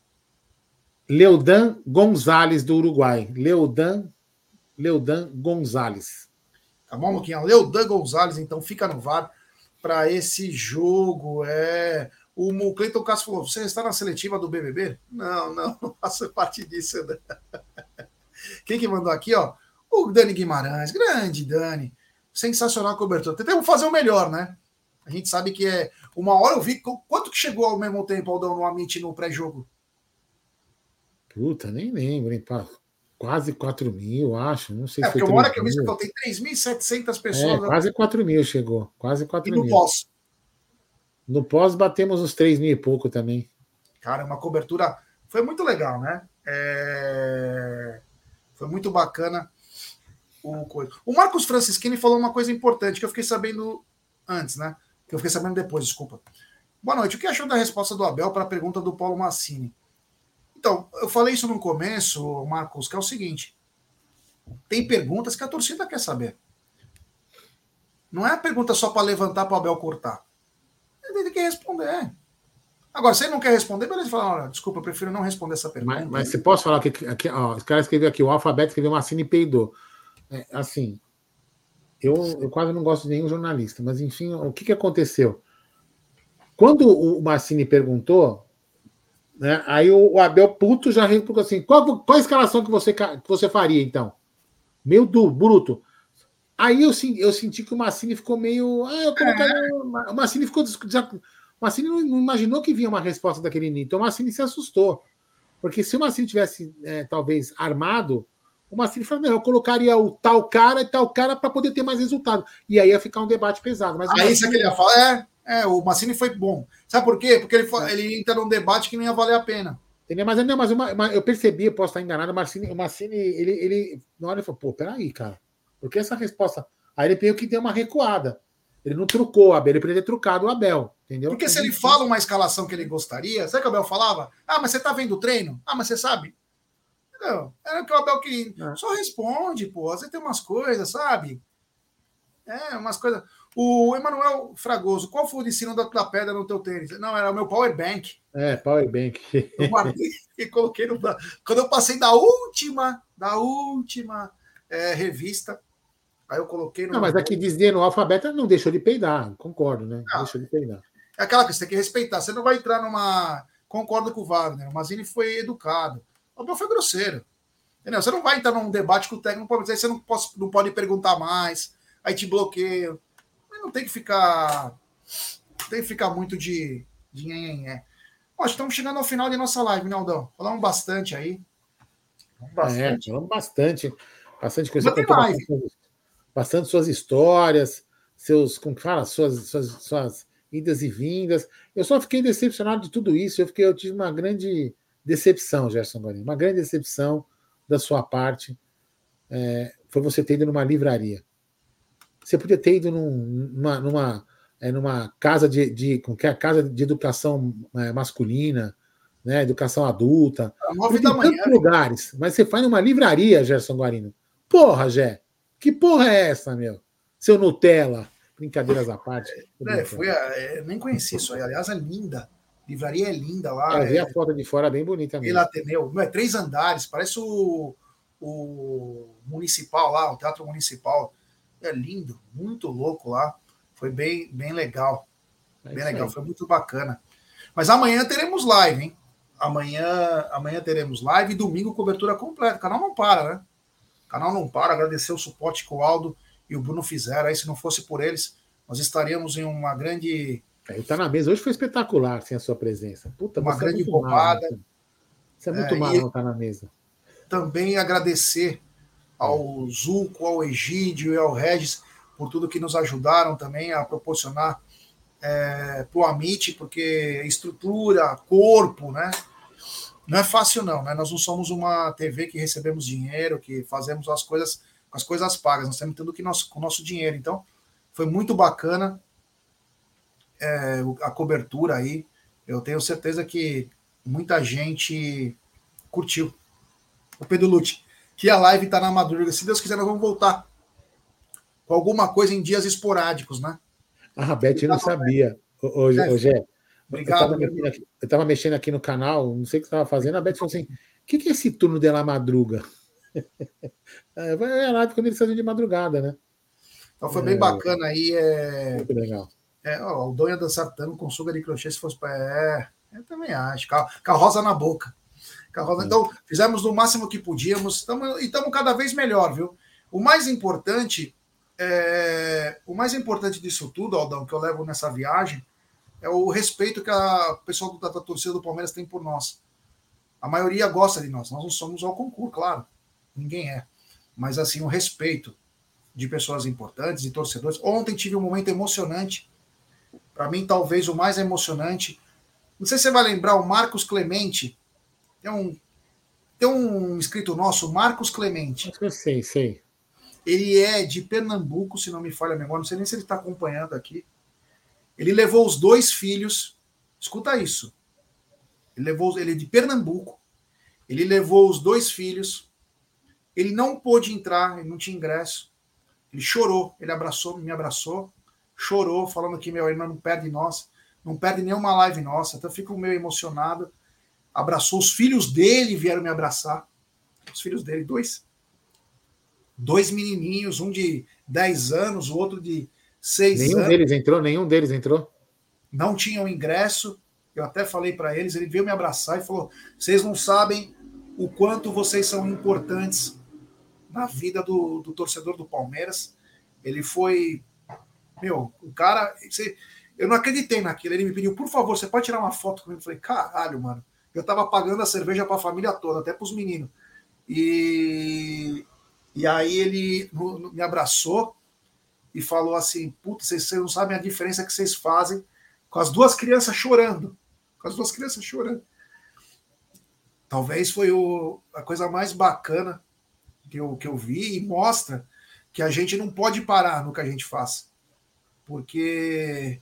Leodan Gonzalez, do Uruguai. Leodan, Leodan Gonzalez. Tá bom, Luquinha? Leodan Gonzalez, então fica no V A R para esse jogo. É... O Cleiton Castro falou: você está na seletiva do B B B? Não, não, não faço parte disso. Né? Quem que mandou aqui, ó? O Dani Guimarães, grande Dani. Sensacional cobertura. Tentamos fazer o melhor, né? A gente sabe que é. Uma hora eu vi. Quanto que chegou ao mesmo tempo, Aldão, no Amit no pré-jogo? Puta, nem lembro, hein? Pá. Quase quatro mil, acho. Não sei é, se foi. Porque uma hora que eu vi, eu tem três mil e setecentas pessoas. É, quase quatro mil chegou. Quase quatro mil. E no mil. pós? No pós batemos uns três mil e pouco também. Cara, uma cobertura. Foi muito legal, né? É... Foi muito bacana. O, o Marcos Francischini falou uma coisa importante que eu fiquei sabendo antes, né? Que eu fiquei sabendo depois, desculpa. Boa noite. O que achou da resposta do Abel para a pergunta do Paulo Massini? Então, eu falei isso no começo, Marcos, que é o seguinte: tem perguntas que a torcida quer saber. Não é a pergunta só para levantar para o Abel cortar. Ele tem que responder. Agora, se ele não quer responder, beleza, fala: olha, desculpa, eu prefiro não responder essa pergunta. Mas, mas você pode falar que aqui, ó, os caras escreveram aqui, o alfabeto escreveu Massini e peidou. É, assim, eu, eu quase não gosto de nenhum jornalista, mas enfim, o que, que aconteceu? Quando o Massini perguntou, né, aí o, o Abel puto já respondeu assim: qual, qual a escalação que você, que você faria, então? Meio do bruto. Aí eu, eu senti que o Massini ficou meio. Ah, eu colocaria. É. O Massini ficou. Já, o Massini não, não imaginou que vinha uma resposta daquele nível. Então o Massini se assustou. Porque se o Massini tivesse, é, talvez, armado, o Massini falou: não, eu colocaria o tal cara e tal cara para poder ter mais resultado. E aí ia ficar um debate pesado. Mas aí Massini... isso que ele ia falar, é, é, o Massini foi bom. Sabe por quê? Porque ele, é. ele entra num debate que não ia valer a pena. Entendeu? Mas, não, mas uma, uma, eu percebi, eu posso estar enganado, o Massini, o Massini ele, ele, na hora ele falou: pô, peraí, cara. Porque essa resposta. Aí ele veio que deu uma recuada. Ele não trucou o Abel, ele poderia ter trucado o Abel, entendeu? Porque se ele fala uma escalação que ele gostaria, sabe o que o Abel falava? Ah, mas você tá vendo o treino? Ah, mas você sabe? Não, era o que o Abel queria. Ah. Só responde, pô. Às vezes tem umas coisas, sabe? É, umas coisas. O Emanuel Fragoso, qual foi o ensino da, da pedra no teu tênis? Não, era o meu power bank. É, power bank. Eu guardei e coloquei no. Quando eu passei da última, da última é, revista, aí eu coloquei no. Não, mas aqui dizia no alfabeto não deixou de peidar, concordo, né? Não deixou de peidar. É aquela que você tem que respeitar. Você não vai entrar numa. Concordo com o Wagner. O Mazzini foi educado. O Abel foi grosseiro. Entendeu? Você não vai entrar num debate com o técnico, aí você não pode, não pode perguntar mais, aí te bloqueia. Mas não tem que ficar. Tem que ficar muito de. de nhenhenhé. Ó, estamos chegando ao final de nossa live, né, Aldão? Falamos bastante aí. Bastante. É, falamos bastante. Bastante coisa. Mas tem live. Bastante, bastante suas histórias, seus. Como fala? Suas, suas, suas idas e vindas. Eu só fiquei decepcionado de tudo isso. Eu, fiquei, eu tive uma grande decepção, Gerson Guarino. Uma grande decepção da sua parte. É, foi você ter ido numa livraria. Você podia ter ido num, numa, numa, é, numa casa de, de, com que é, casa de educação é, masculina, né, educação adulta. Nove da manhã. Tantos lugares, mas você faz numa livraria, Gerson Guarino. Porra, Gé, que porra é essa, meu? Seu Nutella. Brincadeiras à parte. É, foi a, é, nem conheci isso aí. Aliás, é linda. A livraria é linda lá. É, eu vi é, a foto de fora bem bonita mesmo. Vila Ateneu. É três andares, parece o, o municipal lá, o Teatro Municipal. É lindo, muito louco lá. Foi bem, bem legal. É bem legal, aí. foi muito bacana. Mas amanhã teremos live, hein? Amanhã, amanhã teremos live e domingo cobertura completa. O canal não para, né? O canal não para. Agradecer o suporte que o Aldo e o Bruno fizeram. Aí, se não fosse por eles, nós estaríamos em uma grande. Ele tá na mesa. Hoje foi espetacular sem a sua presença. Puta, uma você grande é muito bobada. Mal, você é muito é, mal não estar na mesa. Também agradecer ao Zuco, ao Egídio e ao Regis por tudo que nos ajudaram também a proporcionar é, para o Amit, porque estrutura, corpo, né? Não é fácil não, né? Nós não somos uma T V que recebemos dinheiro, que fazemos as coisas com as coisas pagas, nós temos tudo que nós, com o nosso dinheiro. Então, foi muito bacana é, a cobertura aí. Eu tenho certeza que muita gente curtiu. O Pedro Lute, que a live está na madrugada. Se Deus quiser, nós vamos voltar com alguma coisa em dias esporádicos, né? Ah, a Beth não sabia. Hoje, é, hoje é. Obrigado. Eu estava mexendo, mexendo aqui no canal, não sei o que você estava fazendo. A Beth falou assim: o que, que é esse turno de la madruga? É a live quando eles fazem de madrugada, né? Então foi bem é, bacana aí. É... Muito legal. É, ó, o Donha dançar tango com suga de crochê, se fosse para. É, eu também acho. Carroça na boca. Carroça... É. Então, fizemos o máximo que podíamos tamo, e estamos cada vez melhor, viu? O mais importante, é... o mais importante disso tudo, Aldão, que eu levo nessa viagem, é o respeito que a pessoa da, da torcida do Palmeiras tem por nós. A maioria gosta de nós. Nós não somos ao concurso, claro. Ninguém é. Mas, assim, o respeito de pessoas importantes, de torcedores. Ontem tive um momento emocionante. Para mim, talvez o mais emocionante. Não sei se você vai lembrar, o Marcos Clemente. Tem um, tem um inscrito nosso, Marcos Clemente. Eu sei, sei. Ele é de Pernambuco, se não me falha a memória. Não sei nem se ele está acompanhando aqui. Ele levou os dois filhos. Escuta isso. Ele levou, ele é de Pernambuco. Ele levou os dois filhos. Ele não pôde entrar, ele não tinha ingresso. Ele chorou, ele abraçou, me abraçou, chorou, falando que meu irmão não perde nós, não perde nenhuma live nossa. Então eu fico meio emocionado. Abraçou os filhos dele, vieram me abraçar. Os filhos dele, dois. Dois menininhos, um de dez anos, o outro de seis nenhum anos. Nenhum deles entrou, nenhum deles entrou. Não tinham ingresso. Eu até falei para eles, ele veio me abraçar e falou: vocês não sabem o quanto vocês são importantes na vida do, do torcedor do Palmeiras. Ele foi, meu, o cara, eu não acreditei naquilo. Ele me pediu, por favor, você pode tirar uma foto comigo? Eu falei, caralho, mano, eu tava pagando a cerveja para a família toda, até para os meninos. E, e aí ele me abraçou e falou assim: puta, vocês, vocês não sabem a diferença que vocês fazem, com as duas crianças chorando, com as duas crianças chorando. Talvez foi o, a coisa mais bacana que eu, que eu vi, e mostra que a gente não pode parar no que a gente faz. Porque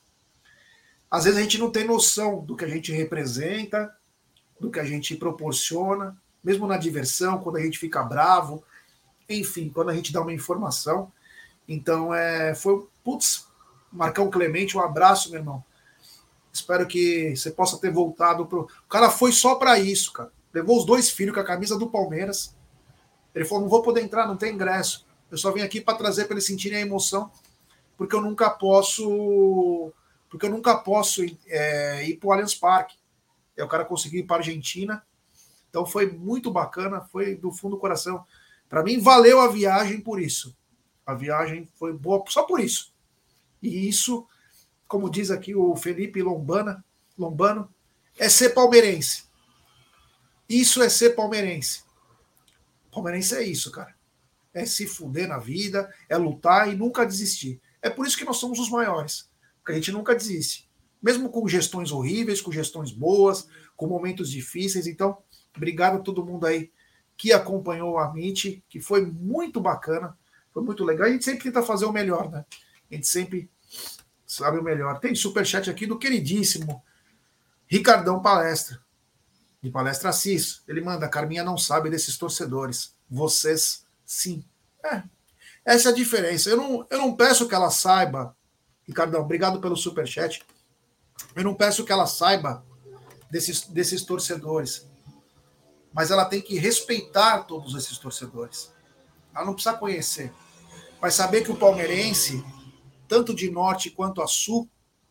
às vezes a gente não tem noção do que a gente representa, do que a gente proporciona. mesmo na diversão, quando a gente fica bravo, enfim, quando a gente dá uma informação. Então, é, foi, putz, Marcão Clemente, um abraço, meu irmão. Espero que você possa ter voltado pro... O cara foi só para isso, cara. Levou os dois filhos com a camisa do Palmeiras. Ele falou, não vou poder entrar, não tem ingresso. Eu só vim aqui para trazer para eles sentirem a emoção, porque eu nunca posso... Porque eu nunca posso é, ir para o Allianz Parque. E o cara conseguiu ir para a Argentina. Então foi muito bacana, foi do fundo do coração. Para mim, valeu a viagem por isso. A viagem foi boa só por isso. E isso, como diz aqui o Felipe Lombana, Lombano, é ser palmeirense. Isso é ser palmeirense. Palmeirense é isso, cara. É se fuder na vida, é lutar e nunca desistir. É por isso que nós somos os maiores. Porque a gente nunca desiste. Mesmo com gestões horríveis, com gestões boas, com momentos difíceis. Então, obrigado a todo mundo aí que acompanhou a Amit, que foi muito bacana, foi muito legal. A gente sempre tenta fazer o melhor, né? A gente sempre sabe o melhor. Tem superchat aqui do queridíssimo Ricardão Palestra, de Palestra Assis. Ele manda, Carminha não sabe desses torcedores. Vocês, sim. É, essa é a diferença. Eu não, eu não peço que ela saiba, Ricardão, obrigado pelo superchat. Eu não peço que ela saiba desses, desses torcedores. Mas ela tem que respeitar todos esses torcedores. Ela não precisa conhecer. Mas saber que o palmeirense, tanto de norte quanto a sul,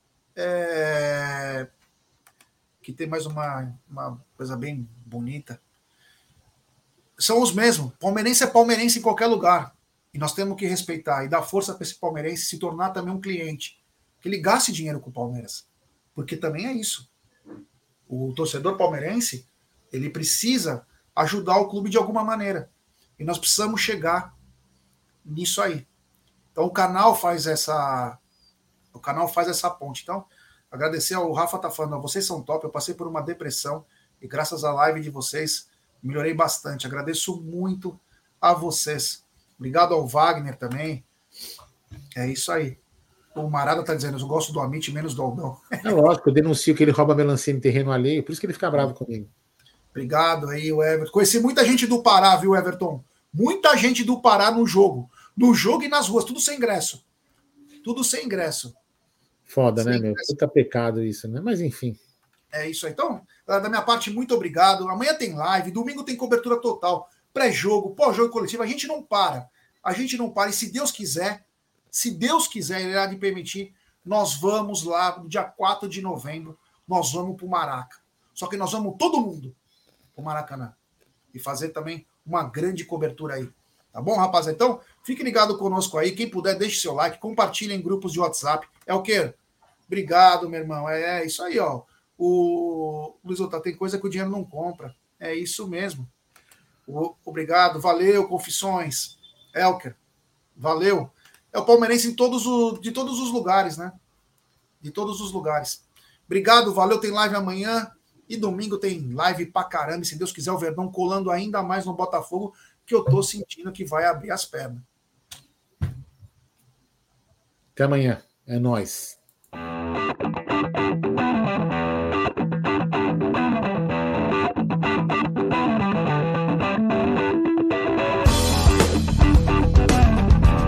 é... que tem mais uma, uma coisa bem bonita, são os mesmos. Palmeirense é palmeirense em qualquer lugar. E nós temos que respeitar e dar força para esse palmeirense se tornar também um cliente. Que ele gaste dinheiro com o Palmeiras. Porque também é isso. O torcedor palmeirense, ele precisa ajudar o clube de alguma maneira. E nós precisamos chegar nisso aí. Então o canal faz essa o canal faz essa ponte. Então, agradecer ao Rafa tá falando, vocês são top, eu passei por uma depressão e graças à live de vocês melhorei bastante. Agradeço muito a vocês. Obrigado ao Wagner também. É isso aí. O Marada tá dizendo, eu gosto do Amit menos do Aldão. É lógico, eu denuncio que ele rouba melancia em terreno alheio, por isso que ele fica bravo comigo. Obrigado aí, o Everton. Conheci muita gente do Pará, viu, Everton? Muita gente do Pará no jogo. No jogo e nas ruas, tudo sem ingresso. Tudo sem ingresso. Foda, sem né, meu? ingresso. Puta pecado isso, né? Mas enfim. É isso aí. Então, da minha parte, muito obrigado. Amanhã tem live, domingo tem cobertura total. Pré-jogo, pós-jogo coletivo. A gente não para. A gente não para. E se Deus quiser, se Deus quiser, Ele irá de permitir, nós vamos lá, no dia quatro de novembro, nós vamos para o Maraca. Só que nós vamos todo mundo para o Maracanã. E fazer também uma grande cobertura aí. Tá bom, rapaziada? Então, fique ligado conosco aí. Quem puder, deixe seu like, compartilhe em grupos de WhatsApp. É o quê? Obrigado, meu irmão. É, é isso aí, ó. O Luiz Otávio, tem coisa que o dinheiro não compra. É isso mesmo. O, obrigado, valeu, Confissões. Elker, valeu. É o palmeirense em todos o, de todos os lugares, né? De todos os lugares. Obrigado, valeu. Tem live amanhã e domingo tem live pra caramba. E se Deus quiser, o Verdão colando ainda mais no Botafogo, que eu tô sentindo que vai abrir as pernas. Até amanhã. É nóis.